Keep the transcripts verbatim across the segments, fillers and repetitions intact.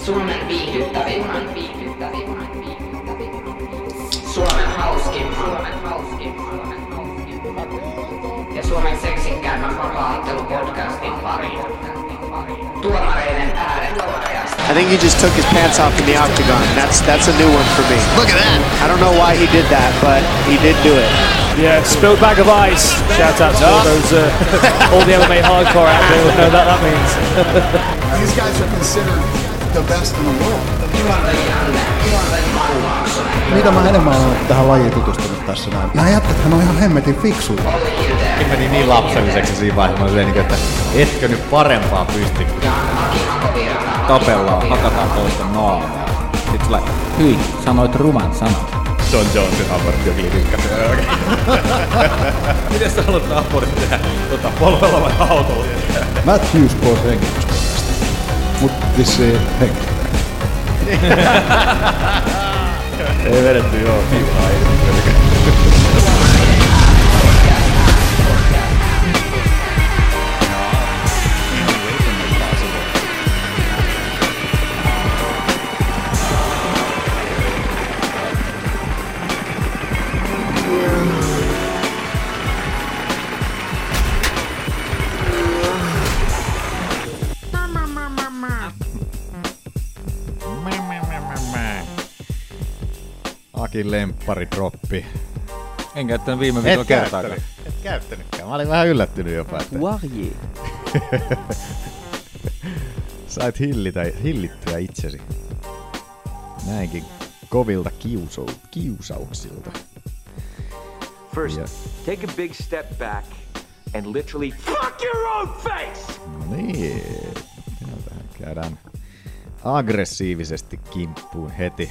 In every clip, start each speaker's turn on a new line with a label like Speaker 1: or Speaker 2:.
Speaker 1: Suomen viihdyttävimmän, viihdyttävimmän, viihdyttävimmän. Suomen hauskin, Suomen hauskin, Suomen hauskin. Ja Suomen seksikkäämmän vapaa-ottelupodcastin pariin. Tuomareiden ääret podcast.
Speaker 2: I think he just took his pants off in the octagon. That's that's a new one for me.
Speaker 3: Look at that.
Speaker 2: I don't know why he did that, but he did do it.
Speaker 4: Yeah, spilled bag of ice. Shout out to no. all those, uh, all the M M A hardcore out there who know what that means.
Speaker 3: These guys are considered the best in the world.
Speaker 5: Mitä mä enemmän olen tähän lajiin tutustunut tässä näin? Nämä jätkäthän on ihan hemmetin fiksuja.
Speaker 6: Meni niin lapselliseksi siinä vaiheessa, mä olin, että etkö nyt parempaa pysty. Tapellaan, hakataan toista naamaa. Sitten sulla, hyi, sanoit ruman sanan. John Jonesin aborttioklinikka. Miten sä haluat abortin tehdä tota, polvella vai autolla?
Speaker 5: Matt Hughes pois henkilöstöstä, mut vissiin henkilöstöstä.
Speaker 6: Ei vedetty joo, fiuraa ei. Akin lempparidroppi. En käyttänyt viime viikolla kertaakaan. Et käyttänytkään. Mä olin vähän yllättynyt jopa. Että...
Speaker 4: Warje.
Speaker 6: Sait hillitä, hillittyä itsesi. Näinkin kovilta kiusau, kiusauksilta.
Speaker 7: First, ja. take a big step back and literally fuck your own face!
Speaker 6: No niin. Käydään aggressiivisesti kimppuun heti.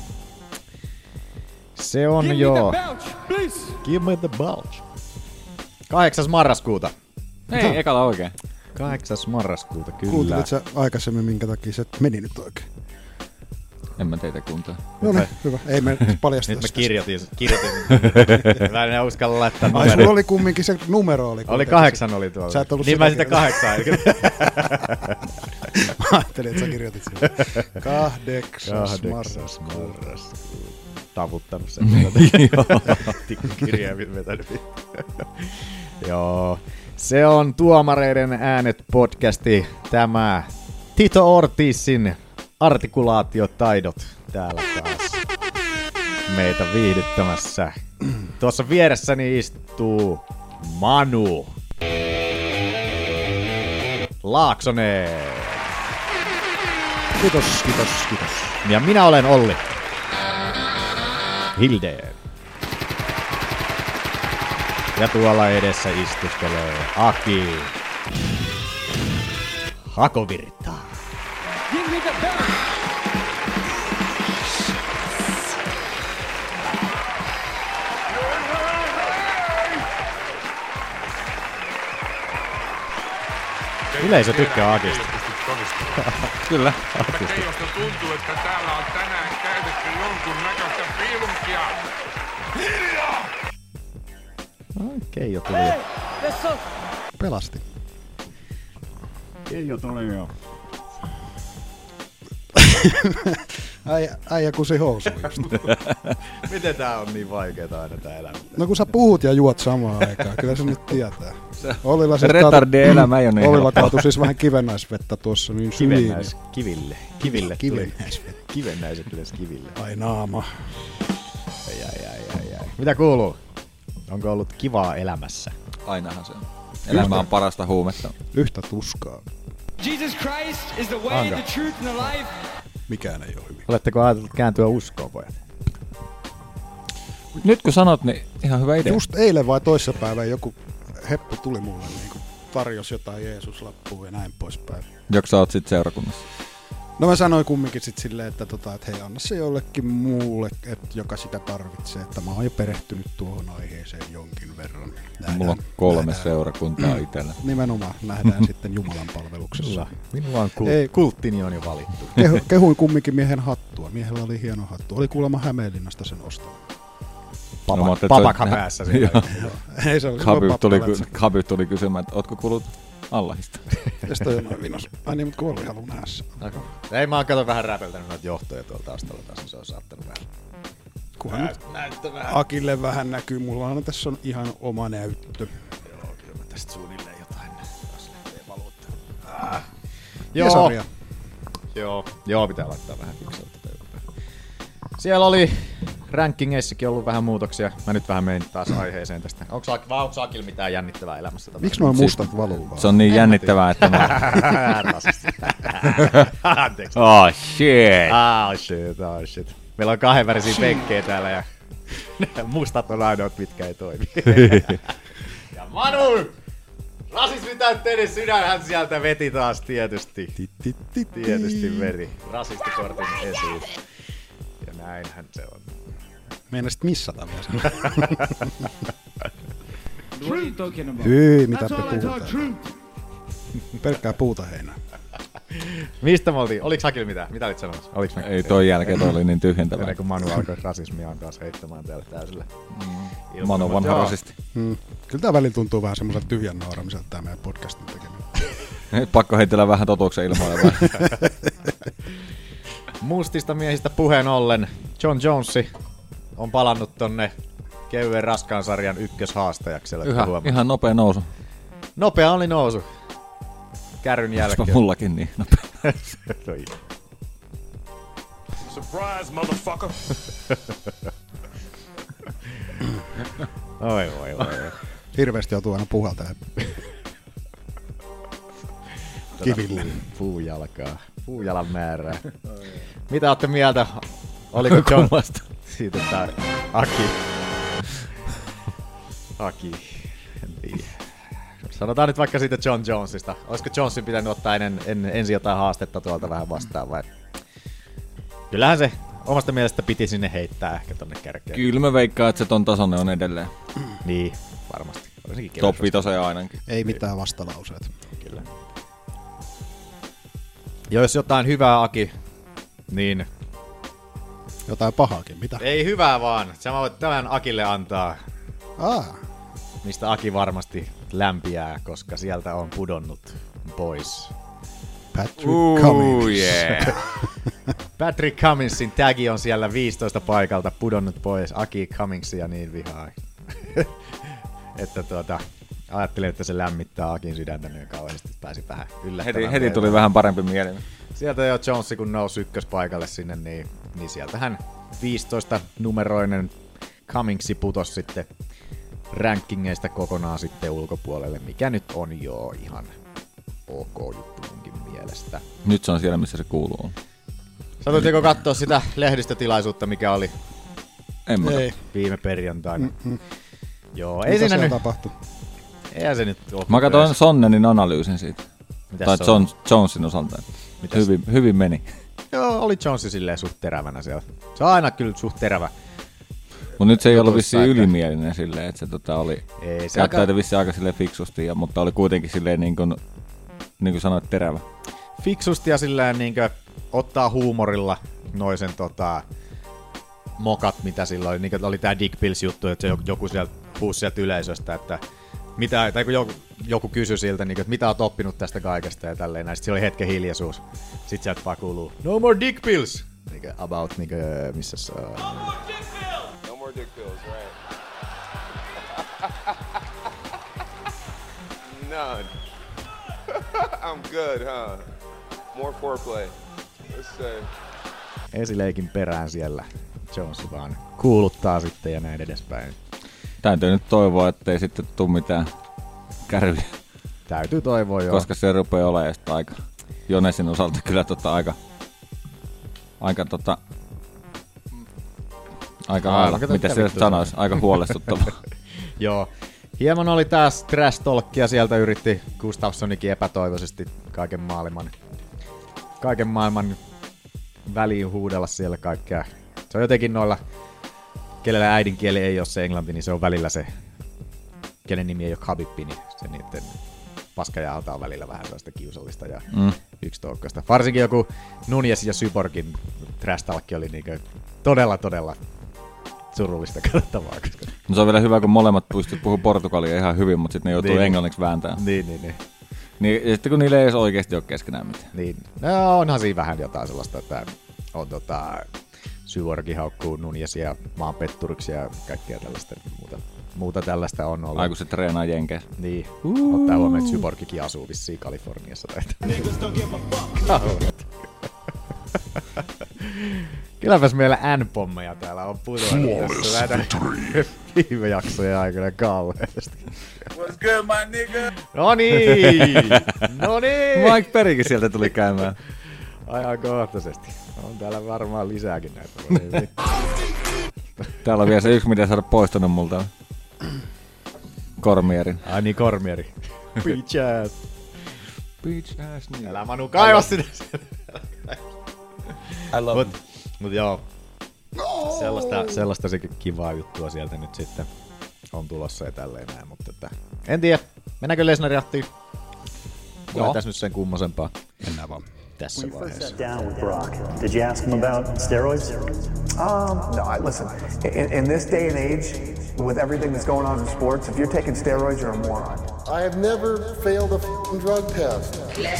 Speaker 6: Se on
Speaker 4: Give
Speaker 6: jo...
Speaker 4: Me the belch,
Speaker 6: Give me the belch. Kahdeksas marraskuuta.
Speaker 4: Ei, ekalla oikein.
Speaker 6: Kahdeksas marraskuuta, kyllä.
Speaker 5: Kuuntelit sä aikaisemmin, minkä takia se meni nyt oikein?
Speaker 4: En mä teitä kuuntaa.
Speaker 5: No niin, hyvä. Ei me paljasteta.
Speaker 6: Nyt mä kirjoitin. kirjoitin. Mä en uskalla laittaa
Speaker 5: numeroa. Ai sulla oli kumminkin se numero. Oli,
Speaker 6: oli kahdeksan oli tuolla.
Speaker 5: Sä et ollut
Speaker 6: niin mä sitä kahdeksan.
Speaker 5: Mä ajattelin, että sä kirjoitit sitä. Kahdeksas marraskuuta.
Speaker 6: Tavuttanut sen. Tikkukirjaimin vetänyt. Joo. Se on Tuomareiden äänet podcasti. Tämä Tito Ortizin artikulaatiotaidot täällä taas meitä viihdyttämässä. Tuossa vieressäni istuu Manu Laaksonen.
Speaker 5: Kiitos, kiitos, kiitos.
Speaker 6: Ja minä olen Olli Hildeen. Ja tuolla edessä istuskelee Aki Hakovirta. Yleisö tykkää Akista.
Speaker 4: Kyllä.
Speaker 8: Teistä tuntuu, että täällä on tänään käytetty jonkun näköistä piilunkia. Hiljaa!
Speaker 6: Keijo tuli.
Speaker 5: Pelasti.
Speaker 6: Keijo tuli jo.
Speaker 5: Äijä, äijä kusi housuun just.
Speaker 6: Miten tää on niin vaikeeta aina tää elämä?
Speaker 5: No kun sä puhut ja juot samaan aikaan, kyllä se nyt tietää. Olilla
Speaker 4: se retardien elämä ei ole niin
Speaker 5: Olilla kaatui siis vähän kivennäisvettä tuossa niin syliin.
Speaker 6: Kivennäis, kiville. Kiville
Speaker 5: Kivennäisvettä.
Speaker 6: Kivennäiset yleensä kiville.
Speaker 5: Ai naama.
Speaker 6: Ai, ai, ai, ai, ai. Mitä kuuluu? Onko ollut kivaa elämässä?
Speaker 4: Ainahan se on. Elämä on parasta huumetta.
Speaker 5: Yhtä tuskaa.
Speaker 9: Jesus Christ is the way,
Speaker 6: Anka.
Speaker 9: the truth and the life.
Speaker 5: Mikään ei ole hyvin.
Speaker 6: Oletteko ajatellut kääntyä uskoon, pojat?
Speaker 4: Nyt kun sanot, niin ihan hyvä idea.
Speaker 5: Just eilen vai toissapäivän joku heppu tuli mulle niin tarjosi jotain Jeesus-lappua ja näin poispäin.
Speaker 4: Joko sä oot sit seurakunnassa?
Speaker 5: No mä sanoin kumminkin sit silleen, että, tota, että hei, anna se jollekin muulle, et, joka sitä tarvitsee. Että mä oon jo perehtynyt tuohon aiheeseen jonkin verran. Nähdään,
Speaker 4: Mulla on kolme
Speaker 5: nähdään.
Speaker 4: seurakuntaa itsellä.
Speaker 5: Nimenomaan nähdään sitten Jumalan palveluksessa.
Speaker 6: Minulla on kul- kulttini on jo valittu.
Speaker 5: Kehu, kehuin kumminkin miehen hattua. Miehellä oli hieno hattu. Oli kuulemma Hämeenlinnasta sen ostanut.
Speaker 6: Papa,
Speaker 4: no,
Speaker 6: papaka päässä.
Speaker 5: Ei se oli
Speaker 4: Khabib tuli, Khabib tuli kysymään, että ootko kuullut
Speaker 6: Allahista.
Speaker 5: Mites toi on noin vinos? Ai niin, mut kuoli haluun nähdessä.
Speaker 6: Ei, mä oon kato vähän räpeltänyt noita johtoja tuolla taustalla taas, niin se on saattanut vähän.
Speaker 5: Kunhan nyt Akille vähän näkyy. Mullahan tässä on ihan oma näyttö.
Speaker 6: Joo, kyllä mä tästä suunnilleen jotain taas lähtee valuutta.
Speaker 5: Ah.
Speaker 6: Joo. Joo, joo, pitää laittaa vähän fiksautta. Siellä oli rankingeissakin ollut vähän muutoksia. Mä nyt vähän menin taas aiheeseen tästä. Onko Akilla mitään jännittävää elämässä?
Speaker 5: Miksi noin mustat valuu vaan?
Speaker 6: Se on niin jännittävää, että mä... Anteeksi. Oh shit. Oh shit, oh shit. Meillä on kahdenvärisiä penkkejä täällä ja mustat on ainoat, mitkä ei toimi. Ja Manu! Rasismi täytteinen sydänhän sieltä veti taas tietysti. Tietysti veri. Rasistikortin esiin. Ja näinhän se on.
Speaker 5: Meinasit missata vielä sen. Hyi, mitä te puhutaan? Pelkkää puuta heinää.
Speaker 6: Mistä me oltiin? Oliks Akilla mitään? Mitä olit sanomassa? Oliks me?
Speaker 4: Ei toi jälkeen, toi oli niin tyhjentävää.
Speaker 6: Ennen kuin Manu alkoi rasismiaan taas heittämään täällä täysillä.
Speaker 4: Mm. Manu vanha joo. Rasisti.
Speaker 5: Mm. Kyllä tää välillä tuntuu vähän semmoiselta tyhjän nauramiselta tää meidän podcastin tekeminen.
Speaker 4: Pakko heitellä vähän totuuksen ilmoille vai?
Speaker 6: Mustista miehistä puheen ollen, John Jonesi on palannut tonne kevyen raskaan sarjan ykköshaastajaksi.
Speaker 4: Yhä, ihan nopea nousu.
Speaker 6: Nopea oli nousu. Kärryn jälkeen.
Speaker 4: Onko mullakin niin nopea?
Speaker 8: Surprise, motherfucker!
Speaker 6: Oi, oi, oi.
Speaker 5: Hirveästi joutuu aina puhaltamaan. Kiville.
Speaker 6: Puujalkaa. Puujalan määrää. Mitä ootte mieltä? Oliko John siitä tää Aki? Aki. Sanotaan nyt vaikka siitä John Jonesista. Olisiko Jonesin pitänyt ottaa ennen, en, ensin jotain haastetta tuolta vähän vastaan vai? Kyllähän se omasta mielestä piti sinne heittää ehkä tonne kärkeen.
Speaker 4: Kyllä mä veikkaan, että se ton tasoinen on edelleen.
Speaker 6: Niin, varmasti.
Speaker 4: Top viitosen ainakin.
Speaker 5: Ei mitään vastalauseet.
Speaker 6: Kyllä. Ja jos jotain hyvää, Aki, niin...
Speaker 5: Jotain pahaakin, mitä?
Speaker 6: Ei hyvää vaan. Sä voit tämän Akille antaa.
Speaker 5: Ah.
Speaker 6: Mistä Aki varmasti lämpiää, koska sieltä on pudonnut pois.
Speaker 5: Patrick Ooh, Cummins.
Speaker 6: Yeah. Patrick Cumminsin tagi on siellä viisitoista paikalta pudonnut pois. Aki Cumminsia niin vihaa. Että tuota... Ajattelin, että se lämmittää Akin sydäntä niin kauheasti, että pääsi vähän yllättämään.
Speaker 4: Heti, heti tuli vähän parempi mieli.
Speaker 6: Sieltä jo Jonesi, kun nousi ykköspaikalle sinne, niin, niin sieltähän viisitoista numeroinen Cummingsi putosi sitten rankingeista kokonaan sitten ulkopuolelle, mikä nyt on jo ihan ok juttu munkin mielestä.
Speaker 4: Nyt se on siellä, missä se kuuluu.
Speaker 6: Satuitteko katsoa sitä lehdistötilaisuutta, mikä oli
Speaker 5: ei.
Speaker 6: viime perjantaina?
Speaker 5: Mm-mm.
Speaker 6: Joo,
Speaker 5: mitä
Speaker 6: ei siinä nyt
Speaker 5: tapahtui?
Speaker 6: Eihän se nyt ole.
Speaker 4: Mä katsoin Sonnenin analyysin siitä.
Speaker 6: Mitäs
Speaker 4: tai John, Jonesin osalta. Hyvin, hyvin meni.
Speaker 6: Joo, oli Jonesi silleen suht terävänä siellä. Se on aina kyllä suht terävä.
Speaker 4: Mut nyt se ei ollut vissiin ylimielinen silleen, että se tota oli...
Speaker 6: Ei, se
Speaker 4: käyttäytyi
Speaker 6: aika...
Speaker 4: vissiin aika silleen fiksusti, ja, mutta oli kuitenkin silleen niin kuin, niin kuin sanoit, terävä.
Speaker 6: Fiksusti ja silleen niin kuin ottaa huumorilla noisen tota... mokat, mitä silloin, niin kuin oli tää Dick Pills juttu, että joku sieltä huusi sieltä yleisöstä, että mitä, tai kun joku, joku kysyi siltä, niin kuin, että mitä oot oppinut tästä kaikesta ja tälleen näin. Sitten siellä oli hetken hiljaisuus. Sitten sieltä vaan kuuluu, no more dick pills! Niin kuin, about, niin kuin, missä se on.
Speaker 10: No more dick pills! No more dick pills, right. None. I'm good, huh? More foreplay. Let's say.
Speaker 6: Esileikin perään siellä. Jones vaan kuuluttaa sitten ja näin edespäin.
Speaker 4: Täytyy nyt toivoa, ettei sitten tule mitään kärviä.
Speaker 6: Täytyy toivoa, joo.
Speaker 4: Koska se rupeaa olemaan sitä aika, Jonesin osalta kyllä tota aika, aika tota, aika hailla, miten se sanoisi, aika huolestuttavaa.
Speaker 6: Joo. Hieman oli taas trash talkia, sieltä yritti Gustafssonikin epätoivoisesti kaiken maailman, kaiken maailman väliin huudella siellä kaikkea. Se on jotenkin noilla, kenellä äidinkieli ei ole se englanti, niin se on välillä se, kenen nimi ei ole Khabibbi, niin se niiden paskajauta on välillä vähän sellaista kiusallista ja mm. yksitoukkaista. Varsinkin joku Nunes ja Cyborgin trash talk oli niinku todella, todella surullista katsottavaa. Koska...
Speaker 4: No se on vielä hyvä, kun molemmat pystyt puhumaan portugalia ihan hyvin, mutta sitten ne joutuu niin, englanniksi vääntämään.
Speaker 6: Niin, niin, niin.
Speaker 11: Niin, ja sitten kun niillä ei edes oikeesti ole keskenään mitään.
Speaker 6: Niin, no onhan siinä vähän jotain sellaista, että on tota... Syvorki haukkuu Nunezia maanpetturiksi ja kaikkea tällaista muuta, muuta tällaista on ollut.
Speaker 11: Ai kun se treenaa jenkeissä.
Speaker 6: Niin. Uh. Ottaa huomioon, että Syborgikin asuu vissiin Kaliforniassa. Kylläpäs meillä N-pommeja täällä on putoillut tässä näitä viime jaksojen aikana kauheasti.
Speaker 12: What's good, my nigga?
Speaker 6: No niin! No niin!
Speaker 11: Mike Perrykin sieltä tuli käymään.
Speaker 6: Ajankohtaisesti. On täällä varmaan lisääkin näitä.
Speaker 11: Täällä on vielä se yksi, mitä saada poistunut multa. Kormierin.
Speaker 6: Ai niin, Kormieri. Bitch ass.
Speaker 11: Bitch ass. Niin.
Speaker 6: Älä Manu kaiva sinne.
Speaker 12: I love
Speaker 6: mut, mut joo. Sellaista, sellaista sekin kivaa juttua sieltä nyt sitten on tulossa ja tälleen näin. Mutta että, en tiedä. Mennäänkö Lesnar-jahtiin? Joo. Tässä nyt sen kummosempaa.
Speaker 5: Mennään vaan.
Speaker 6: Tässä vaiheessa.
Speaker 13: Down with Brock. Did you ask him about steroids?
Speaker 14: Um, no, I, listen, in, in this day and age, with everything that's going on in sports, if you're taking steroids, you're a moron.
Speaker 15: I have never failed a f***ing drug test.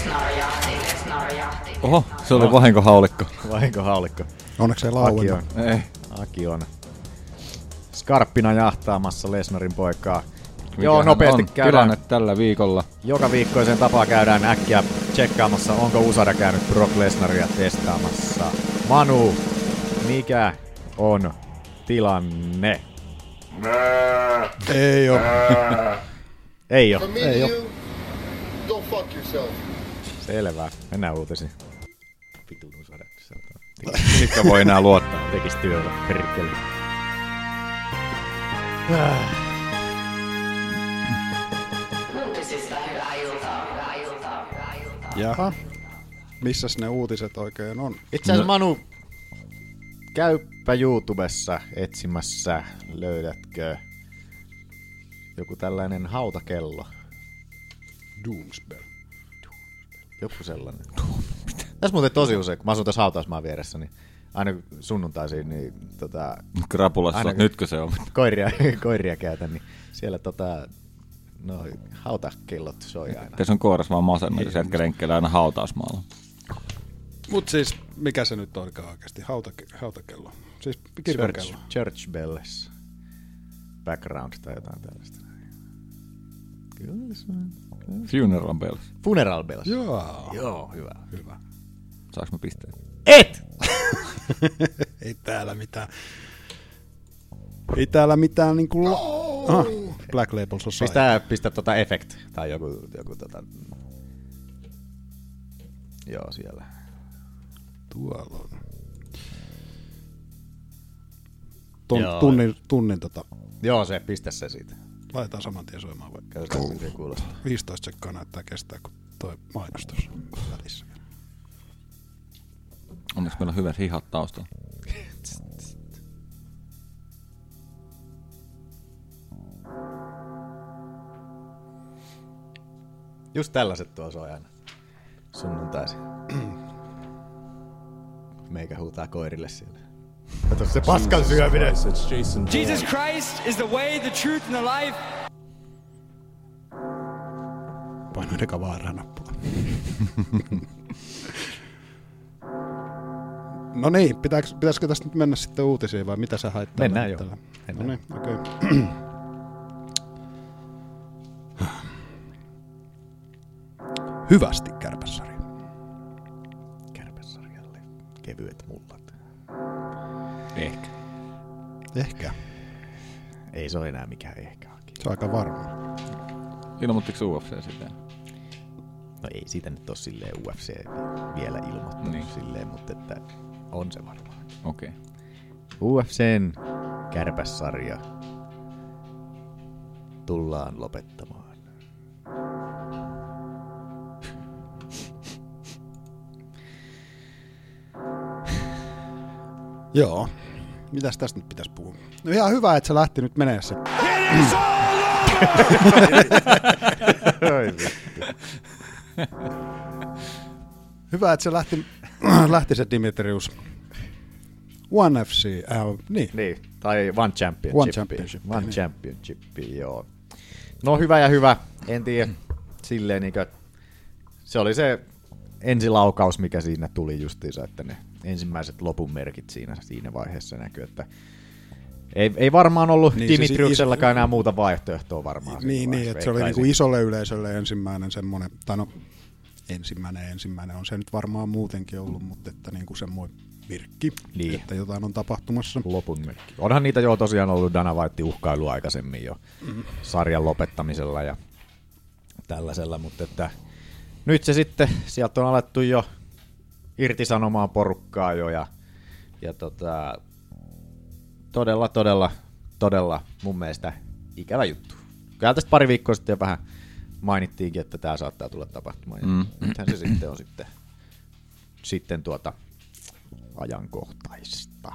Speaker 11: Oho, se oli vahinkohaulikko.
Speaker 6: Vahinkohaulikko.
Speaker 5: Onneksi ei lauennut.
Speaker 6: Aki on. Ei. Aki on. Skarppina jahtaamassa Lesnarin poikaa.
Speaker 11: Mikähän
Speaker 6: Joo, nopeasti
Speaker 11: on
Speaker 6: käydään.
Speaker 11: tilanne tällä viikolla.
Speaker 6: Joka viikkoisen tapaa käydään äkkiä tsekkaamassa, onko U S A D käynyt Brock Lesnaria testaamassa. Manu, mikä on tilanne?
Speaker 5: Ei oo.
Speaker 6: Ei oo.
Speaker 15: Ei oo. Go fuck yourself.
Speaker 6: Selvä. Mennään uutisiin. Vitun U S A D.
Speaker 11: Mitkä voi enää luottaa.
Speaker 6: Tekis työtä. Perkele.
Speaker 5: Jaha. Missäs ne uutiset oikein on?
Speaker 6: Itse asiassa Manu, käyppä YouTubessa etsimässä, löydätkö joku tällainen hautakello?
Speaker 5: Doomsbell.
Speaker 6: Joku sellainen. Tässä muuten tosi usein, kun mä asun tässä hautausmaan vieressä, niin aina sunnuntaisiin, niin tota...
Speaker 11: Krapulassa, aina, nytkö se on?
Speaker 6: Koiria, koiria käytän, niin siellä tota... No, hautakellot soi aina.
Speaker 11: Tässä on koiras vaan masennut, jos jätkä lenkkeellä aina hautausmaalla.
Speaker 5: Mut siis, mikä se nyt olikaan oikeasti? Hautake- hautakello. Siis kirkonkello.
Speaker 6: Church, church bells. Background tai jotain tällaista. Kyllä se on.
Speaker 11: Funeral bells.
Speaker 6: Funeral bells.
Speaker 5: Joo.
Speaker 6: Joo, hyvä.
Speaker 5: Hyvä.
Speaker 11: Saaks mä pisteen?
Speaker 6: Et!
Speaker 5: Ei täällä mitään. Ei täällä mitään niinku... Aha, Black Label Society.
Speaker 6: Pistää, pistä tota Effect tai joku, joku tota... Joo, siellä.
Speaker 5: Tuolla on. Ton, tunnin, tunnin tota...
Speaker 6: Joo, se, pistä se siitä.
Speaker 5: Laitetaan saman tien soimaan vaikka.
Speaker 6: Katsotaan, miten se kuulostaa.
Speaker 5: viisitoista sekkaa näyttää kestää, kun toi mainostus välissä.
Speaker 11: Onneksi meillä on hyvät hihat taustalla.
Speaker 6: Just tällaiset tuo soi aina sunnuntaisin. Meikä huutaa koirille siellä. Kato se paskan syöminen.
Speaker 9: Jesus Christ is the way, the truth and the life.
Speaker 5: Painoin eka vaaraa nappula. No niin, pitääkö, pitäisikö tästä nyt mennä sitten uutisiin vai mitä sä hait tällä?
Speaker 6: Mennään jo.
Speaker 5: No niin, okei. Okay. Hyvästi Kärpässarja.
Speaker 6: Kärpässarjalle kevyet mullat.
Speaker 11: Ehkä.
Speaker 5: Ehkä.
Speaker 6: Ei se ole enää mikään ehkä.
Speaker 5: Se on aika varma.
Speaker 11: Ilmoittiko U F C sitä?
Speaker 6: No ei siitä nyt ole silleen U F C vielä ilmoittanut niin. Silleen, mutta että on se varmaan.
Speaker 11: Okei. Okay.
Speaker 6: U F C:n Kärpässarja tullaan lopettamaan.
Speaker 5: Joo. Mitäs tästä nyt pitäisi puhua? No ihan hyvä, että se lähti nyt menee se. Hyvä, että se lähti, lähti se Dimitrius. One F C, äh, niin.
Speaker 6: Niin, tai One Championship.
Speaker 5: One Championship.
Speaker 6: One Championship, joo. No hyvä ja hyvä. En tiedä, silleen niinkö se oli se ensilaukaus, mikä siinä tuli justiinsa, että ne ensimmäiset lopun merkit siinä, siinä vaiheessa näkyy, että ei, ei varmaan ollut niin, Dimitriuksellakaan enää muuta vaihtoehtoa varmaan.
Speaker 5: Niin, niin että se oli niinku isolle yleisölle ensimmäinen semmoinen, tai no ensimmäinen ensimmäinen on se nyt varmaan muutenkin ollut, mutta että niinku semmoinen virkki, niin. Että jotain on tapahtumassa.
Speaker 6: Lopun merkki. Onhan niitä jo tosiaan ollut Dana White uhkailu aikaisemmin jo mm. sarjan lopettamisella ja tällaisella, mutta että nyt se sitten, sieltä on alettu jo irtisanomaan porukkaa jo ja, ja tota, todella, todella, todella mun mielestä ikävä juttu. Kyllä tästä pari viikkoa sitten jo vähän mainittiinkin, että tämä saattaa tulla tapahtumaan. Ja mm. nythän se sitten on sitten, sitten tuota ajankohtaista.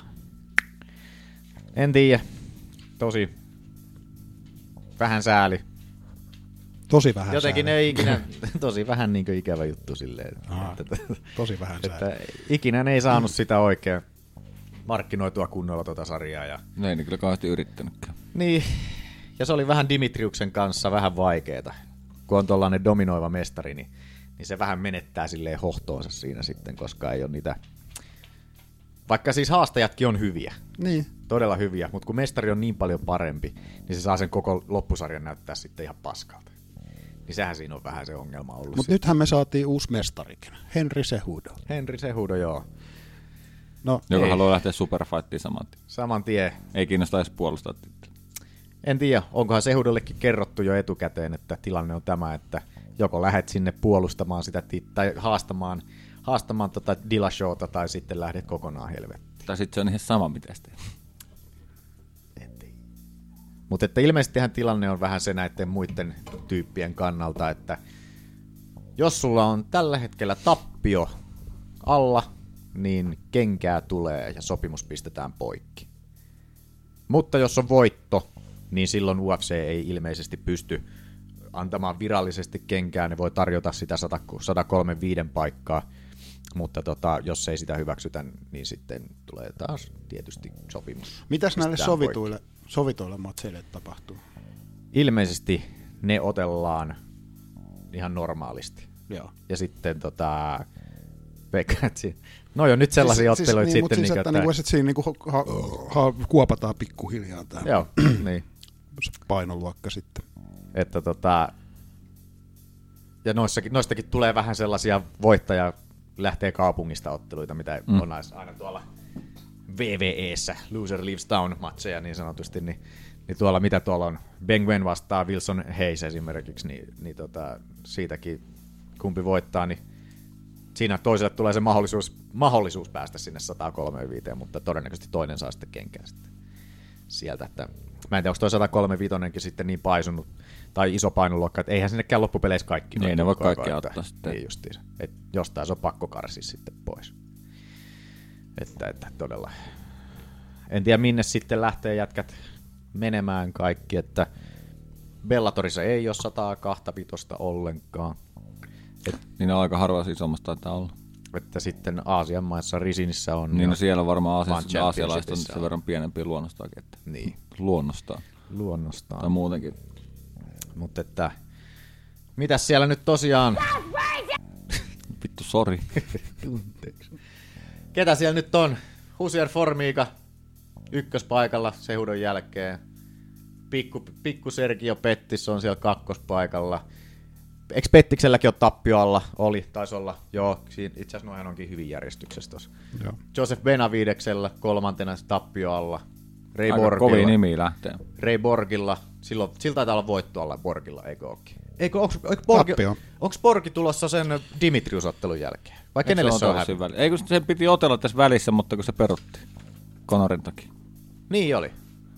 Speaker 6: En tiedä. Tosi vähän sääli.
Speaker 5: Tosi vähän
Speaker 6: Jotenkin
Speaker 5: sääli.
Speaker 6: ei ikinä, tosi vähän niin kuin ikävä juttu silleen.
Speaker 5: Aha,
Speaker 6: että,
Speaker 5: tosi vähän
Speaker 6: että
Speaker 5: sääli.
Speaker 6: Ikinä ne ei saanut sitä oikein markkinoitua kunnolla tuota sarjaa. Ja
Speaker 11: ne ei niin kyllä kauheasti yrittänytkään.
Speaker 6: Niin, ja se oli vähän Dimitriuksen kanssa vähän vaikeeta. Kun on tuollainen dominoiva mestari, niin, niin se vähän menettää silleen hohtoonsa siinä sitten, koska ei ole niitä. Vaikka siis haastajatkin on hyviä.
Speaker 5: Niin.
Speaker 6: Todella hyviä, mutta kun mestari on niin paljon parempi, niin se saa sen koko loppusarjan näyttää sitten ihan paskalta. Niin sehän siinä on vähän se ongelma ollut.
Speaker 5: Mutta nythän me saatiin uusi mestarikin. Henry Cejudo.
Speaker 6: Henry Cejudo, joo.
Speaker 5: No,
Speaker 11: joka
Speaker 6: ei.
Speaker 11: haluaa lähteä superfightiin saman tien.
Speaker 6: Saman tien.
Speaker 11: Ei kiinnosta edes puolustaa titteliä.
Speaker 6: En tiedä, onkohan Cejudollekin kerrottu jo etukäteen, että tilanne on tämä, että joko lähdet sinne puolustamaan sitä tit- tai haastamaan, haastamaan tota Dillashawta tai sitten lähdet kokonaan helvettiin.
Speaker 11: Tai sitten se on ihan sama, mitä sitä.
Speaker 6: Mutta että ilmeisestihän tilanne on vähän se näiden muiden tyyppien kannalta, että jos sulla on tällä hetkellä tappio alla, niin kenkää tulee ja sopimus pistetään poikki. Mutta jos on voitto, niin silloin U F C ei ilmeisesti pysty antamaan virallisesti kenkää, ne voi tarjota sitä sata kolmekymmentäviisi paikkaa, mutta tota, jos ei sitä hyväksytä, niin sitten tulee taas tietysti sopimus.
Speaker 5: Mitäs näille sovituille, sovituille matseille tapahtuu?
Speaker 6: Ilmeisesti ne otellaan ihan normaalisti.
Speaker 5: Joo.
Speaker 6: Ja sitten tota, no jo nyt sellaisia siis, otteluita
Speaker 5: siis,
Speaker 6: sitten.
Speaker 5: Niin, mutta siis, että, niin, että siinä niinku, ha, ha, kuopataan pikkuhiljaa tämä
Speaker 6: Joo, niin.
Speaker 5: painoluokka sitten.
Speaker 6: Että tota, ja noissakin, noistakin tulee vähän sellaisia voittaja lähtee kaupungista otteluita, mitä mm. on aina tuolla V V E:ssä, Loser Leaves Town-matseja niin sanotusti, niin, niin tuolla mitä tuolla on, Ben Gwen vastaa Wilson Hayes esimerkiksi, niin, niin tota, siitäkin kumpi voittaa, niin siinä toiselle tulee se mahdollisuus, mahdollisuus päästä sinne sata kolmekymmentäviisi, mutta todennäköisesti toinen saa sitten kenkään sitten sieltä, että mä en tiedä, onko toi sata kolmekymmentäviisi sitten niin paisunut, tai iso painoluokka, että eihän sinnekään loppupeleissä kaikki.
Speaker 11: Ei ne voi kaikkea ottaa sitten.
Speaker 6: Niin justiinsa. Et jostain se on pakko karsia sitten pois. Että, että todella. En tiedä minne sitten lähtee jätkät menemään kaikki, että Bellatorissa ei ole sata kaksikymmentäviisi ollenkaan. Et,
Speaker 11: niin on aika harva isommasta taitaa olla.
Speaker 6: Että sitten Aasian maissa Risinissä on.
Speaker 11: Niin no siellä varmaan aasialaiset on sen verran pienempiä luonnostaankin. Että
Speaker 6: niin.
Speaker 11: Luonnostaan.
Speaker 6: Luonnostaan.
Speaker 11: Tai muutenkin.
Speaker 6: Mutta että mitäs siellä nyt tosiaan?
Speaker 11: Vittu, sori.
Speaker 6: Ketä siellä nyt on? Hussein Formiga ykköspaikalla Cejudon jälkeen. Pikku, pikku Sergio Pettis on siellä kakkospaikalla. Eikö Pettikselläkin ole tappio alla? Oli, taisi olla. Joo, itse asiassa noihän onkin hyvin järjestyksessä tuossa. Joseph Benavideksellä kolmantena tappio alla. Ray
Speaker 11: aika
Speaker 6: Borgilla.
Speaker 11: kovia nimiä lähtee.
Speaker 6: Ray Borgilla. Silloin, sillä taitaa olla voitto alla Borgilla, eikö ookin? Eikö, onko, onko, Borgi, onko Borgi tulossa sen Dimitrius-ottelun jälkeen? Vai kenelle se on hävinnyt?
Speaker 11: Ei kun sen piti otella tässä välissä, mutta kun se peruttiin. Conorin takia.
Speaker 6: Niin oli.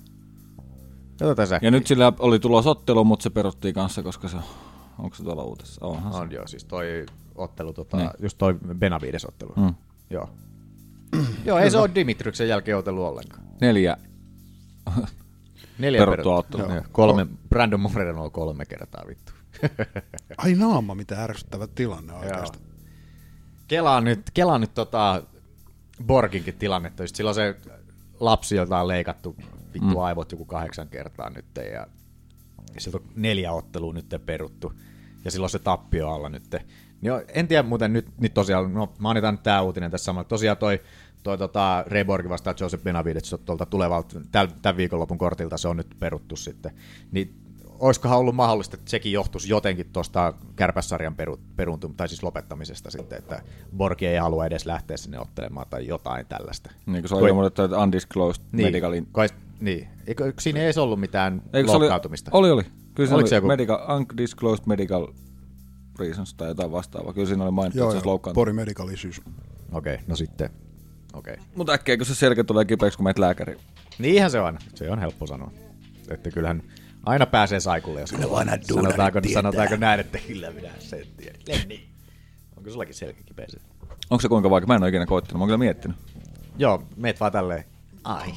Speaker 11: Ja nyt sillä oli tulos ottelu, mutta se peruttiin kanssa, koska se onko se tuolla uutessa? Onhan
Speaker 6: on
Speaker 11: se.
Speaker 6: joo, siis toi ottelu, tota,
Speaker 11: niin.
Speaker 6: just toi Benavides-ottelu.
Speaker 11: Mm.
Speaker 6: Joo. Joo, ei se ole Dimitriuksen jälkeen otellut ollenkaan.
Speaker 11: Neljä.
Speaker 6: Neljä
Speaker 11: peruttua ottelua.
Speaker 6: Kolme, Brandon Moreno on kolme kertaa vittu.
Speaker 5: Ai naama, mitä ärsyttävä tilanne oikeasti.
Speaker 6: Kelaan nyt, kelaan nyt tota Borginkin tilannetta. Just silloin se lapsi, jota on leikattu vittu mm. aivot joku kahdeksan kertaa nyt ja siltä on neljä ottelua nyt peruttu. ja silloin se tappio alla nyt. Niin en tiedä muuten nyt, nyt tosiaan, no mainitaan nyt tää uutinen tässä samalla. Tosiaan toi, toi tota, Ray Borg vastaan Joseph Benavidez tuolta tulevalta tämän viikonlopun kortilta, se on nyt peruttu sitten. Niin olisikohan ollut mahdollista, että sekin johtuisi jotenkin tuosta kärpässarjan peru, peruntum, tai siis lopettamisesta sitten, että Borgi ei halua edes lähteä sinne ottelemaan tai jotain tällaista.
Speaker 11: Niin kuin se on ilmoitettu, että undisclosed
Speaker 6: niin,
Speaker 11: medical...
Speaker 6: Kai, niin, eikö eikö siinä ei edes ollut mitään loukkautumista?
Speaker 11: Oli, oli. Kyllä se
Speaker 6: Oliko
Speaker 11: oli
Speaker 6: se joku...
Speaker 11: medical, undisclosed medical reasons tai jotain vastaavaa. Kyllä siinä oli mainittu, että se loukkaantunut.
Speaker 5: Pori medical issues.
Speaker 6: Okei, okay, no sitten. Okay.
Speaker 11: Mutta äkkiä, kun se selkä tulee kipeäksi, kun menet lääkäriin.
Speaker 6: Niinhän se on. Se on helppo sanoa. Että kyllähän aina pääsee saikulle, jos sanotaanko, sanotaanko näin, että kyllä minä sen tiedän. Lenni. Onko sullakin selkä kipeä?
Speaker 11: Onko se kuinka vaikea? Mä en ole ikinä koittanut, mä oon kyllä miettinyt.
Speaker 6: Joo, meet vaan tälleen. Ai.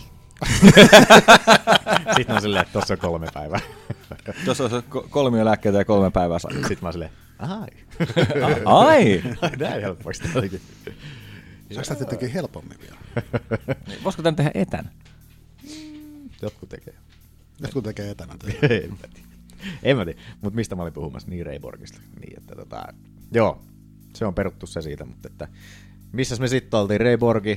Speaker 6: Sitten on silleen, että tossa on kolme päivää.
Speaker 11: Tuossa on kolmia lääkkeitä ja kolme päivää saa.
Speaker 6: Sitten mä oon silleen, ai.
Speaker 11: Ai.
Speaker 6: Näin helpoiksi tälläkin.
Speaker 5: Saanko tätä tekee helpommin vielä?
Speaker 11: Voisiko tämän tehdä etänä?
Speaker 6: Jotkut tekee.
Speaker 5: Jotkut tekee etänä.
Speaker 6: En mä tiedä. En mä tiedä. Mutta mistä mä olin puhumassa? Niin Ray Borgista. Niin, että tota, joo, se on peruttu se siitä, mutta että missäs me sitten oltiin? Ray Borgi,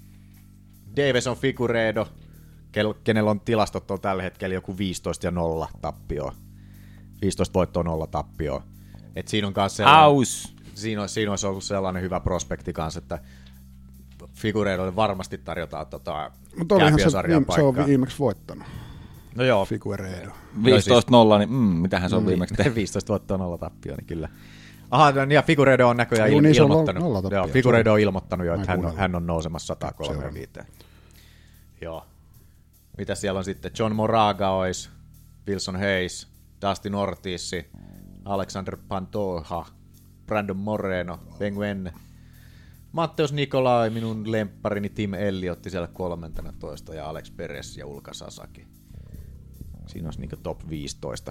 Speaker 6: Davison Figueiredo, kenellä on tilastot on tällä hetkellä joku viisitoista ja nolla tappioa. viisitoista voittoa, nolla tappioa. Et siinä on kanssa
Speaker 11: Aus!
Speaker 6: Siinä olisi, siinä olisi ollut sellainen hyvä prospekti kanssa, että Figueiredolle varmasti tarjotaan tota kääpiösarjan paikkaa.
Speaker 5: Se on viimeksi voittanut.
Speaker 6: No joo.
Speaker 5: Figueiredo.
Speaker 11: viisitoista nolla, niin mm, mitähän se on viimeksi tehnyt?
Speaker 6: viisitoista vuotta nolla tappio, niin kyllä. Aha, ja Figueiredo on näköjään il-
Speaker 5: niin,
Speaker 6: ilmoittanut. Joo, Figueiredo on ilmoittanut jo, että hän on, hän on nousemassa sata kolmekymmentäviisi. Joo. Mitä siellä on sitten? John Moraga olisi, Wilson Hayes, Dustin Ortiz, Alexander Pantoja, Brandon Moreno, Penguin, Matteus Nikolai, minun lempparini Tim Elliotti siellä kolmentoista ja Alex Perez ja Ulka Sasaki. Siinä olisi niinku top viisitoista.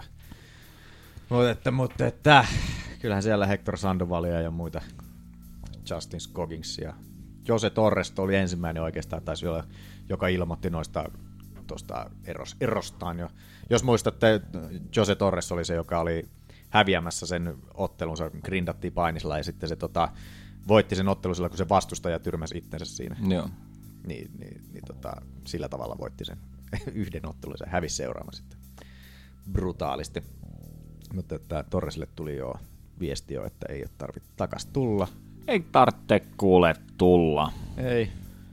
Speaker 6: Mutta että, mutta että, kyllähän siellä Hector Sandovalia ja muita, Justin Scoggins ja Jose Torres oli ensimmäinen oikeastaan, taisi olla, joka ilmoitti noista tuosta eros, erostaan jo. Jos muistatte, Jose Torres oli se, joka oli häviämässä sen ottelunsa, grindattiin painisella ja sitten se tota, voitti sen ottelun sillä, kun se vastustaja tyrmäsi itsensä siinä.
Speaker 11: Joo.
Speaker 6: Niin, niin, niin tota, sillä tavalla voitti sen yhden ottelun ja hävisi seuraava sitten brutaalisti. Mutta että Torresille tuli jo viesti jo, että ei ole tarvitse takas tulla.
Speaker 11: Ei tarvitse kuule tulla.
Speaker 6: Ei.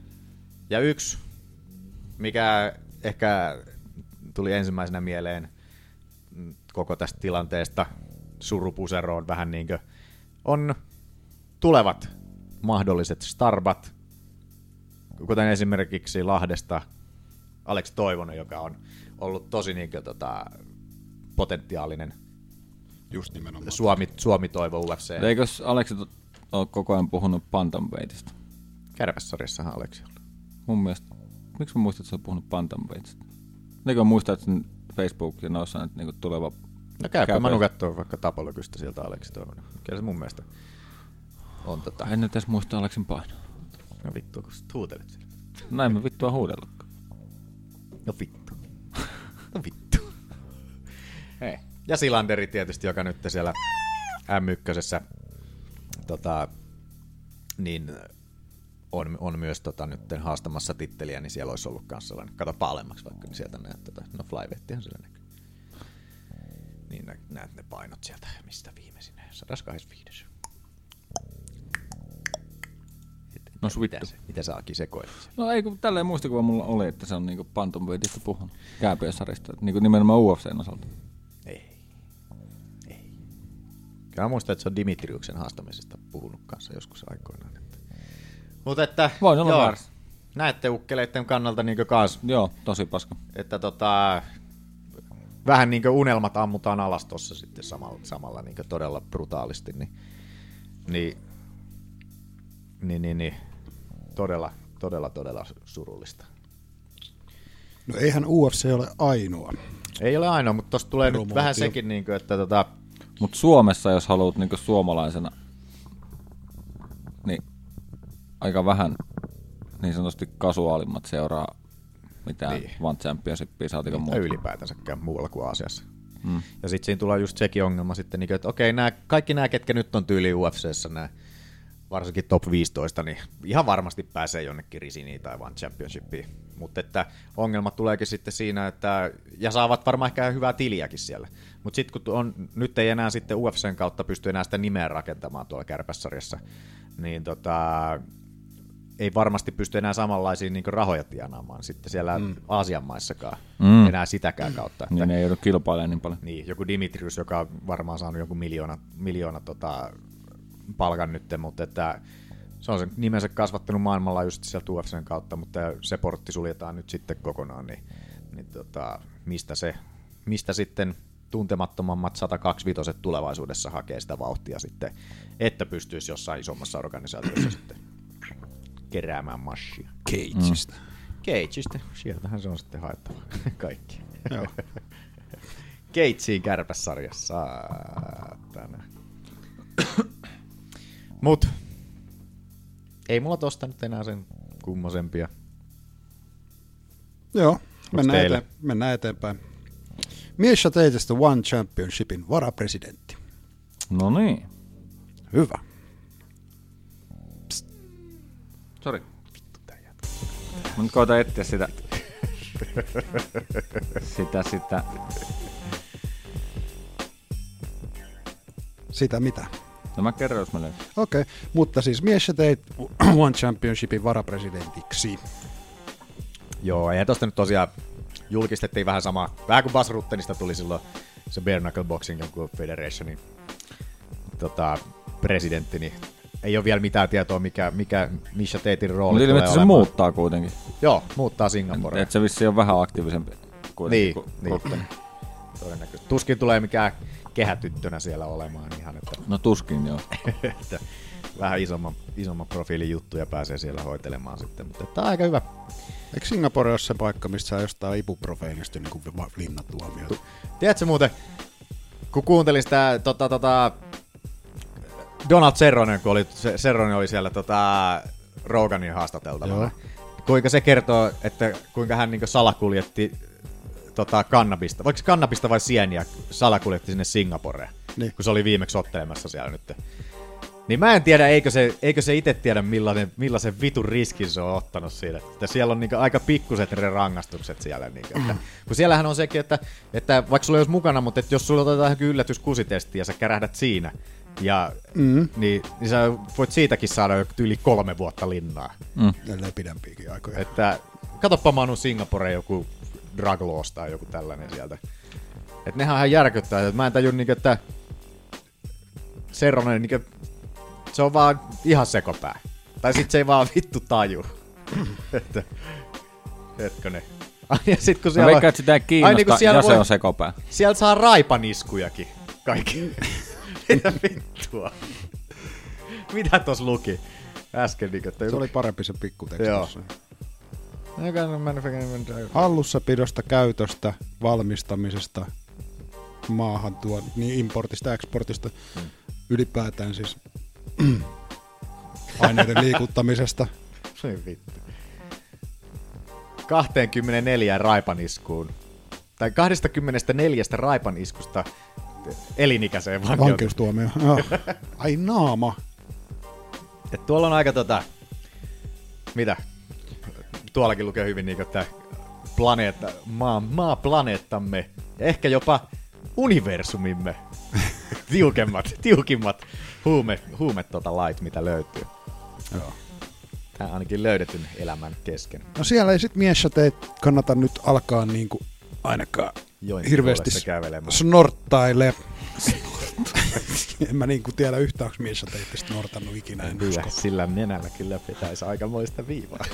Speaker 6: Ja yksi, mikä ehkä tuli ensimmäisenä mieleen koko tästä tilanteesta surupuseroon vähän niin kuin on tulevat mahdolliset starbat, kuten esimerkiksi Lahdesta Alex Toivonen, joka on ollut tosi niin kuin, tota, potentiaalinen
Speaker 5: just nimenomaan
Speaker 6: Suomi, Suomi toivo U F C.
Speaker 11: Eikös Aleksi ole koko ajan puhunut bantamweightista?
Speaker 6: Kärpässarjassahan Aleksi on.
Speaker 11: Mun mielestä, miksi mä muistan, että sä oot puhunut bantamweightista? Eikö muista, että sen Facebook ja noissa nyt niinku tuleva...
Speaker 6: No käypä Manu kattoo vaikka Tapolokystä sieltä Aleksi Toivonen. Kyllä se mun mielestä on tota...
Speaker 11: En nyt edes muista Aleksin painoa.
Speaker 6: No vittu, kun sä huutelet siellä.
Speaker 11: Näin mä vittua huudellakaan.
Speaker 6: No vittu. No vittu. Hei. Ja Silanderi tietysti, joka nyt siellä M ykkösessä tota, niin on, on myös tota, nyt haastamassa titteliä, niin siellä olisi ollut myös sellainen, katsopa alemmaksi vaikka, niin sieltä näet, tota, no Flyvettihan siellä näkyy. Niin nä, näet ne painot sieltä, mistä viimeisin, sata kaksikymmentäviisi.
Speaker 11: No
Speaker 6: mitä, se, mitä sä Aki sekoilet?
Speaker 11: No ei, kun tälleen muistikuva mulla oli, että se on niinku bantamweightista puhunut kääpiösarista, niinku nimenomaan U F C:n osalta.
Speaker 6: Ei. Ei. Kyllä muistan, että se on Dimitriuksen haastamisesta puhunut kanssa joskus aikoinaan. Että. Mutta että,
Speaker 11: voin olla väärässä.
Speaker 6: Näette ukkeleiden kannalta niinkö kans.
Speaker 11: Joo, tosi paska.
Speaker 6: Että tota, vähän niinkö unelmat ammutaan alas tossa sitten samalla, samalla niinkö todella brutaalisti. Niin, niin, niin, niin, niin todella, todella, todella surullista.
Speaker 5: No eihän U F C ole ainoa.
Speaker 6: Ei ole ainoa, mutta tosta tulee Promootio. Nyt vähän sekin, niin kuin, että tota...
Speaker 11: Mutta Suomessa, jos haluat niin suomalaisena, niin aika vähän niin sanotusti kasuaalimmat seuraa mitään niin. One Championshipia, saatika muuta.
Speaker 6: Ylipäätänsäkään muualla kuin Aasiassa. Mm. Ja sitten siinä tulee just sekin ongelma sitten, niin, että okei, nää, kaikki nämä, ketkä nyt on tyyli U F C:ssä, nämä varsinkin top viisitoista, niin ihan varmasti pääsee jonnekin Risiniin tai One Championshipiin. Mutta että ongelma tuleekin sitten siinä, että ja saavat varmaan ehkä hyvää tiliäkin siellä. Mutta sitten kun on, nyt ei enää sitten U F C:n kautta pysty enää sitä nimeä rakentamaan tuolla kärpässarjassa, niin tota, ei varmasti pysty enää samanlaisia niin rahoja tienaamaan sitten siellä mm. Aasian maissakaan. Mm. Enää sitäkään kautta. Että,
Speaker 11: niin ne ei joudu kilpailemaan niin paljon.
Speaker 6: Niin, joku Dimitrius, joka on varmaan saanut joku miljoona, miljoona tota, palkan nyt, mutta että se on sen nimensä kasvattanut maailmanlaajuisesti sieltä U F C:n kautta, mutta se portti suljetaan nyt sitten kokonaan, niin, niin tota, mistä, se, mistä sitten tuntemattomammat sata kaksikymmentäviisi tulevaisuudessa hakee sitä vauhtia sitten, että pystyisi jossain isommassa organisaatiossa sitten keräämään mashia.
Speaker 5: Cageista.
Speaker 6: Mm. Cageista, sieltähän se on sitten haettava kaikki.
Speaker 5: Joo.
Speaker 6: Cageen kärpässarjassa, saatana. Mut ei mulla tosta nyt enää sen kummosempia.
Speaker 5: Joo, mennään, eteen, mennään eteenpäin. Miesha Tateista One Championshipin varapresidentti.
Speaker 11: No niin.
Speaker 5: Hyvä.
Speaker 11: Sori. Mä nyt koitan etsiä sitä. sitä, sitä.
Speaker 5: Sitä mitä?
Speaker 11: No mä kerron, jos mä löydän.
Speaker 5: Okei, okay. Mutta siis Miesha Tate One Championshipin varapresidentiksi.
Speaker 6: Joo, ja tosta nyt tosiaan julkistettiin vähän sama, vähän kuin Bas Ruttenista tuli silloin se Bare Knuckle Boxing jonkun Federationin tota, presidentti, niin ei ole vielä mitään tietoa, mikä, mikä Miesha Tatein rooli
Speaker 11: tulee olemaan. Mutta se muuttaa kuitenkin.
Speaker 6: Joo, muuttaa Singaporeen.
Speaker 11: Et se vissiin on vähän aktiivisempi kuitenkin
Speaker 6: niin, kuin niin. Todennäköisesti. Tuskin tulee mikään kehätyttönä siellä olemaan ihan, että
Speaker 11: no tuskin, joo.
Speaker 6: että vähän isomman, isomman profiilin juttuja pääsee siellä hoitelemaan sitten, mutta tämä on aika hyvä.
Speaker 5: Eikö Singapore ole se paikka, missä saa jostain ibuprofeenista niin kuin linnatuomioita?
Speaker 6: Tiedätkö muuten, kun kuuntelin sitä tota, tota, Donald Cerrone, kun oli, Cerrone oli siellä tota, Roganin haastateltavana, kuinka se kertoo, että kuinka hän niin salakuljetti tota, kannabista, voiko kannabista vai sieniä salakuljetti sinne Singaporeen, niin. Kun se oli viimeksi ottelemassa siellä nyt. Niin mä en tiedä, eikö se, eikö se itse tiedä, millainen, millaisen vitun riskin se on ottanut siitä. Että siellä on niinku aika pikkuset rangaistukset siellä. Niinku, että, kun siellähän on sekin, että, että vaikka sulla ei olisi mukana, mutta että jos sulla otetaan johonkin yllätyskusitesti ja sä kärähdät siinä, ja, mm. niin, niin sä voit siitäkin saada jo yli kolme vuotta linnaa.
Speaker 5: Mm. Ellei pidempiäkin aikoja.
Speaker 6: Että katoppa Manu Singapore joku drug laws tai joku tällainen sieltä. Että nehän ihan järkyttää. Että mä en tajun, niinku, että Cerrone niinku, se on vaan ihan sekopää. Tai sit se ei vaan vittu taju. Että, hetkonen. Ja sit kun siellä
Speaker 11: mä veikkaan, että sitä ei kiinnosta, niin ja voi, se on sekopää.
Speaker 6: Sieltä saa raipaniskujakin. Kaikki. Mitä vittua? Mitä tos luki? Äsken niin, että...
Speaker 5: Se oli parempi se pikkuteksti.
Speaker 6: Joo.
Speaker 5: Hallussapidosta, käytöstä, valmistamisesta, maahan tuon, niin importista, exportista, hmm. ylipäätään siis aineiden liikuttamisesta.
Speaker 6: Se vittu. kaksikymmentäneljä raipaniskuun, tai kaksikymmentäneljä raipaniskusta elinikäiseen vankeuteen.
Speaker 5: Vankeustuomio, joo. Ai naama.
Speaker 6: Et tuolla on aika tota, mitä? Tuollakin lukee hyvin niin, että planeetta, maa, maaplaneettamme, ehkä jopa universumimme tiukemmat, tiukimmat huume, huume tota lait, mitä löytyy. Joo. Tää ainakin löydetyn elämän kesken.
Speaker 5: No siellä ei sit Miesha Tate kannata nyt alkaa niinku ainakaan Join hirveästi snorttaile. En mä niinku tiedä yhtään, onko Miesha Tate snortannut ikinä. En
Speaker 6: kyllä, sillä nenällä kyllä pitäisi aikamoista viivaa.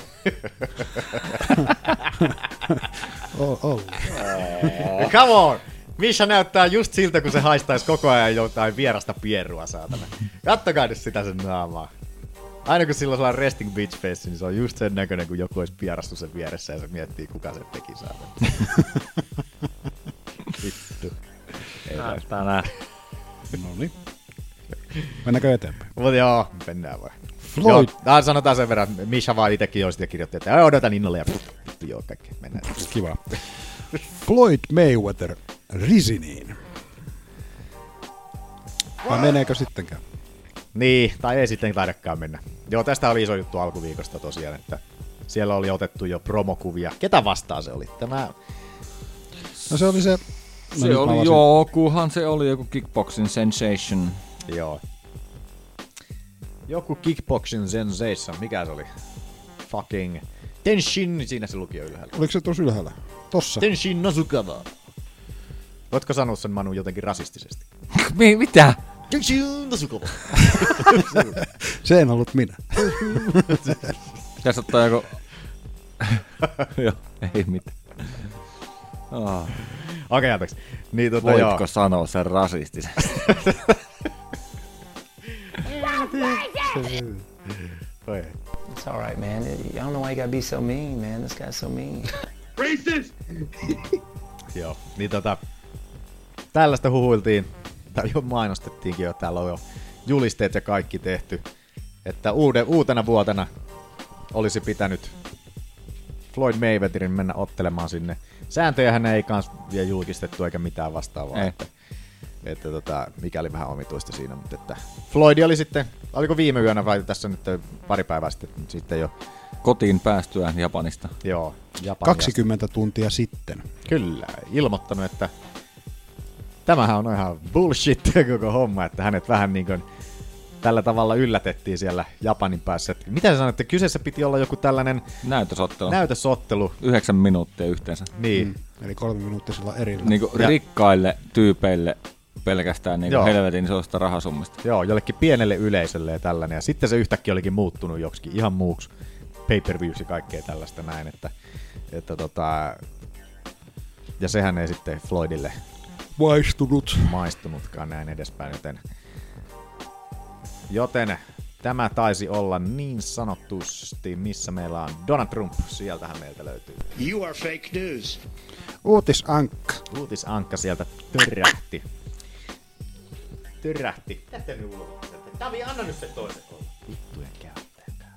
Speaker 5: oh, oh.
Speaker 6: Come on! Misha näyttää just siltä, kun se haistaisi koko ajan jotain vierasta pierrua, saatana. Kattokaa nyt sitä sen naamaa. Aina kun sillä on sellainen resting bitch face, niin se on just sen näköinen, kun joku olisi pierastu sen vieressä ja se miettii, kuka sen teki, saatana. Vittu. Ei
Speaker 11: näyttää nää.
Speaker 5: Noniin. Mennäänkö eteenpäin?
Speaker 6: Mutta joo, mennään vaan. Floyd. Joo, sanotaan sen verran, Misha vaan itekin jo sitten kirjoitti, että odotan innolla ja vittu joo, kaikki, mennään.
Speaker 5: Kiva. Floyd Mayweather Riziniin. Vai meneekö sittenkään?
Speaker 6: Niin, tai ei sitten taidakaan mennä. Joo, tästä oli iso juttu alkuviikosta tosiaan, että siellä oli otettu jo promokuvia. Ketä vastaan se oli? Tämä...
Speaker 5: No se oli se...
Speaker 11: Se no oli jokuhan, se oli joku Kickboxing Sensation.
Speaker 6: Joo. Joku Kickboxing Sensation, mikä se oli? Fucking... Tenshin, siinä se luki jo ylhäällä.
Speaker 5: Oliko se tuossa ylhäällä? Tossa.
Speaker 6: Tenshin Nasukawa. Voitko sanoa sen Manu jotenkin rasistisesti?
Speaker 11: Mitä?
Speaker 6: Tenshin Nasukawa.
Speaker 5: Se en ollut minä.
Speaker 11: Tässä ottaa joku... Joo, ei mitään. Oh.
Speaker 6: Okei, okay, anteeksi. Niin, tota,
Speaker 11: voitko
Speaker 6: joo.
Speaker 11: sanoa sen rasistisesti?
Speaker 16: It's all right, man. I don't know why you gotta be so mean, man. This guy's so mean.
Speaker 6: Racist! Joo, niin tota... Tällaista huhuiltiin, tai jo mainostettiinkin jo, täällä on jo julisteet ja kaikki tehty, että uuden, uutena vuotena olisi pitänyt Floyd Mayweatherin mennä ottelemaan sinne. Sääntöjähän ei kans vielä julkistettu eikä mitään vastaavaa, että, että tota, mikäli vähän omituista siinä, mutta että Floyd oli sitten, oliko viime yönä vai tässä nyt pari päivää sitten, sitten jo
Speaker 11: kotiin päästyään Japanista.
Speaker 6: Joo, Japaniasta.
Speaker 5: kaksikymmentä tuntia sitten.
Speaker 6: Kyllä, ilmoittanut, että tämähän on ihan bullshit koko homma, että hänet vähän niin kuin tällä tavalla yllätettiin siellä Japanin päässä. Mitä sä sanoit, että kyseessä piti olla joku tällainen
Speaker 11: näytösottelu.
Speaker 6: näytösottelu.
Speaker 11: Yhdeksän minuuttia yhteensä.
Speaker 6: Niin.
Speaker 5: Mm. Eli kolme minuuttisella erillä.
Speaker 11: Niin kuin rikkaille tyypeille pelkästään niin kuin helvetin isosta rahasummista.
Speaker 6: Joo, jollekin pienelle yleisölle ja tällainen. Ja sitten se yhtäkkiä olikin muuttunut joksikin ihan muuksi pay-per-views ja kaikkea tällaista näin. Että, että tota... Ja sehän ei sitten Floydille
Speaker 5: maistunut.
Speaker 6: maistunutkaan näin edespäin, joten... Joten tämä taisi olla niin sanotusti, missä meillä on Donald Trump. Sieltähän meiltä löytyy.
Speaker 17: You are fake news.
Speaker 5: Uutisankka.
Speaker 6: Uutisankka sieltä törähti. Törähti. Tätä nyt ulos. Tavi, anna nyt se toisen olla. Vittujen käyttäjä.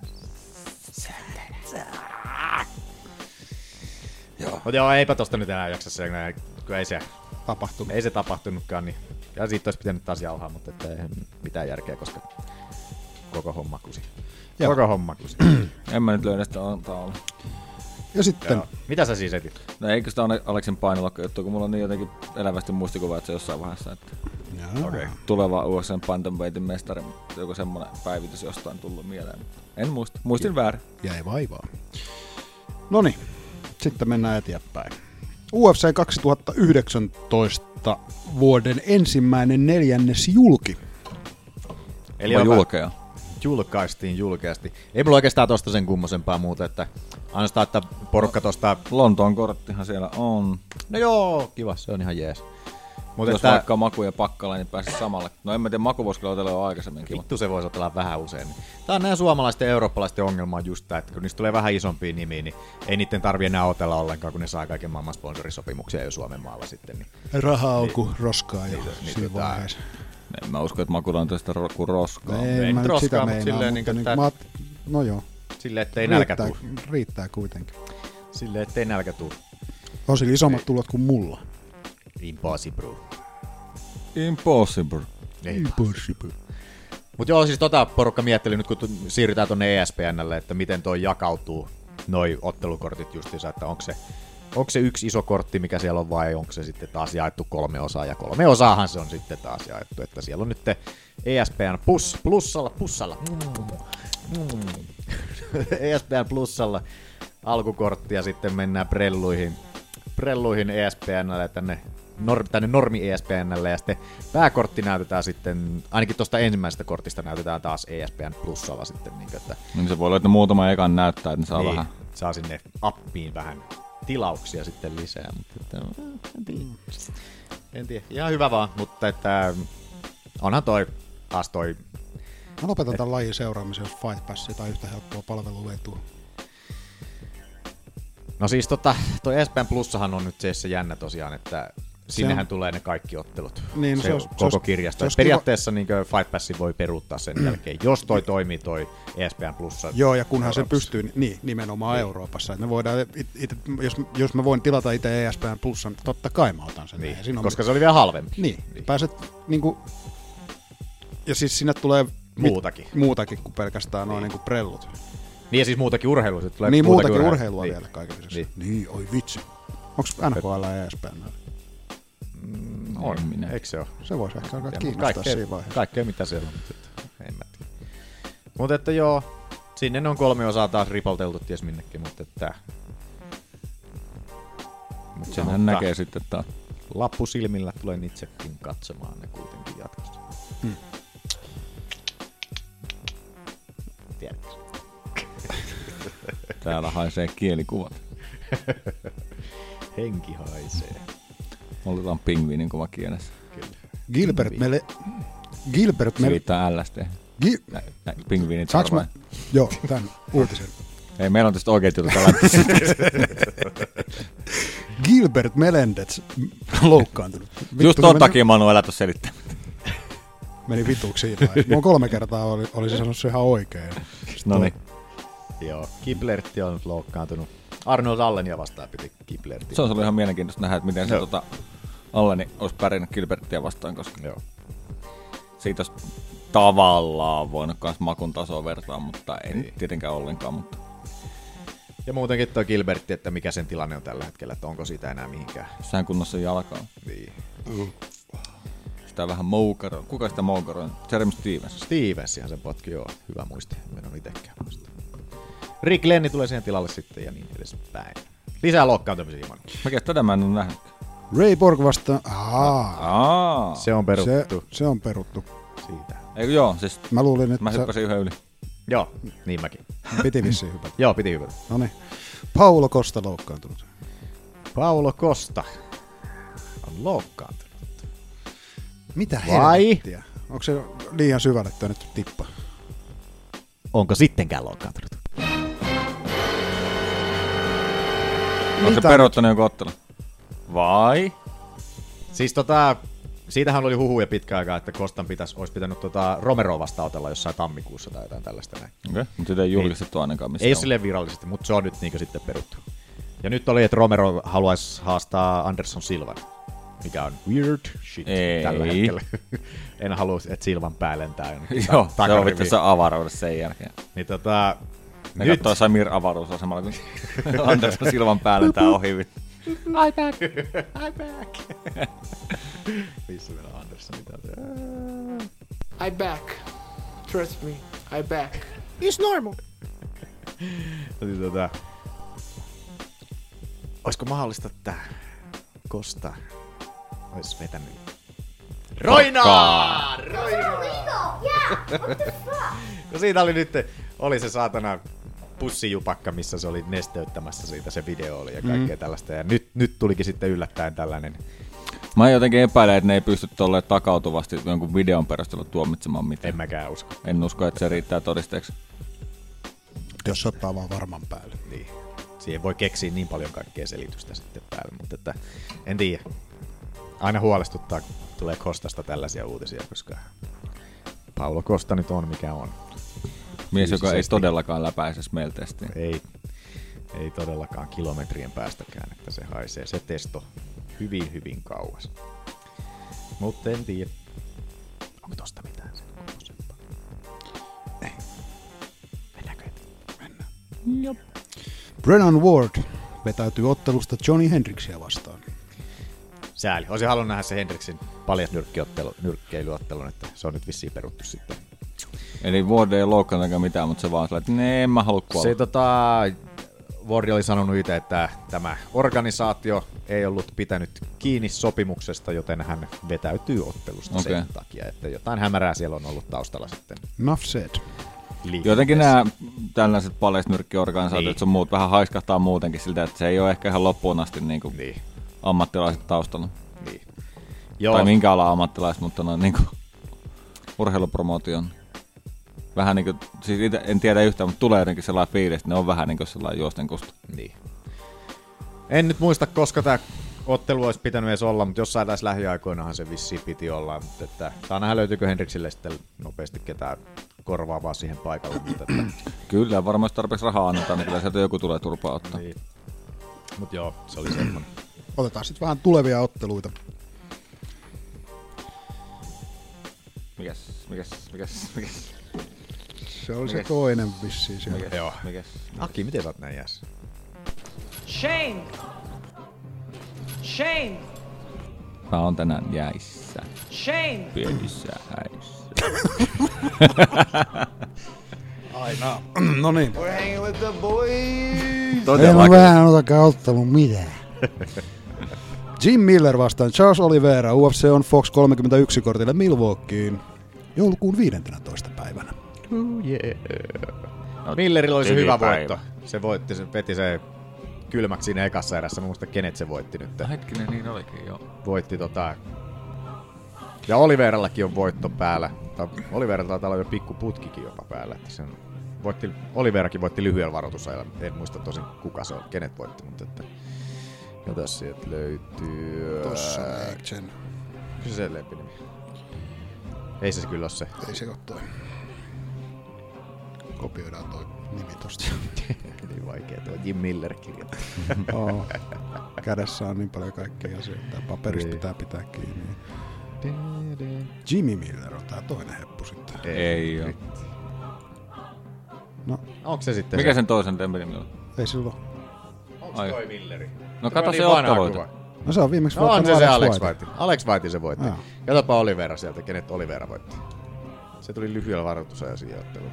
Speaker 6: Joo. Mutta joo, eipä tosta nyt enää jaksa se, kun ei se
Speaker 5: tapahtunut.
Speaker 6: Ei se tapahtunutkaan, niin ja siitä olisi pitänyt taas jauhaa, mutta että ei mitään järkeä, koska koko homma kusi. Joo. Koko homma kusi.
Speaker 11: En mä nyt löydä sitä antaa.
Speaker 5: Ja sitten...
Speaker 6: Joo. Mitä sä siis etit?
Speaker 11: No eikö sitä ole Aleksin painolokka juttu, kun mulla on niin jotenkin elävästi muistikuva, että se jossain vaiheessa, että
Speaker 6: okay.
Speaker 11: tuleva U S A Bantamweightin mestari, mutta joku semmoinen päivitys jostain tullut mieleen. En muista. Muistin ja. väärin.
Speaker 5: Jäi vaivaa. Noniin, sitten mennään eteenpäin. U F C kaksituhattayhdeksäntoista vuoden ensimmäinen neljännes julki.
Speaker 11: Eli on julkea.
Speaker 6: Julkaistiin julkeasti. Ei mulla oikeastaan tosta sen kummosempaa muuta, että ainoastaan, että porukka tosta...
Speaker 11: Lontoon korttihan siellä on.
Speaker 6: No joo, kiva, se on ihan jees.
Speaker 11: Mut jos että... vaikka Maku ja Pakkala, niin pääsisi samalle. No en mä tiedä, Maku voisi kyllä otella jo aikaisemminkin.
Speaker 6: Vittu se voisi otella vähän usein. Tää on näin suomalaisten ja eurooppalaisten ongelma just tää, että kun niistä tulee vähän isompia nimiä, niin ei niiden tarvii enää otella ollenkaan, kun ne saa kaiken maailman sponsorisopimuksia jo Suomen maalla sitten. Niin...
Speaker 5: Rahaa on kuin roskaa jo
Speaker 6: niin,
Speaker 5: siinä vaiheessa.
Speaker 11: En mä usko, että Makulla on tästä ro- kuin roskaa.
Speaker 5: Ei,
Speaker 6: ei
Speaker 5: mä
Speaker 6: nyt roskaa,
Speaker 5: sitä
Speaker 6: mutta
Speaker 5: meinaa,
Speaker 6: silleen,
Speaker 5: mutta
Speaker 6: niin,
Speaker 5: niin, mä, no joo.
Speaker 6: Silleen, ettei nälkä tuu.
Speaker 5: Riittää kuitenkin.
Speaker 6: Silleen, ettei nälkä tuu.
Speaker 5: On sillä isommat tulot kuin mulla.
Speaker 6: Impossible.
Speaker 11: Impossible.
Speaker 5: Impossible.
Speaker 6: Mut joo, siis tota porukka mietteli nyt, kun siirrytään tonne E S P N:lle, että miten toi jakautuu, noi ottelukortit justiinsa, että onko se, onko se yksi iso kortti, mikä siellä on, vai onko se sitten taas jaettu kolme osaa, ja kolme osaahan se on sitten taas jaettu, että siellä on nyt E S P N plus, plussalla, plussalla, mm, mm. E S P N plussalla alkukortti, ja sitten mennään prelluihin, prelluihin E S P N:lle tänne Nor- tänne normi E S P N:lle, ja sitten pääkortti näytetään sitten, ainakin tuosta ensimmäisestä kortista näytetään taas E S P N plussalla sitten. Niin, että,
Speaker 11: niin se voi olla, että muutama ekan näyttää, että ne saa niin, vähän.
Speaker 6: Saa sinne appiin vähän tilauksia sitten lisää, mutta että, en tiedä. En tiedä, ihan hyvä vaan, mutta että onhan toi taas toi...
Speaker 5: Mä lopetan tämän lajin seuraamisen, jos Fight Pass tai yhtä helppoa palvelua ei tule.
Speaker 6: No siis tota, toi E S P N plussahan on nyt se jännä tosiaan, että sinnehän tulee ne kaikki ottelut.
Speaker 5: Niin,
Speaker 6: se,
Speaker 5: se olisi,
Speaker 6: koko
Speaker 5: se
Speaker 6: kirjasto.
Speaker 5: olisi
Speaker 6: Periaatteessa niin Fight Passin voi peruuttaa sen jälkeen, jos toi toimii toi E S P N Plussa.
Speaker 5: Joo, ja kunhan se pystyy, niin, nimenomaan niin. Euroopassa. Että me voidaan, it, it, jos, jos mä voin tilata itse E S P N Plussan, totta kai mä otan sen.
Speaker 6: Niin, koska on, se oli vielä halvempi.
Speaker 5: Niin, niin. Pääset niinku, ja siis sinne tulee
Speaker 6: muutakin,
Speaker 5: mit, muutakin kuin pelkästään niin. noin niinku prellut.
Speaker 6: Niin ja siis muutakin urheilua. Tulee
Speaker 5: niin muutakin,
Speaker 6: muutakin
Speaker 5: urheilua niin. vielä kaiken lisäksi. Niin. niin, oi vitsi. Onks N H L ja E S P N?
Speaker 6: Mm, on, minä. Eikö se ole?
Speaker 5: Se voisi ehkä alkaa kiinnostaa
Speaker 6: kaikkea,
Speaker 5: siinä vaiheessa.
Speaker 6: Kaikkea mitä siellä on, mutta en mä tiedä. Mutta että joo, sinne on kolme osaa taas ripolteltu ties minnekin, mutta että...
Speaker 11: Mut senhän mutta näkee sitten, että
Speaker 6: lappu silmillä tulen itsekin katsomaan ne kuitenkin jatkossa. Hmm. Tiedätkö?
Speaker 11: Täällä haisee kielikuvat.
Speaker 6: Henki haisee.
Speaker 11: Otetaan pingviinin kuva kielessä.
Speaker 5: Gilbert Mele... Gilbert Mele...
Speaker 11: Silittää L S D.
Speaker 5: Gi...
Speaker 11: Pingviinit
Speaker 5: Saanko mä... Joo, tän uutisen.
Speaker 11: Ei, meillä on tästä oikeat jutut tällä.
Speaker 5: Gilbert Melendez loukkaantunut. Vittu,
Speaker 11: just ton
Speaker 5: meni...
Speaker 11: takia mä oon elä tuossa selittämään.
Speaker 5: Meni vituksi siitä. Mä oon kolme kertaa oli, olisi sanonut se ihan oikein.
Speaker 11: Noniin.
Speaker 6: Joo, Giblertti on nyt loukkaantunut. Arnold Allenia vastaan piti Giblertti.
Speaker 11: Se on ollut ihan mielenkiintoista nähdä, että miten se tota, Alleni olisi pärjännyt Gilberttiä vastaan, koska
Speaker 6: joo.
Speaker 11: siitä olisi tavallaan voinut myös makun tasoa vertaa, mutta ei niin. tietenkään ollenkaan. Mutta.
Speaker 6: Ja muutenkin tuo Gilbertti, että mikä sen tilanne on tällä hetkellä, että onko siitä enää mihinkään.
Speaker 11: Sehän kunnossa jalkaa.
Speaker 6: Niin.
Speaker 11: Uh. Sitä vähän moukaroi. Kuka sitä moukaroi? Jeremy Stevens.
Speaker 6: Stevens, ihan sen potki, joo. Hyvä muisti. En ole itsekään muista. Rick Lenni tulee siihen tilalle sitten ja niin edespäin. Lisää loukkaantumisia ilman.
Speaker 11: Mikä tätä mä en ole nähnyt.
Speaker 5: Ray Borg vastaan. Aa.
Speaker 11: Aa.
Speaker 6: Se on peruttu.
Speaker 5: Se, se on peruttu.
Speaker 6: Siitä.
Speaker 11: Eikö joo, siis
Speaker 5: mä luulin, että
Speaker 11: mä hyppäsin sä... yhden yli.
Speaker 6: Joo, niin mäkin.
Speaker 5: Piti vissiin hypätä.
Speaker 6: Joo, piti hypätä.
Speaker 5: Noniin. Paulo Costa loukkaantunut.
Speaker 6: Paulo Costa on loukkaantunut.
Speaker 5: Mitä helvettiä? Onko se liian syvälle työnnetty tippa?
Speaker 6: Onko sittenkään loukkaantunut?
Speaker 11: Onko se peruuttanut joku ottelu? Vai?
Speaker 6: Siis tota, siitähän oli huhuja pitkä aikaa, että Kostan pitäisi, olisi pitänyt tota Romeroa vastaan otella jossain tammikuussa tai jotain tällaista näin.
Speaker 11: Okei, okay. Mutta sitä ei julkistettu ainakaan missään.
Speaker 6: Ei ole silleen virallisesti, mutta se on nyt niin sitten peruttu. Ja nyt oli, että Romero haluaisi haastaa Anderson Silvan, mikä on weird shit
Speaker 11: ei.
Speaker 6: Tällä hetkellä. En halua, että Silvan pää lentää.
Speaker 11: Joo, se on vittu se avaruudessa sen jälkeen.
Speaker 6: Niin tota...
Speaker 11: Me nyt... katsoo Samir avaruusasemalla, kun Anderson Silvan pää lentää ohi vittu.
Speaker 6: I back! I back! Missä meillä Anderson?
Speaker 18: I back. Trust me, I back.
Speaker 5: It's normal.
Speaker 6: Niin tota... Olisiko mahdollista, että Costa olisi vetänyt Roinaa! Roinaa! No siinä oli nyt, oli se saatana pussijupakka, missä se oli nesteyttämässä siitä, se video oli ja kaikkea mm. tällaista. Ja nyt, nyt tulikin sitten yllättäen tällainen.
Speaker 11: Mä jotenkin epäilen, että ne ei pysty tolleen takautuvasti jonkun videon perusteella tuomitsemaan mitään.
Speaker 6: En mäkään usko.
Speaker 11: En usko, että se riittää todisteeksi.
Speaker 5: Jos ottaa vaan varman päälle.
Speaker 6: Niin. Siihen voi keksiä niin paljon kaikkea selitystä sitten päälle, mutta että, en tiedä. Aina huolestuttaa, kun tulee Costasta tällaisia uutisia, koska Paulo Costa nyt on mikä on.
Speaker 11: Mies, joka ei todellakaan läpäise smell-testiin.
Speaker 6: Ei, ei todellakaan kilometrien päästäkään, että se haisee. Se testo hyvin, hyvin kauas. Mutta en tiedä. Onko tosta mitään sen kuulosempaa?
Speaker 5: Ei.
Speaker 6: Mennäänkö eteenpäin?
Speaker 5: Mennään. Jop. Brennan Ward vetäytyy ottelusta Johnny Hendricksia vastaan.
Speaker 6: Sääli. Olisin halunnut nähdä se Hendricksin paljasnyrkkeilyottelun, että se on nyt vissiin peruttu sitten.
Speaker 11: Eli Ward ei loukkaanut mitään, mutta se vaan sillä, että ne, en mä halua kuolla.
Speaker 6: Se tota, Ward oli sanonut itse, että tämä organisaatio ei ollut pitänyt kiinni sopimuksesta, joten hän vetäytyy ottelusta okay. sen takia, että jotain hämärää siellä on ollut taustalla sitten.
Speaker 5: Enough said.
Speaker 11: Jotenkin nämä tällaiset paljasnyrkkiorganisaatiot niin. sun muut vähän haiskahtaa muutenkin siltä, että se ei ole ehkä ihan loppuun asti niin kuin niin. ammattilaiset taustalla.
Speaker 6: Niin.
Speaker 11: Joo. Tai minkä ala ammattilaiset, mutta no, niin kuin urheilupromootion. Vähän niin kuin, siis ite, en tiedä yhtään, mutta tulee jotenkin sellainen fiilis, että ne on vähän niin kuin sellainen juostenkusta.
Speaker 6: Niin. En nyt muista, koska tämä ottelu olisi pitänyt edes olla, mutta jossain tässä lähiaikoinahan se vissiin piti olla. Mutta että, saa nähdä löytyykö Henriksille sitten nopeasti ketään korvaavaa siihen paikalle. Mutta että...
Speaker 11: Kyllä, varmaan jos tarpeeksi rahaa annetaan, niin kyllä sieltä joku tulee turpaa ottaa.
Speaker 6: Niin. Mut joo, se oli semmoinen.
Speaker 5: Otetaan sitten vähän tulevia otteluita.
Speaker 11: Mikäs, mikäs, mikäs, mikäs?
Speaker 5: Se oli
Speaker 11: mikäs?
Speaker 5: Se toinen vissiin siellä.
Speaker 11: Mikäs?
Speaker 6: Joo.
Speaker 11: Mikäs?
Speaker 6: Aki, miten sä oot näin jäässä?
Speaker 9: Shame! Shame!
Speaker 11: Mä oon tänään jäissä.
Speaker 9: Shame!
Speaker 11: Pienissä häissä.
Speaker 5: Aina. No niin.
Speaker 12: We're hanging with the boys.
Speaker 5: Ei mä vähän otakaan ottanut mitään. Jim Miller vastaan Charles Oliveira. U F C on Fox kolmekymmentäyksi kortille Milwaukeeen joulukuun viidentenätoista päivänä.
Speaker 6: Oh yeah. No, Millerillä oli se hyvä voitto. Se voitti, se veti se kylmäksi siinä ekassa erässä. Mä muistan, kenet se voitti nyt.
Speaker 11: Hetkinen, niin olikin, joo.
Speaker 6: Voitti tota... Ja Oliveirallakin on voitto päällä. Oliveiralla taitaa olla jo pikku putkikin jopa päällä. Että sen voitti, Oliveirakin voitti lyhyellä varoitusajalla. En muista tosin kuka se on, kenet voitti, mutta että... Jotas sieltä löytyy...
Speaker 5: Tossa Action.
Speaker 6: Kyllä se lempinimi. Ei se kyllä ole se.
Speaker 5: Ei se ole toi. Kopioidaan toi nimi tosta.
Speaker 6: Niin vaikea tuo Jim Miller kirjoittaa.
Speaker 5: Oh. Kädessä on niin paljon kaikkea asioita. Paperista
Speaker 6: Niin.
Speaker 5: pitää pitää kiinni. Jimmy Miller on tää toinen heppu sitten.
Speaker 11: Ei, ei oo.
Speaker 5: No.
Speaker 6: Onko se sitten
Speaker 11: Mikä
Speaker 6: se?
Speaker 11: sen toisen tempelin on?
Speaker 5: Ei silloin.
Speaker 6: Onko toi Milleri?
Speaker 11: No kato se otteluita.
Speaker 5: No se on viimeksi
Speaker 6: no, on se, se Alex
Speaker 5: White.
Speaker 6: White. Alex White se voitti.
Speaker 5: Jaa.
Speaker 6: Katsopa Oliveira sieltä, kenet Oliveira voitti. Se tuli lyhyellä varoitusajalla siihen otteluun.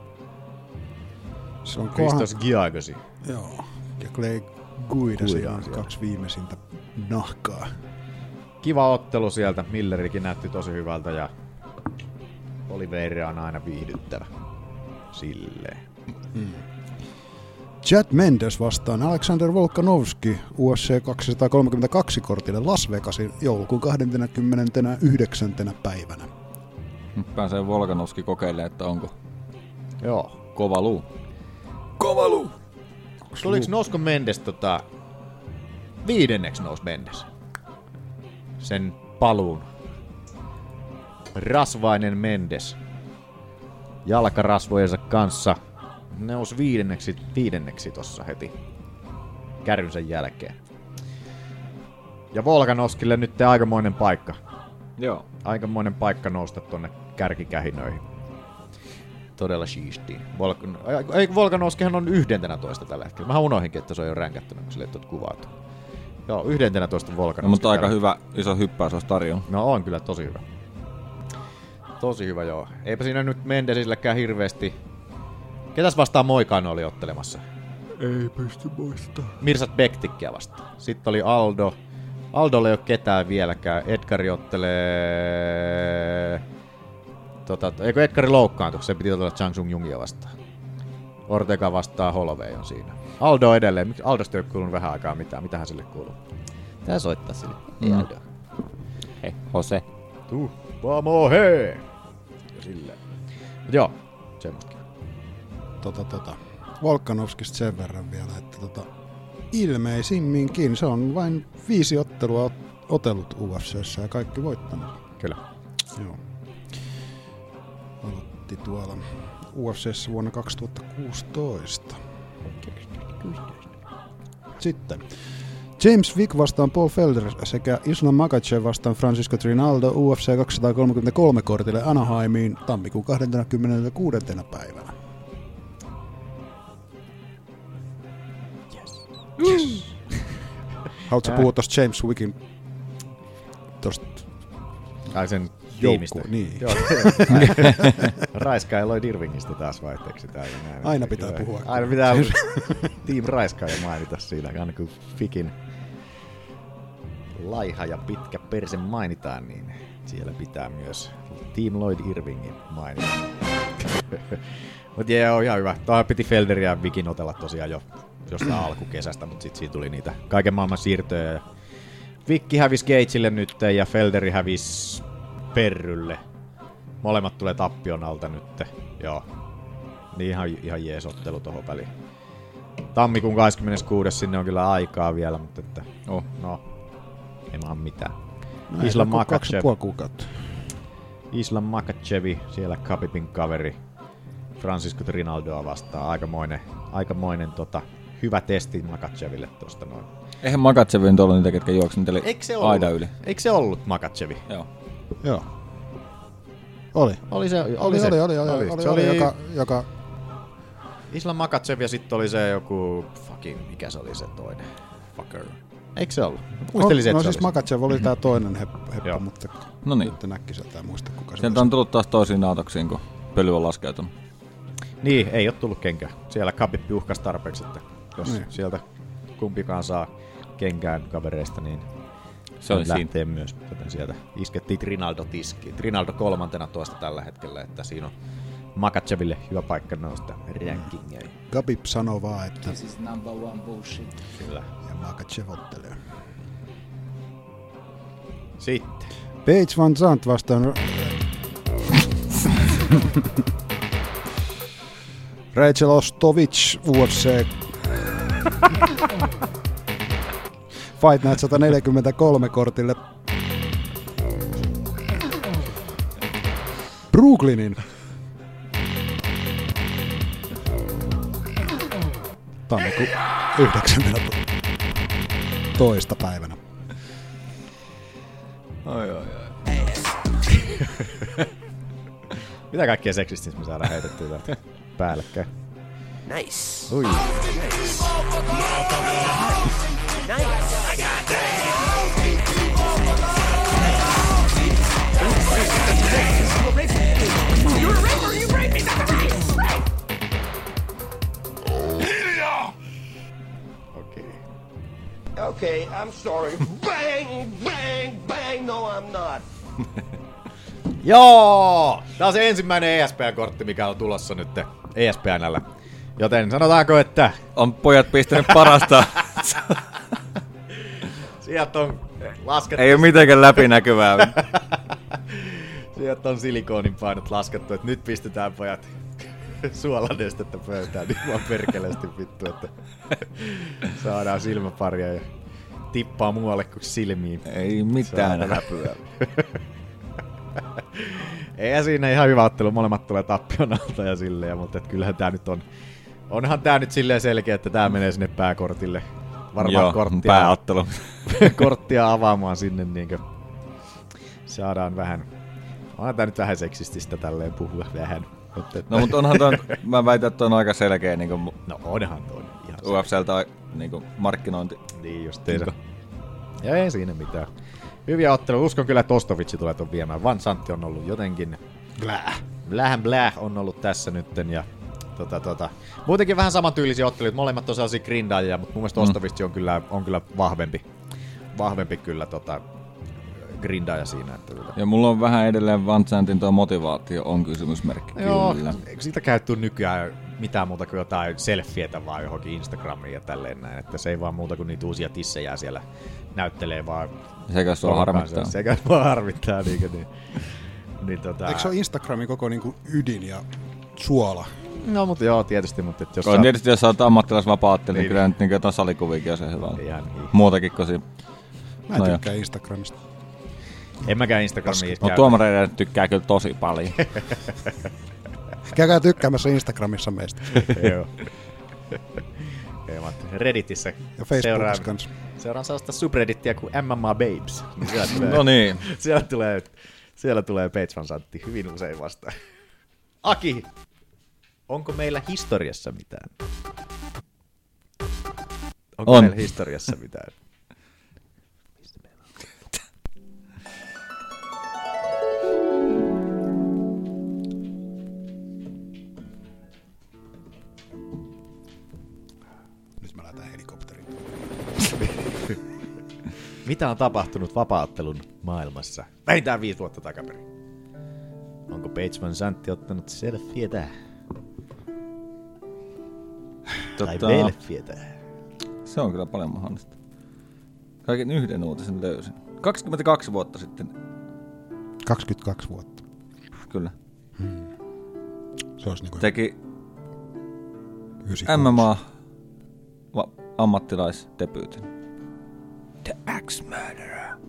Speaker 5: Se on
Speaker 6: Christos Giagosi.
Speaker 5: Joo. Ja Clay Guida siinä on
Speaker 6: siellä.
Speaker 5: kaksi viimeisintä nahkaa.
Speaker 6: Kiva ottelu sieltä. Millerikin näytti tosi hyvältä ja Oliveira on aina viihdyttävä. Silleen.
Speaker 5: Mm. Chad Mendes vastaan Alexander Volkanovski U F C kaksisataakolmekymmentäkaksi kortille Las Vegasin joulukuun kahdeskymmenesyhdeksäs päivänä.
Speaker 11: Nyt pääsee Volkanovski kokeilemaan, että onko
Speaker 6: Joo.
Speaker 11: kova luu.
Speaker 5: Kova luu!
Speaker 6: Tuliko nousko Mendes tota... Viidenneksi nousi Mendes. Sen paluun. Rasvainen Mendes. Jalkarasvojensa kanssa nousi viidenneksi, viidenneksi tossa heti kärrynsä jälkeen. Ja Volkanovskille nyt aikamoinen paikka.
Speaker 11: Joo.
Speaker 6: Aikamoinen paikka nousta tonne kärkikähinöihin. Todella siistiin. Volkan... Ei, Volkanovskihan on yhdentenätoista tällä hetkellä. Mä unohdinkin, että se on jo ränkättynä, kun sille tuot kuvat. Joo, yhdentenätoista Volkanovski.
Speaker 11: No, mutta aika hyvä iso hyppäys olisi tarjolla.
Speaker 6: No on kyllä tosi hyvä. Tosi hyvä, joo. Eipä siinä nyt Mendesilläkään hirveästi... Ketäs vastaan Moikano oli ottelemassa?
Speaker 5: Ei pysty muistamaan.
Speaker 6: Mirsad Bektikkiä vastaan. Sitten oli Aldo. Aldolla ei ole ketään vieläkään. Edgari ottelee... Tota, eikö Edgari loukkaantu? Se piti otella Chang Sung Jungia vastaan. Ortega vastaa Holloway on siinä. Aldo edelleen. Aldosta ei ole kuulunut vähän aikaa mitään. Mitähän sille kuuluu? Tää soittaa sille. Ei
Speaker 11: Mm.
Speaker 6: Aldo.
Speaker 11: Hei, Jose.
Speaker 6: Tuu. Vamo hei! Ja silleen. Mut joo, semmostakin.
Speaker 5: Tota, tota. Volkanovskista sen verran vielä, että tota, ilmeisimminkin se on vain viisi ottelua otellut U F C:ssä ja kaikki voittanut.
Speaker 6: Kyllä.
Speaker 5: Joo. Aloitti tuolla U F C:ssä vuonna kaksituhattakuusitoista. Sitten James Vick vastaan Paul Felder sekä Islam Makhachev vastaan Francisco Trinaldo U F C kaksisataakolmekymmentäkolme kortille Anaheimiin tammikuun kahdeskymmeneskuudes päivänä.
Speaker 6: Yes.
Speaker 5: Yes. Haluatko puhua tosta James Wickin tosta
Speaker 6: Ai sen tiimistä.
Speaker 5: Niin.
Speaker 6: Joo. Raiska ja Lloyd Irvingistä taas vaihteeksi täällä. Näin.
Speaker 5: Aina pitää
Speaker 6: Kyllä.
Speaker 5: puhua.
Speaker 6: Aina pitää Team Raiska ja mainita siinä, aina kun Fikin laiha ja pitkä perse mainitaan, niin siellä pitää myös Team Lloyd Irvingin mainita. Mutta joo, ihan hyvä. Tämä piti Felder ja Vikin otella tosiaan jo jostain alkukesästä, mutta sitten siinä tuli niitä kaiken maailman siirtoja. Ja Vikki hävisi Gageille nyt ja Felderi hävisi Perrylle. Molemmat tulee tappion alta nyt. Joo. Niin ihan, ihan jees ottelu tohon väliin. Tammikuun kahdeskymmeneskuudes sinne on kyllä aikaa vielä, mutta että...
Speaker 11: Oh.
Speaker 6: No. Ei maa mitään.
Speaker 5: No
Speaker 6: Islam
Speaker 5: Makhachev. Kaksi ja puoli kuukautta.
Speaker 6: Islam Makhachevi, siellä Khabibin kaveri. Francisco Trinaldoa vastaan. Aikamoinen, aikamoinen tota, hyvä testi Makhacheville tuosta noin.
Speaker 11: Eihän Makhachevi nyt ollut niitä, ketkä juoksenteli aida yli.
Speaker 6: Eikö se ollut Makhachevi?
Speaker 11: Joo.
Speaker 5: Joo. Oli.
Speaker 6: Oli se. Oli,
Speaker 5: oli,
Speaker 6: se.
Speaker 5: oli, oli, oli, oli, oli,
Speaker 6: se
Speaker 5: oli,
Speaker 6: oli
Speaker 5: joka, joka...
Speaker 6: Islam Makhachev ja sitten oli se joku, fucking, mikä se oli se toinen? Fucker. Eikö se ollut? Muistelisin,
Speaker 5: no,
Speaker 6: että
Speaker 5: no
Speaker 6: se
Speaker 5: siis Makhachev oli tää toinen heppo, heppo mutta
Speaker 11: no niin.
Speaker 5: nyt näkkiseltä en muista kuka se
Speaker 11: sieltä on tullut taas toisiin naatoksiin, kun pöly on laskeutunut.
Speaker 6: Niin, ei ole tullut kenkää. Siellä Khabib uhkas tarpeeksi, että jos niin. sieltä kumpikaan saa kenkään kavereista, niin
Speaker 11: se oli
Speaker 6: lähtee
Speaker 11: siinä.
Speaker 6: Myös. Joten sieltä iskettiin Trinaldo tiskiin. Trinaldo kolmantena tuosta tällä hetkellä, että siinä on Makhacheville hyvä paikka nousta rankingeihin.
Speaker 5: Khabib sanoo vaan, että
Speaker 19: this is number one bullshit.
Speaker 6: Kyllä.
Speaker 5: Ja Makhachev ottelee.
Speaker 6: Sitten.
Speaker 5: Paige Van Zandt vastaan Rachel Ostovich U F C Fight Night sata neljäkymmentäkolme kortille Brooklynin tammikuun yhdeksästoista päivänä.
Speaker 11: Oi, oi, oi.
Speaker 6: Mitä kaikkia seksististä me saadaan heitettyä täältä päällekkäin?
Speaker 19: Nice.
Speaker 6: Ui.
Speaker 19: Nice. You're a raper, you raped me, that's a rape!
Speaker 6: Okei.
Speaker 12: Okay, I'm sorry. Bang, bang, bang. No, I'm not.
Speaker 6: Joo! Tää on se ensimmäinen E S P N-kortti, mikä on tulossa nyt E S P N:llä. Joten sanotaanko, että...
Speaker 11: On pojat pistänyt parasta.
Speaker 6: Sieltä on laskettu...
Speaker 11: Ei oo mitenkään läpinäkyvää.
Speaker 6: Sieltä on silikoonin painot laskettu, että nyt pistetään pojat suolanestettä pöytään niin vaan perkeleesti vittu, että saadaan silmäparia ja tippaa muualle kuin silmiin.
Speaker 11: Ei mitään häpyä.
Speaker 6: Ei siinä ihan hyvä ottelu, molemmat tulee tappion alta ja silleen, mutta et kyllähän tää nyt on, onhan tää nyt silleen selkeä, että tää menee sinne pääkortille. Varmaan
Speaker 11: joo,
Speaker 6: korttia,
Speaker 11: pääottelu.
Speaker 6: korttia avaamaan sinne niinkö saadaan vähän, onhan tää nyt vähän seksististä tälleen puhua vähän. Mutta
Speaker 11: no mutta onhan toi, mä väitän, että on aika selkeä niinku
Speaker 6: no onhan toi ihan
Speaker 11: U F C:ltä niinku markkinointi.
Speaker 6: Niin justiinsa. Ja ei siinä mitään. Hyviä otteluja. Uskon kyllä, että Ostovitsi tulee ton viemään. Van Zandt on ollut jotenkin...
Speaker 5: Bläh.
Speaker 6: Bläh, bläh on ollut tässä nytten. Ja tota, tota. Muutenkin vähän samantyylisiä otteluja. Molemmat on sellaisia grindaajia, mutta mun mielestä mm. Ostovitsi on kyllä, on kyllä vahvempi. Vahvempi kyllä tota, grindaaja siinä. Että, tota.
Speaker 11: Ja mulla on vähän edelleen Van Zandtin tuo motivaatio on kysymysmerkki.
Speaker 6: Joo, eikö siitä käytty nykyään mitään muuta kuin jotain selfietä vaan johonkin Instagramiin ja tälleen näin. Että se ei vaan muuta kuin niitä uusia tissejä siellä näyttelee vaan...
Speaker 11: Sekä sua harmittaa.
Speaker 6: Sekä sua harmittaa, niinkö niin. niin tota...
Speaker 5: Eikö se ole Instagramin koko niinku ydin ja suola?
Speaker 6: No, mutta joo, tietysti. Mutta et jos
Speaker 11: sä... Tietysti jos sä oot ammattilaisvapaattelija, niin kyllä nyt niin jotain salikuviikin on se hyvä.
Speaker 6: Ihan niin.
Speaker 11: Muutakin kuin siinä.
Speaker 5: Mä en no tykkää jo. Instagramista.
Speaker 6: En mäkään Instagramia
Speaker 11: No tuomareiden tykkää kyllä tosi paljon.
Speaker 5: Käykää tykkäämässä Instagramissa meistä.
Speaker 6: Joo. Redditissä
Speaker 5: ja Facebookissa kanssa.
Speaker 6: Seuraan sellaista subreddittiä kuin M M A Babes. Niin tulee,
Speaker 11: no niin.
Speaker 6: Siellä tulee, siellä tulee Paige Van Zandt hyvin usein vastaan. Aki, onko meillä historiassa mitään? Onko
Speaker 11: on.
Speaker 6: meillä historiassa mitään? Mitä on tapahtunut vapaattelun maailmassa? Vähintään viisi vuotta takaperin. Onko Paige Van Zandt ottanut selfietä? Tai
Speaker 11: tota,
Speaker 6: velfietä?
Speaker 11: Se on kyllä paljon mahdollista. Kaiken yhden uutisen löysin. kaksikymmentäkaksi vuotta sitten.
Speaker 5: kaksikymmentäkaksi vuotta.
Speaker 11: Kyllä.
Speaker 5: Hmm. Se olisi niinku...
Speaker 11: Teki M M A ammattilaisdebyytin. The Axe Murderer.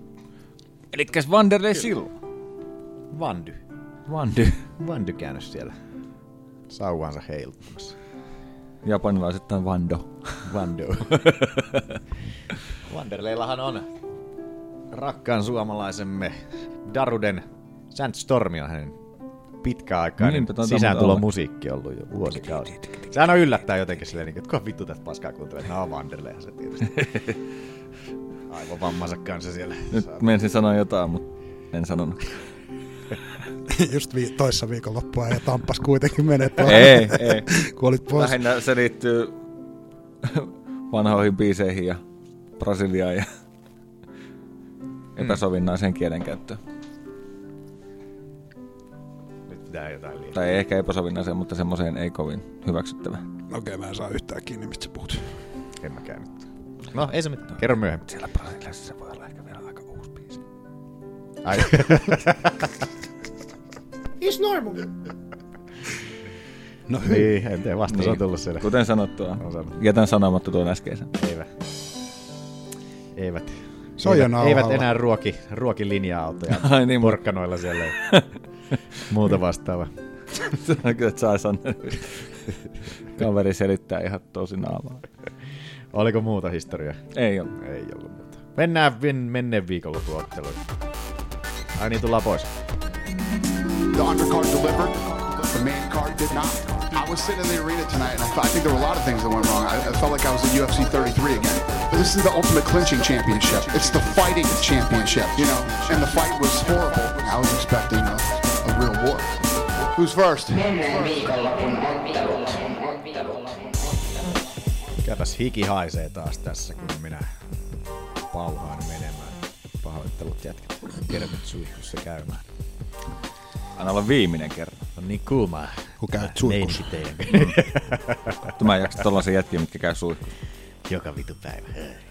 Speaker 11: Elikkäs Wanderlei Silva.
Speaker 6: Vandy.
Speaker 11: Vandy.
Speaker 6: Vandy käynyt siellä sauvansa heiluttamassa.
Speaker 11: Japanilaiset on Vando.
Speaker 6: Vando. Wanderleillahan on rakkaan suomalaisemme Daruden Sandstormi on hänen pitkäaikainen niin, sisääntulomusiikki ollut jo vuosikausia. Sehän on yllättää jotenkin silleen, että kuka vittu tästä paskaa kuuntelee, että nämä on Wanderleihan se tietysti. Aivan vammansa kanssa siellä.
Speaker 11: Nyt menisin sanoa jotain, mutta en sanonut.
Speaker 5: Just vi- toissa viikonloppua ja Tampas kuitenkin menee.
Speaker 11: Ei, ei.
Speaker 5: Kun olit pois.
Speaker 11: Lähinnä se liittyy vanhoihin biiseihin ja Brasiliaan ja epäsovinnaiseen kielenkäyttöön.
Speaker 6: Nyt pitää jotain liikaa.
Speaker 11: Tai ei ehkä epäsovinnaiseen, mutta semmoiseen ei kovin hyväksyttävää.
Speaker 5: Okei, okay, mä en saa yhtään kiinni, mistä sä puhut.
Speaker 6: En mäkään nyt. No, ei se mitään. Kerro myöhemmin.
Speaker 11: Siellä Brasiliassa se voi olla ehkä vielä aika uusi biisi.
Speaker 6: Ai.
Speaker 18: It's normal.
Speaker 6: No niin, en tee vasta, niin. Se on tullut siellä.
Speaker 11: Kuten sanottua, jätän sanomatta tuon äskeisen.
Speaker 6: Eivät. Eivät.
Speaker 5: Eivät,
Speaker 6: eivät enää ruoki, ruoki linja-autoja
Speaker 11: Ai niin,
Speaker 6: porkkanoilla siellä. Muuta vastaavaa.
Speaker 11: Se on kyllä Chai Sanner. Kaveri selittää ihan tosi naamaa.
Speaker 6: Oliko muuta historiaa?
Speaker 11: Ei ollut.
Speaker 6: Ei ollut muuta. Mennään menneen viikonlopun otteluihin. Ai niin, tullaan pois.
Speaker 3: The undercard delivered, the main card did not. I was sitting in the arena tonight, and I, th- I think there were a lot of things that went wrong. I, I felt like I was at U F C thirty-three again. But this is the ultimate clinching championship. It's the fighting championship, you know. And the fight was horrible. I was expecting a, a real war. Who's first?
Speaker 6: Mikäpäs hiki haisee taas tässä, kun minä pauhaan menemään. Pahoittelut jätkät. Kermit suihkussa käymään.
Speaker 11: Aina olla viimeinen kerta.
Speaker 6: No niin kuumaa.
Speaker 5: Kun käyt suihkussa.
Speaker 11: Mm. Mä en jaksa tollasen jätkiä, mitkä käy suihkussa.
Speaker 6: Joka vitu päivä.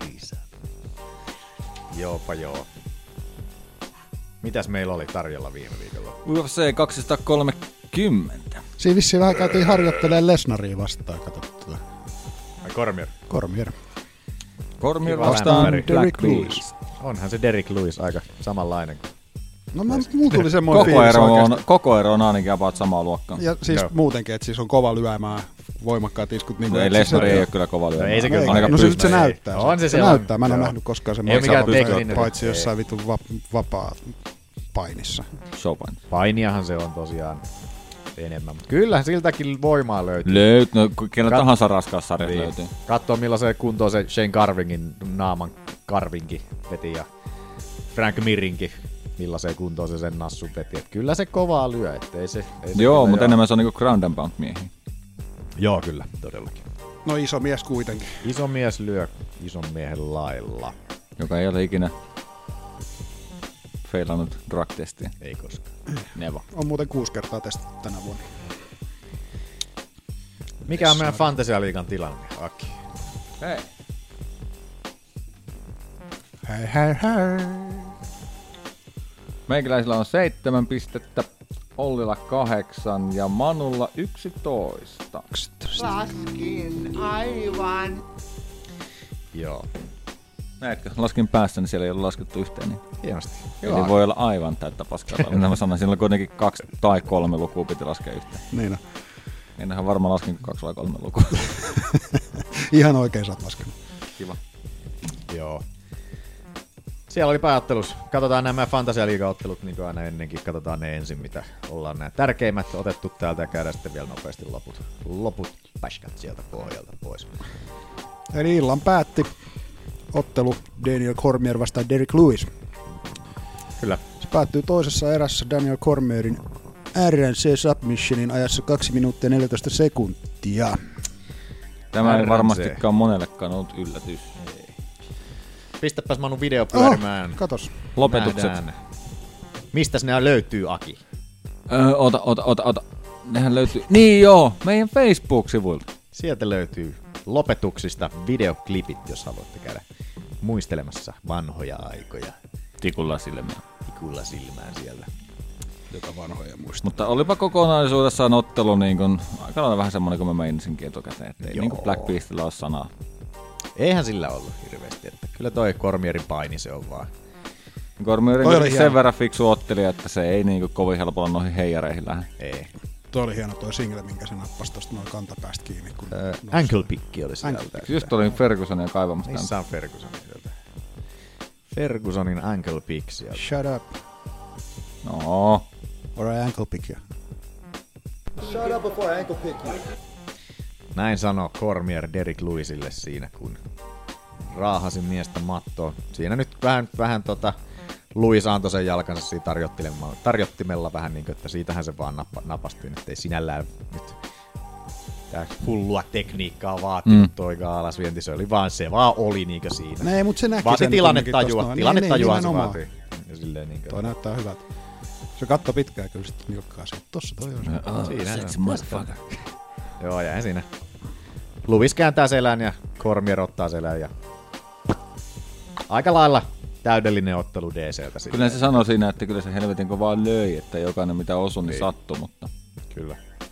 Speaker 6: Joopa joo. Mitäs meillä oli tarjolla viime viikolla?
Speaker 11: U F C kaksisataakolmekymmentä.
Speaker 5: Siinä vissiin vähän käytiin harjoittelemaan Lesnaria vastaan, katsottua.
Speaker 6: Ai Cormier.
Speaker 5: Cormier.
Speaker 11: Cormier vastaan Derrick Lewis.
Speaker 6: Onhan se Derrick Lewis aika samanlainen kuin...
Speaker 5: No mä, muu tuli semmoinen
Speaker 11: koko ero, on, koko ero on ainakin about samaa luokkaa.
Speaker 5: Ja siis no. muutenkin, että siis on kova lyömään, voimakkaat iskut. Niin
Speaker 11: no ei Lesnar ei ole kyllä kova lyömään.
Speaker 6: No, ei se kyllä.
Speaker 5: No, no se nyt se näyttää.
Speaker 6: No, on se,
Speaker 5: se näyttää. Mä en ole nähnyt koskaan semmoinen, paitsi
Speaker 6: ei.
Speaker 5: jossain vitun va- vapaa painissa.
Speaker 11: Showpain.
Speaker 6: Painiahan se on tosiaan enemmän, mutta kyllä siltäkin voimaa löytyy.
Speaker 11: Löyt, no kenellä Kat- tahansa raskaassa sarjassa niin. löytyy.
Speaker 6: Katsoo millaisen kuntoon se Shane Carvingin naaman Carvingi veti ja Frank Mirinkin millaiseen kuntoon se sen nassun veti. Et kyllä se kovaa lyö, ettei se... Ei se
Speaker 11: joo, mutta enemmän se on niinku ground and pound miehiä.
Speaker 6: Joo, kyllä, todellakin.
Speaker 5: No iso mies kuitenkin.
Speaker 6: Iso mies lyö ison miehen lailla.
Speaker 11: Joka ei ole ikinä feilannut drug-testiä.
Speaker 6: Ei koskaan.
Speaker 11: Never.
Speaker 5: On muuten kuusi kertaa testattu tänä vuonna.
Speaker 6: Mikä on meidän Fantasia-liigan tilanne, Aki?
Speaker 11: Hei.
Speaker 5: Hei hei hei.
Speaker 11: Meikäläisillä on seitsemän pistettä, Ollilla kahdeksan ja Manulla yksitoista.
Speaker 19: Laskin aivan.
Speaker 6: Joo.
Speaker 11: Näetkö? Laskin päässä, niin siellä ei ole laskettu yhteen. Niin.
Speaker 6: Hienosti.
Speaker 11: Eli Hyvä. Voi olla aivan täyttä paskaa. Mitä mä sanoin, siellä on kuitenkin kaksi tai kolme lukua piti laskea yhteen.
Speaker 5: Niin on.
Speaker 11: Ennenhän varmaan laskin kaksi vai kolme lukua.
Speaker 5: Ihan oikein sä oot laskenut.
Speaker 11: Kiva.
Speaker 6: Joo. Siellä oli pääottelus. Katsotaan nämä Fantasia-liiga-ottelut, niin kuin aina ennenkin. Katsotaan ne ensin, mitä ollaan nämä tärkeimmät otettu täältä ja käydään sitten vielä nopeasti loput, loput päskät sieltä pohjalta pois.
Speaker 5: Eli illan päätti ottelu Daniel Cormier vastaan Derrick Lewis.
Speaker 6: Kyllä.
Speaker 5: Se päättyy toisessa erässä Daniel Cormierin R N C-submissionin ajassa kaksi minuuttia neljätoista sekuntia.
Speaker 11: Tämä ei varmastikaan monellekaan ollut yllätys.
Speaker 6: Ei. Pistäpäs Manu video pyörimään.
Speaker 5: Oh, katos.
Speaker 11: Lopetukset.
Speaker 6: Nähdään. Mistäs ne löytyy, Aki?
Speaker 11: Öö, ota, ota, ota, ota. Nehän löytyy... Niin joo, meidän Facebook-sivuilta.
Speaker 6: Sieltä löytyy lopetuksista videoklipit, jos haluatte käydä muistelemassa vanhoja aikoja.
Speaker 11: Tikulla silmään.
Speaker 6: Tikulla silmään siellä.
Speaker 5: Jota vanhoja muistaa.
Speaker 11: Mutta olipa kokonaisuudessaan ottelu niin kun, aika lailla vähän semmoinen kuin mä meinasinkin etukäteen, että ei niin kuin Black Beastillä ole sanaa.
Speaker 6: Eihän sillä ollut hirveästi, että kyllä toi Cormierin paini se on vaan
Speaker 11: Cormier on sen verran fiksu ottelija, että se ei niinku kovin helpolla noihin heijareihin lähde.
Speaker 6: Ei.
Speaker 5: Tuo oli hieno toi single, minkä se nappasi tosta noin kantapäästä kiinni. Kun
Speaker 6: uh, ankle pick oli sieltä.
Speaker 11: Just olin Fergusonia kaivamassa.
Speaker 6: Missä on Fergusonia sieltä? Fergusonin ankle pick sieltä.
Speaker 5: Shut up.
Speaker 11: No.
Speaker 5: Or I ankle pick you.
Speaker 15: Shut up before I ankle pick you.
Speaker 6: Näin sanoi Cormier Derrick Lewisille siinä, kun raahasi miestä mattoon. Siinä nyt vähän, vähän tota, Lewis antoi sen jalkansa siinä tarjottimella vähän niin kuin, että siitähän se vaan nap, napastui, ettei sinällään nyt tää hullua tekniikkaa vaatinut mm. toikaan alasvienti, se oli vaan se, vaan oli niinkö siinä.
Speaker 5: Nee, mut se näki
Speaker 6: vaati
Speaker 5: sen
Speaker 6: tilannetajua, tilannetajua
Speaker 5: niin,
Speaker 6: se
Speaker 5: niin,
Speaker 6: vaatii. Silleen niinkö.
Speaker 5: Toi näyttää hyvältä. Se katsoi pitkään kyllä sitten nilkkaa se, tossa toi on se.
Speaker 6: Oh, siinä sexy motherfucker. Joo, jäi siinä. Lewis kääntää selän ja Cormier ottaa selän ja aika lailla täydellinen ottelu D C:ltä.
Speaker 11: Kyllä se sanoi siinä, että kyllä se helvetin kovaa löi, että jokainen mitä osui, niin, niin sattui, mutta...
Speaker 6: Kyllä.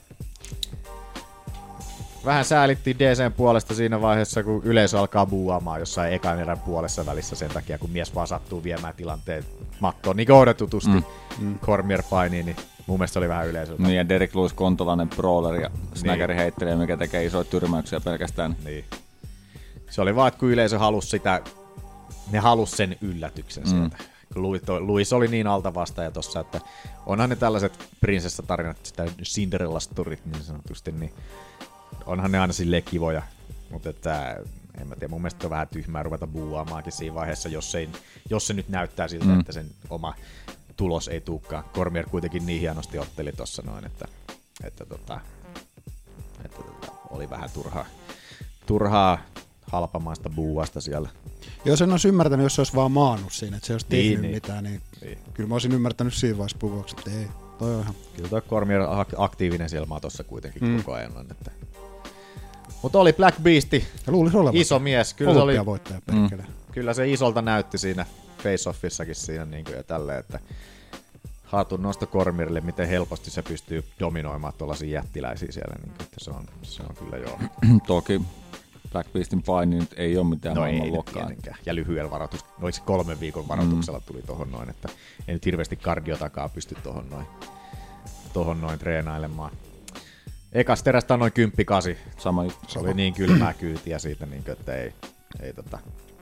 Speaker 6: Vähän säälittiin D C:n puolesta siinä vaiheessa, kun yleisö alkaa buuaamaan jossain ekan erän puolessa välissä sen takia, kun mies vaan sattuu viemään tilanteen mattoon. Niin kuin odotetusti mm. Mm. Cormier painii, niin mun mielestä oli vähän yleisöltä.
Speaker 11: Niin ja Derrick Lewis kontolainen brawler ja snaggeri niin. Heittelijä, mikä tekee isoja tyrmäyksiä pelkästään.
Speaker 6: Niin. Se oli vaan, että kun yleisö halusi sitä, ne halusi sen yllätyksen mm. sieltä. Kun Lewis oli niin alta vastaaja tossa, että onhan ne tällaiset prinsessatarinat, sitä Cinderella-storit niin sanotusti, niin onhan ne aina silleen kivoja, mutta että, en mä tiedä, mun mielestä on vähän tyhmää ruveta buuaamaankin siinä vaiheessa, jos, ei, jos se nyt näyttää siltä, mm. että sen oma tulos ei tulekaan. Cormier kuitenkin niin hienosti otteli tossa noin, että, että, tota, että tota, oli vähän turhaa, turhaa halpamaista buuasta siellä.
Speaker 5: Jos en olisi ymmärtänyt, jos se olisi vaan maannut siinä, että se olisi tehnyt
Speaker 6: niin,
Speaker 5: mitään, niin,
Speaker 6: niin
Speaker 5: kyllä mä olisin ymmärtänyt siinä vaiheessa puhuaksi, että ei, toi on ihan...
Speaker 6: Kyllä toi Cormier on aktiivinen siellä matossa kuitenkin mm. koko ajan on, että... Mutta oli Black Beasti, iso mies, kyllä se oli...
Speaker 5: voittaja perkele.
Speaker 6: Mm. Kyllä se isolta näytti siinä face-offissakin siinä niin kuin ja tälleen, että hatun nosto Cormierille, miten helposti se pystyy dominoimaan tuollaisia jättiläisiä siellä, niin että se on, se on kyllä joo.
Speaker 11: Toki Black Beastin paini nyt ei ole mitään
Speaker 6: no
Speaker 11: maailman luokkaa.
Speaker 6: Ja lyhyellä varoitus, noin kolmen viikon varoituksella tuli tohon noin, että ei nyt hirveästi kardiotakaa pysty tohon noin, tohon noin treenailemaan. Ekas terästä on noin kymmenen kahdeksan.
Speaker 11: Sama juttu.
Speaker 6: Se oli niin kylmää kyytiä siitä, niin kuin, että ei, ei tota...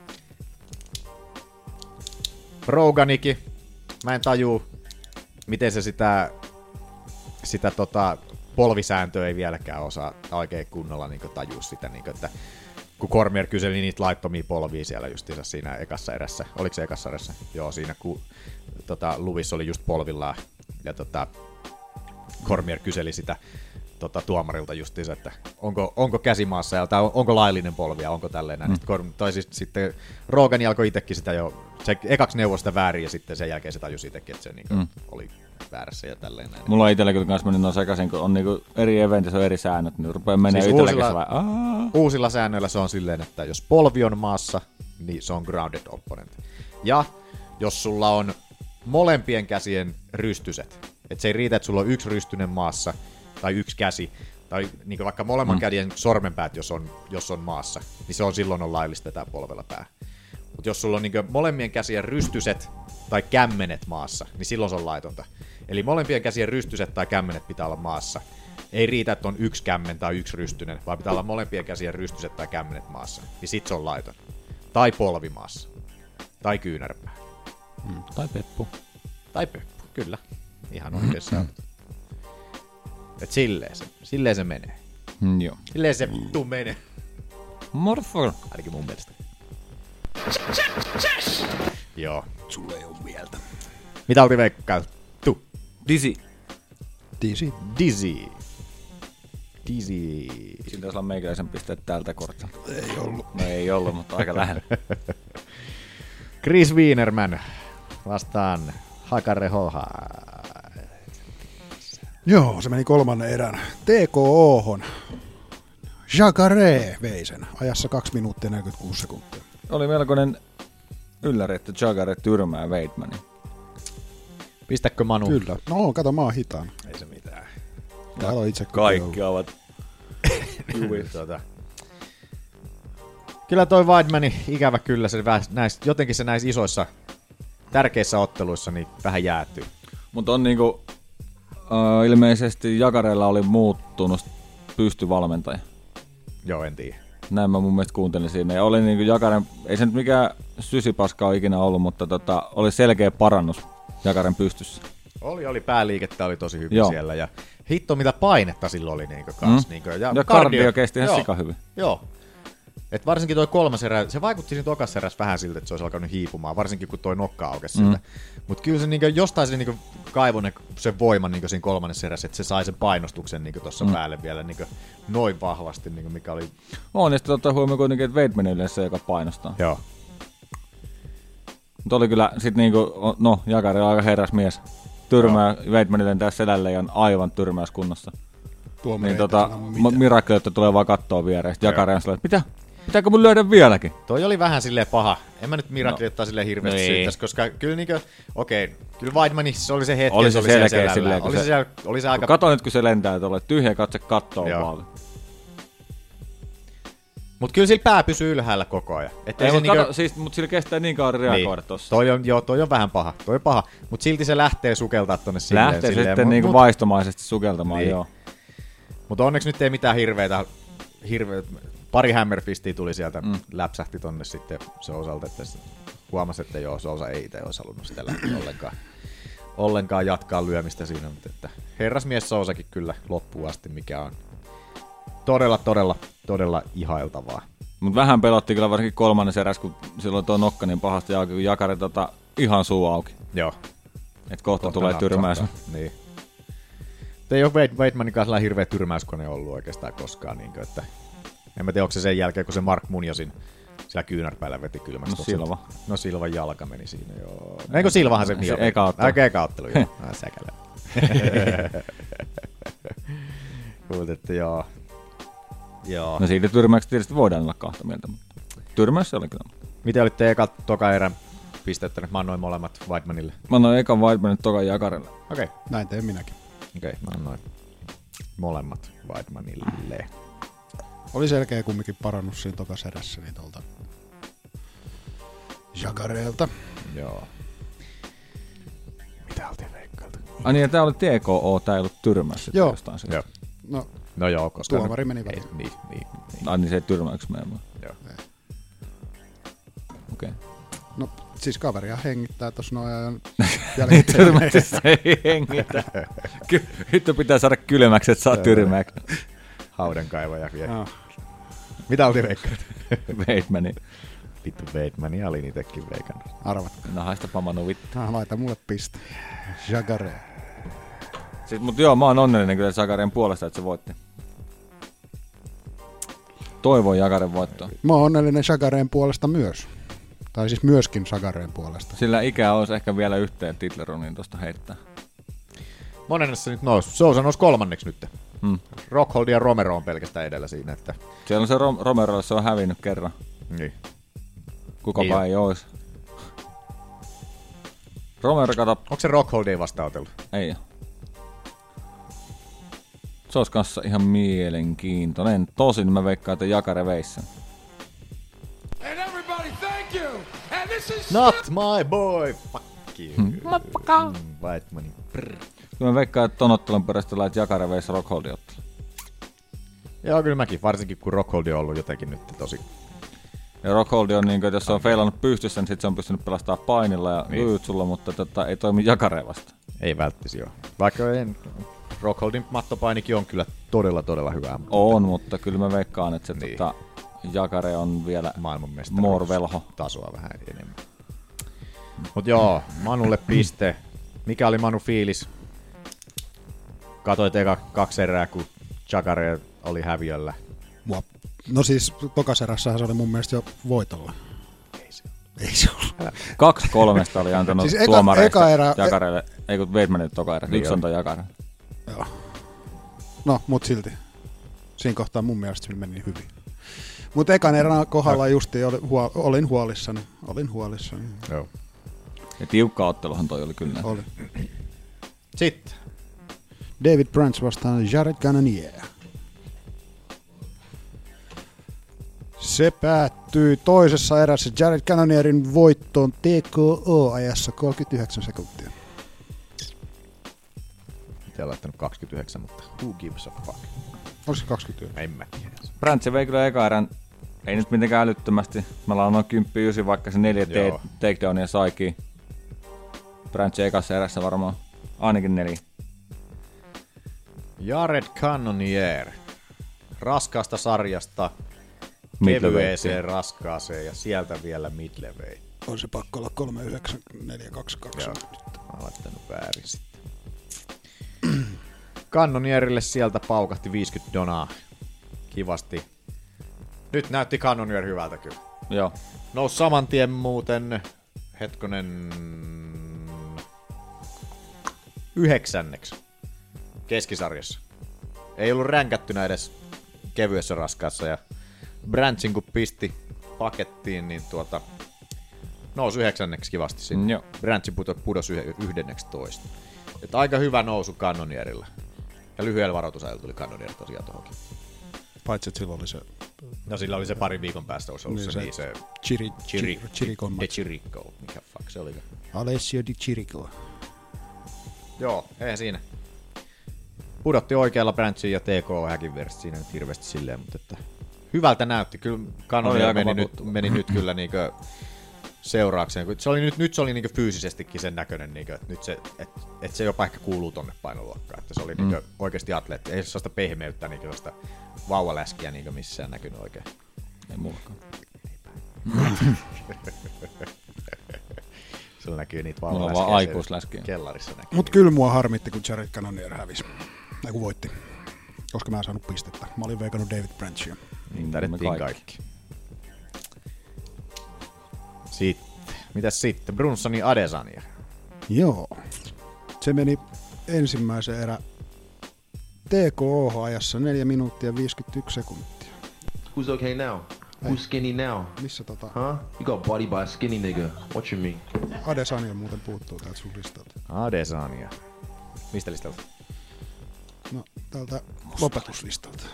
Speaker 6: Roganikin, mä en tajuu, miten se sitä, sitä tota, polvisääntöä ei vieläkään osaa oikein kunnolla niin tajua sitä, niin kuin, että kun Cormier kyseli niitä laittomia polvia siellä justiinsa siinä ekassa erässä. Oliko se ekassa erässä? Joo, siinä kun tota, Lewis oli just polvillaan ja tota, Cormier kyseli sitä tota, tuomarilta justiinsa, että onko, onko käsimaassa ja, tai onko laillinen polvi ja onko tälleen näin. Mm. Tai siis, sitten Rogan alkoi itsekin sitä jo, se ekaksi neuvoi sitä väärin ja sitten sen jälkeen se tajusi itsekin, että se niin kuin, mm. oli väärässä ja tälleen näin.
Speaker 11: Mulla on itselläkin kanssa mennyt noin sekaisin, kun on niinku eri eventissä on eri säännöt, niin rupeaa menee siis itselläkin se vähän.
Speaker 6: Uusilla säännöillä se on silleen, että jos polvi on maassa, niin se on grounded opponent. Ja jos sulla on molempien käsien rystyset, että se ei riitä, että sulla on yksi rystynen maassa, tai yksi käsi, tai niin vaikka molemman mm. käden sormenpäät, jos on, jos on maassa, niin se on silloin on laillista tää polvella pää. Mutta jos sulla on niin molemmien käsien rystyset tai kämmenet maassa, niin silloin se on laitonta. Eli molempien käsien rystyset tai kämmenet pitää olla maassa. Ei riitä, että on yksi kämmen tai yksi rystynen, vaan pitää olla molempien käsien rystyset tai kämmenet maassa. Niin sit se on laiton. Tai polvi maassa. Tai kyynärpää.
Speaker 11: Mm. Tai peppu.
Speaker 6: Tai peppu, kyllä. Ihan oikeassa. Mm. Et silleen se, silleen se menee.
Speaker 11: Mm, joo.
Speaker 6: Silleen se vittu menee.
Speaker 11: Morfol.
Speaker 6: Ainakin mun mielestä. Joo.
Speaker 5: Sulle ei oo mieltä.
Speaker 6: Mitä oltiin veikkailtu?
Speaker 11: Dizzy.
Speaker 5: Dizzy.
Speaker 6: Dizzy. Dizzy.
Speaker 11: Siinä taisi olla meikäläisen pisteet tältä korttelta.
Speaker 5: Ei ollut.
Speaker 11: No ei ollut, mutta aika lähellä.
Speaker 6: Chris Wienerman vastaan Hakare Hoha.
Speaker 5: Joo, se meni kolmannen erän. T K O:hon. Jacare vei sen ajassa kaksi minuuttia neljäkymmentäkuusi sekuntia.
Speaker 11: Oli melkoinen ylläri, että Jacare tyrmää Weidmanin.
Speaker 6: Pistäkö Manu?
Speaker 5: Kyllä. No, kato, mä oon hitaan.
Speaker 6: Ei se mitään.
Speaker 5: Täällä on itse
Speaker 11: kaikki ovat.
Speaker 6: tuota. Kyllä toi Weidmani, ikävä kyllä, se näis, jotenkin se näissä isoissa tärkeissä otteluissa niin vähän jäätyy.
Speaker 11: Mutta on niinku, uh, ilmeisesti Jakarella oli muuttunut pystyvalmentaja.
Speaker 6: Joo, en tiedä.
Speaker 11: Näin mä mun mielestä kuuntelin siinä. Ja oli niinku Jakaren, ei se nyt mikään sysipaska ole ikinä ollut, mutta tota, oli selkeä parannus Jakaren pystyssä.
Speaker 6: Oli, oli. Pääliikettä oli tosi hyvin
Speaker 11: Joo.
Speaker 6: siellä. Ja hitto, mitä painetta sillä oli niinku kans.
Speaker 11: Mm.
Speaker 6: Niinku,
Speaker 11: ja ja kardio kesti ihan sika hyvin.
Speaker 6: Joo. Et varsinkin toi kolmas erä, se vaikutti siinä tokas erässä vähän siltä, että se olisi alkanut hiipumaan, varsinkin kun toi nokka aukesi
Speaker 11: Mm.
Speaker 6: siltä. Mutta kyllä se niinku, jostain se niinku, kaivoi ne, sen voiman niinku, siinä kolmannessa erässä, että se sai sen painostuksen niinku, tuossa mm. päälle vielä niinku, noin vahvasti, niinku, mikä oli...
Speaker 11: On, ja sitten ottaa huomioon kuitenkin, että Weidman yleensä se, joka painostaa.
Speaker 6: Joo.
Speaker 11: Mutta oli kyllä sit niinku, no, Jakari on aika herras mies. Tyrmää, Weidman lentää selälle ja on aivan tyrmäyskunnossa.
Speaker 5: Tuomari
Speaker 11: niin
Speaker 5: ei
Speaker 11: tota,
Speaker 5: sano mitään.
Speaker 11: Miracle, että tulee vaan kattoo viereen. Sitten Jakari on sellainen, että mitä? Pitääkö mun lyödä vieläkin?
Speaker 6: Toi oli vähän silleen paha. En mä nyt Miracle no. silleen hirveästi
Speaker 11: niin.
Speaker 6: syyttäisi, koska kyllä niinkö, okei, okay, kyllä Weidmanissa oli se hetki,
Speaker 11: oli se,
Speaker 6: se oli
Speaker 11: selkeä silleen,
Speaker 6: oli se, se, siellä, oli se aika...
Speaker 11: Kato nyt, kun se lentää tuolle, tyhjä katse kattoo vaan.
Speaker 6: Mut kyllä sillä pää pysyy ylhäällä koko ajan.
Speaker 11: Ei, mut, niinkö... kato, siis, mut sillä kestää niin kauan reagoida niin. Tossa.
Speaker 6: Toi on, joo, toi on vähän paha. Toi on paha. Mut silti se lähtee sukeltaa tonne silleen.
Speaker 11: Lähtee
Speaker 6: silleen,
Speaker 11: sitten
Speaker 6: mut,
Speaker 11: niinku
Speaker 6: mut,
Speaker 11: vaistomaisesti sukeltamaan, niin. Joo.
Speaker 6: Mut onneksi nyt ei mitään hirveitä, hirveitä pari hammerfistia tuli sieltä, mm. läpsähti tonne sitten Sousalta, että huomasi, että joo, Sousa ei itse olisi halunnut sitä lähteä ollenkaan, ollenkaan jatkaa lyömistä siinä, mutta että herrasmies Sousakin kyllä loppuun asti, mikä on todella, todella, todella ihailtavaa.
Speaker 11: Mut vähän pelotti kyllä varsinkin kolmannes eräs, kun silloin tuo nokka niin pahasti auki, kun Jakari tota, ihan suu auki.
Speaker 6: Joo.
Speaker 11: Et kohta, kohta tulee tyrmäys.
Speaker 6: Niin. Ei ole Weidmanin kanssa hirveä tyrmäyskone ollut oikeastaan koskaan, niin kuin, että en mä tiedä, onko se sen jälkeen, kun se Mark Muniosin siellä kyynärpäillä veti kylmästä.
Speaker 11: No Silva.
Speaker 6: No Silvan jalka meni siinä, joo. Eikö Silvahan se, se
Speaker 11: niin eka ottelu.
Speaker 6: Eka eka ottelu, joo. Ah, säkälä. Kuulit, että joo. Joo.
Speaker 11: No siitä tyrmäyksestä tietysti voidaan olla kahta mieltä, mutta tyrmäys se oli kyllä.
Speaker 6: Miten olitte eka toka erän pisteyttäneet? Mä annoin molemmat Weidmanille.
Speaker 11: Mä annoin ekan Weidmanille tokan Jakarille.
Speaker 6: Okei. Okay.
Speaker 5: Näin teen minäkin.
Speaker 6: Okei, okay, mä annoin molemmat Weidmanille.
Speaker 5: Oli selkeä kumminkin parannus siinä tokas erässä niin tuolta Jakareelta.
Speaker 6: Joo. Mitä oltiin veikkailtu?
Speaker 11: Ai niin, ja tää oli T K O, tää ei ollut tyrmäys sitten jostain
Speaker 6: Joo.
Speaker 5: No,
Speaker 6: no joo, koska...
Speaker 5: Tuomari meni väliin.
Speaker 6: Niin, niin, niin.
Speaker 11: Ai niin, se ei tyrmäyks mene vaan.
Speaker 6: Joo.
Speaker 11: Okei. Okay.
Speaker 5: No, siis kaveria hengittää tossa noin ajan
Speaker 11: jälkeen. Tyrmäyksessä ei hengitä. Hitto pitää saada kylmäksi, että saa tyrmäksi.
Speaker 6: Haudankaivaja vielä. No. Mitä oltiin veikkaat?
Speaker 11: Weidmani.
Speaker 6: Vittu Weidmania olin itekin veikannut.
Speaker 5: Arvatko?
Speaker 11: No haista pamanu vittu.
Speaker 5: No, laita mulle piste. Jagare.
Speaker 11: Siis, mut joo, mä oon onnellinen kyllä Jakareen puolesta, että se voitti. Toivon Jakaren voittoa.
Speaker 5: Mä oon onnellinen Jakareen puolesta myös. Tai siis myöskin Jakareen puolesta.
Speaker 11: Sillä ikää olisi ehkä vielä yhteen Titleronin tosta heittää.
Speaker 6: Monennessa nyt nousi? Sousa nousi kolmanneksi nyt.
Speaker 11: Hmm.
Speaker 6: Rockhold ja Romero on pelkästään edellä siinä. Että...
Speaker 11: Siellä on se Rom- Romero, se on hävinnyt kerran.
Speaker 6: Niin.
Speaker 11: Kukapa niin ei ois. Romero, kato...
Speaker 6: Onko se Rockholdin vastaanotellut?
Speaker 11: Ei oo. Se olisi kanssa ihan mielenkiintoinen. Tosin mä veikkaan, että Jakare veisi sen.
Speaker 6: Not my boy! Fuck you. Hmm. Weidmani.
Speaker 11: Kyllä mä veikkaan, että ton ottelun perusteella, että Jakare veisi Rockholdin ottelu.
Speaker 6: Joo, kyllä mäkin. Varsinkin kun Rockhold on ollut jotenkin nyt tosi...
Speaker 11: Ja Rockhold on niin kuin, että jos se on feilannut pystyssä, niin sit se on pystynyt pelastamaan painilla ja
Speaker 6: niin.
Speaker 11: Lujutsulla, mutta tota, ei toimi Jakare vasta.
Speaker 6: Ei välttisi joo. Vaikka en... Rockholdin mattopainikin on kyllä todella, todella hyvää. Mutta...
Speaker 11: On, mutta kyllä mä veikkaan, että se niin. tota, Jakare on vielä more velho.
Speaker 6: Tasoa vähän enemmän. Mut joo, Manulle piste. Mikä oli Manu fiilis? Katoit eka kaksi erää, kun Jakare oli häviöllä.
Speaker 5: Mua. No siis tokaserässähän se oli mun mielestä jo voitolla.
Speaker 6: Ei se
Speaker 5: Ei se ollut.
Speaker 11: Kaksi kolmesta oli antanut siis tuomareista eka Jakarelle, ei kun Weidmanille toka erä. Yksi on toi Jakare.
Speaker 5: Joo. No, mut silti. Siinä kohtaa mun mielestä se meni hyvin. Mut ekan erän kohdalla justi oli, huo, olin huolissani. Olin huolissani.
Speaker 6: Joo.
Speaker 11: Ja tiukka otteluhan toi oli kyllä.
Speaker 5: Oli.
Speaker 6: Sitten.
Speaker 5: David Branch vastaan Jared Cannonier. Se päättyi toisessa erässä Jared Cannonierin voittoon T K O-ajassa kolmekymmentäyhdeksän sekuntia.
Speaker 6: Itse olen laittanut kaksikymmentäyhdeksän, mutta who gives a fuck?
Speaker 5: Oliko se kaksikymmentäyhdeksän?
Speaker 6: En mä tiedä.
Speaker 11: Brantse vei kyllä eka erän, ei nyt mitenkään älyttömästi. Me ollaan noin kymmenen yhdeksän, vaikka se neljä te- takedownia saikin. Brantse ekassa erässä varmaan ainakin neljä.
Speaker 6: Jared Cannonier. Raskaasta sarjasta kevyeseen raskaaseen ja sieltä vielä midlevei.
Speaker 5: On se pakko olla kolme yhdeksän neljä kaksi kaksi.
Speaker 6: Joo, mä oon laittanut väärin sitten. Cannonierille sieltä paukahti viisikymmentä donaa. Kivasti. Nyt näytti Cannonier hyvältä kyllä.
Speaker 11: Joo.
Speaker 6: Nousi saman tien muuten, hetkonen, yhdeksänneksi keskisarjassa. Ei ollut ränkättynä edes kevyessä raskaassa ja Branchin kun pisti pakettiin, niin tuota nousi yhdeksänneksi kivasti sinne.
Speaker 11: Joo.
Speaker 6: Branchin putosi yhdenneksi toista. Että aika hyvä nousu Cannonierilla. Ja lyhyellä varoitusajalla tuli Cannonier tosiaan tuohonkin.
Speaker 5: Paitsi, että silloin oli se...
Speaker 6: No sillä oli se parin viikon päästä olisi ollut niin se, niin se...
Speaker 5: Chiri, Chiri, Chirico.
Speaker 6: De Chirico. Mikä fuck se oli?
Speaker 5: Alessio Di Chirico.
Speaker 6: Joo, ei siinä. Pudotti oikealla Branchin ja T K häkin versi siinä nyt hirveästi silleen, mutta että hyvältä näytti. Kyllä Cannonier meni, nyt, meni nyt kyllä niinkö seuraukseen. Se oli nyt, nyt se oli niinkö fyysisestikin sen näköinen, niinkö, että nyt se, et, et se jopa ehkä kuuluu tonne painoluokkaan. Että se oli niinkö mm. oikeasti atleetti. Ei sellaista pehmeyttä, niinkö sellaista vauvaläskiä niinkö missään näkynyt oikein.
Speaker 11: Ei mullakaan.
Speaker 6: Sulla näkyy niitä
Speaker 11: vauvaläskiä. Mulla on vaan aikuisläskiä.
Speaker 6: Kellarissa näkyy.
Speaker 5: Mut kyllä mua harmitti, kun Jared Cannonier hävisi. Tai kun voitti. Koska mä en saanut pistettä. Mä olin veikannut David Branchia.
Speaker 6: Niin tarvittiin kaikki. Sitten. Mitäs sitten? Brunssoni Adesanya.
Speaker 5: Joo. Se meni ensimmäisen erä T K O-ajassa neljä minuuttia viisikymmentäyksi sekuntia.
Speaker 20: Who's okay now? Who's skinny now?
Speaker 5: Missä tota?
Speaker 20: Huh? You got body by a skinny nigga. What you mean?
Speaker 5: Adesanya muuten puuttuu täältä sun listalta.
Speaker 6: Adesanya. Mistä listalta?
Speaker 5: No, tältä lopetuslistalta.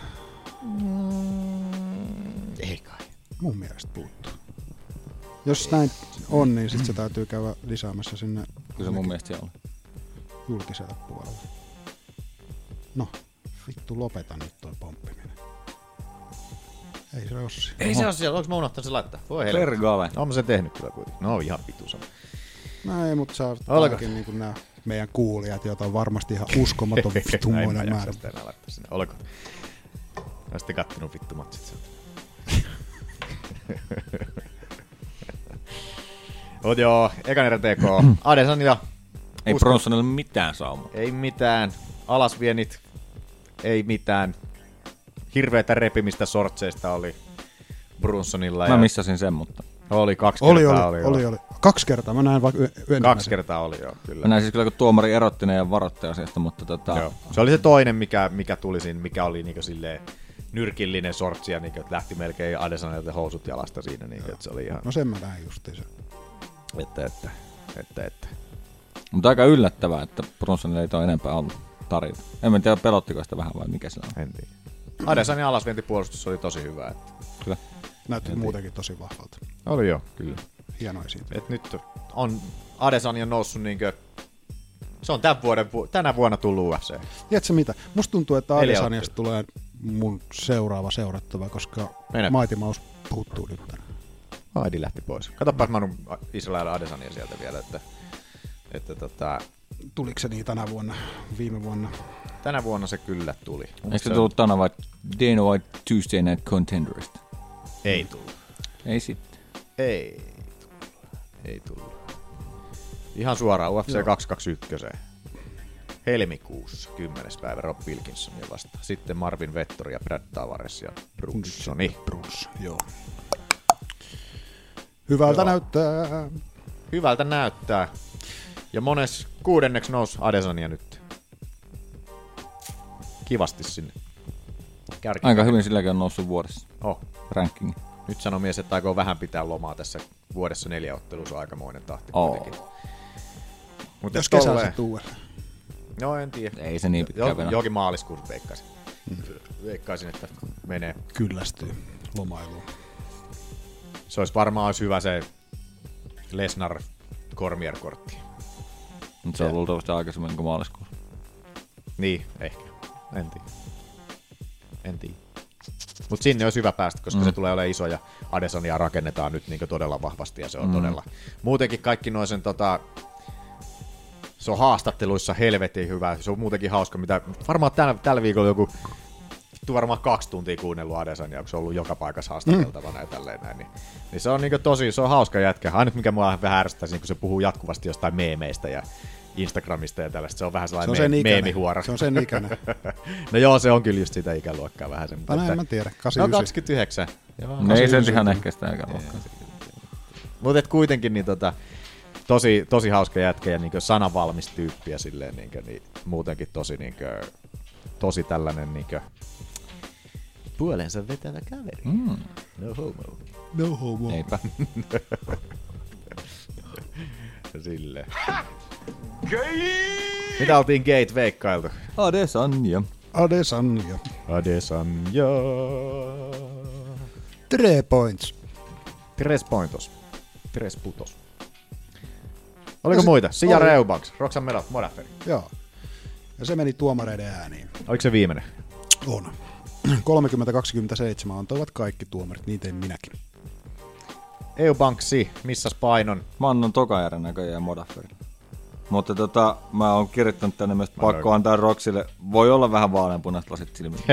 Speaker 6: Mm, ei kai.
Speaker 5: Mun mielestä puuttuu. Jos näin on, niin sit se täytyy käydä lisäämässä sinne.
Speaker 11: Kyllä se mun mielestä siellä on.
Speaker 5: Julkisella puolella. No, vittu lopeta nyt toi pomppiminen. Ei se oo siellä.
Speaker 6: Ei se oo siellä, onks mä unohtanut se laittaa? Voi helvetti. Pergale. Oon mä sen tehnyt kyllä kuitenkin. No ihan vitu sama.
Speaker 5: No ei, mut sä oot ainakin niinku nää meidän kuulijat, joita on varmasti ihan uskomaton vittumoinen määrä.
Speaker 6: Näin mä laittaa sinne. Oliko? Mä sitten kattonut vittu matsit sieltä. Mut joo, ekan erä T K. Adesanya.
Speaker 11: Ei Bronsonille mitään saumaa.
Speaker 6: Ei mitään. Alasvienit. Ei mitään. Hirveetä repimistä sortseista oli Brunsonilla.
Speaker 11: Mä missasin sen, mutta...
Speaker 6: Oli kaksi
Speaker 5: oli,
Speaker 6: kertaa.
Speaker 5: Oli, oli, oli, oli. Kaksi kertaa. Mä näin vaikka yön.
Speaker 6: Kaksi kertaa oli, joo, kyllä.
Speaker 11: Mä näin siis kyllä, kun tuomari erotti ne ja varoitti asiasta, mutta tota...
Speaker 6: Joo. Se oli se toinen, mikä, mikä tuli siinä, mikä oli niinku silleen nyrkillinen sortsi ja niinku, että lähti melkein Adesanalta housut jalasta siinä. Niinku, että se oli ihan...
Speaker 5: No sen mä näin justiinsa.
Speaker 6: Että, että, että, että.
Speaker 11: Mutta aika yllättävää, että Bronsonille ei ole enempää ollut tarjota. En tiedä, pelottiko sitä vähän vai mikä se on.
Speaker 6: En tiedä. Adesanyan alasvientipuolustus oli tosi hyvä. Että...
Speaker 11: Kyllä.
Speaker 5: Näytti muutenkin tosi vahvalta.
Speaker 6: Oli joo, kyllä.
Speaker 5: Hienoa siitä.
Speaker 6: Et nyt on Adesanya noussut niinkö... Se on tämän vuoden, tänä vuonna tullut U F C.
Speaker 5: Tiedätkö mitä? Musta tuntuu, että Adesanyasta tulee mun seuraava seurattava, koska Mighty Mouse puuttuu nyt tänään.
Speaker 6: Aidi lähti pois. Katsopas Manu Israel Adesanya sieltä vielä, että... että tota...
Speaker 5: Tuliko se niin tänä vuonna, viime vuonna?
Speaker 6: Tänä vuonna se kyllä tuli.
Speaker 11: Eikö se tullut tänä vai Dana White Tuesday Night Contenderista?
Speaker 6: Ei tullut.
Speaker 11: Ei sitten.
Speaker 6: Ei tullut. Ei tullut. Ihan suoraan U F C kaksisataakaksikymmentäyksi. Helmikuussa kymmenes päivä Rob Wilkinsonia vastaan. Sitten Marvin Vettori ja Brad Tavares ja Brunsoni.
Speaker 5: Brunson, joo. Hyvältä joo. näyttää.
Speaker 6: Hyvältä näyttää. Ja mones kuudenneksi nousi Adesanya nyt. Kivasti sinne. Kärki.
Speaker 11: Aika hyvin silläkin on noussut vuodessa.
Speaker 6: Oh.
Speaker 11: Rankingi.
Speaker 6: Nyt sanoo mies, että aikoo vähän pitää lomaa tässä vuodessa neljä ottelussa, aikamoinen tahti
Speaker 11: oh.
Speaker 6: kuitenkin. Mut
Speaker 5: jos kesällä se tuu.
Speaker 6: No en tiedä.
Speaker 11: Ei se niin pitkään venä.
Speaker 6: Johonkin maaliskuussa veikkaisin. Mm. Veikkaisin, että menee.
Speaker 5: Kyllästyy lomailuun.
Speaker 6: se olisi varmaan olisi hyvä se Lesnar Cormier-kortti.
Speaker 11: Mutta se on luultavasti aikaisemmin kuin maaliskuussa.
Speaker 6: Niin, ehkä. En tiedä. En tiedä. Mutta sinne olisi hyvä päästä, koska mm. se tulee olemaan iso ja Adesonia rakennetaan nyt niin todella vahvasti ja se on mm. todella. Muutenkin kaikki noin sen tota, se on haastatteluissa helvetin hyvä. Se on muutenkin hauska, mitä varmaan tällä, tällä viikolla joku varmaan kaksi tuntia kuunnellut Adesonia, kun se on ollut joka paikassa haastateltavana mm. ja tälleen näin. Niin, niin se on niin tosi, se on hauska jätkä. Ainut mikä mua vähän ärsyttäisi, niin kun se puhuu jatkuvasti jostain meemeistä ja Instagramista ja tällaista. Se on vähän sellainen se on me- meemihuora.
Speaker 5: Se on sen ikäinen.
Speaker 6: No joo, se on kyllä just sitä ikäluokkaa vähän sen.
Speaker 5: Mä en mä tiedä. kahdeksankymmentäyhdeksän.
Speaker 6: No kaksikymmentäyhdeksän.
Speaker 11: No ei sen ihan ehkä sitä ikäluokkaa.
Speaker 6: Mutta kuitenkin niin tota, tosi, tosi hauska jätkä ja niin sanavalmis tyyppi ja silleen niin, niin, muutenkin tosi, niin kuin, tosi tällainen niin kuin, puolensa vetävä kaveri.
Speaker 11: Mm.
Speaker 6: No homo.
Speaker 5: No homo.
Speaker 11: Eipä.
Speaker 6: Silleen. Mitä oltiin Gate veikkailtu?
Speaker 11: Adesanya.
Speaker 5: Adesanya.
Speaker 6: Adesanya.
Speaker 5: Three points.
Speaker 6: Tres pointos. Tres putos. Oliko no, muita? Sijara Eubanks, Roxanne Medal, Modaferi.
Speaker 5: Joo. Ja se meni tuomareiden ääniin.
Speaker 6: Oliko se viimeinen?
Speaker 5: On. kolmekymmentä kaksikymmentäseitsemän antoivat kaikki tuomarit, niin tein minäkin.
Speaker 6: Eubanksi, missas painon?
Speaker 11: Mä annan tokaerän näköjään Modaferille. Mutta tota, mä oon kirjoittanut tänne myös pakko no. antaa Roxille. Voi olla vähän vaaleanpunaiset lasit silmiin.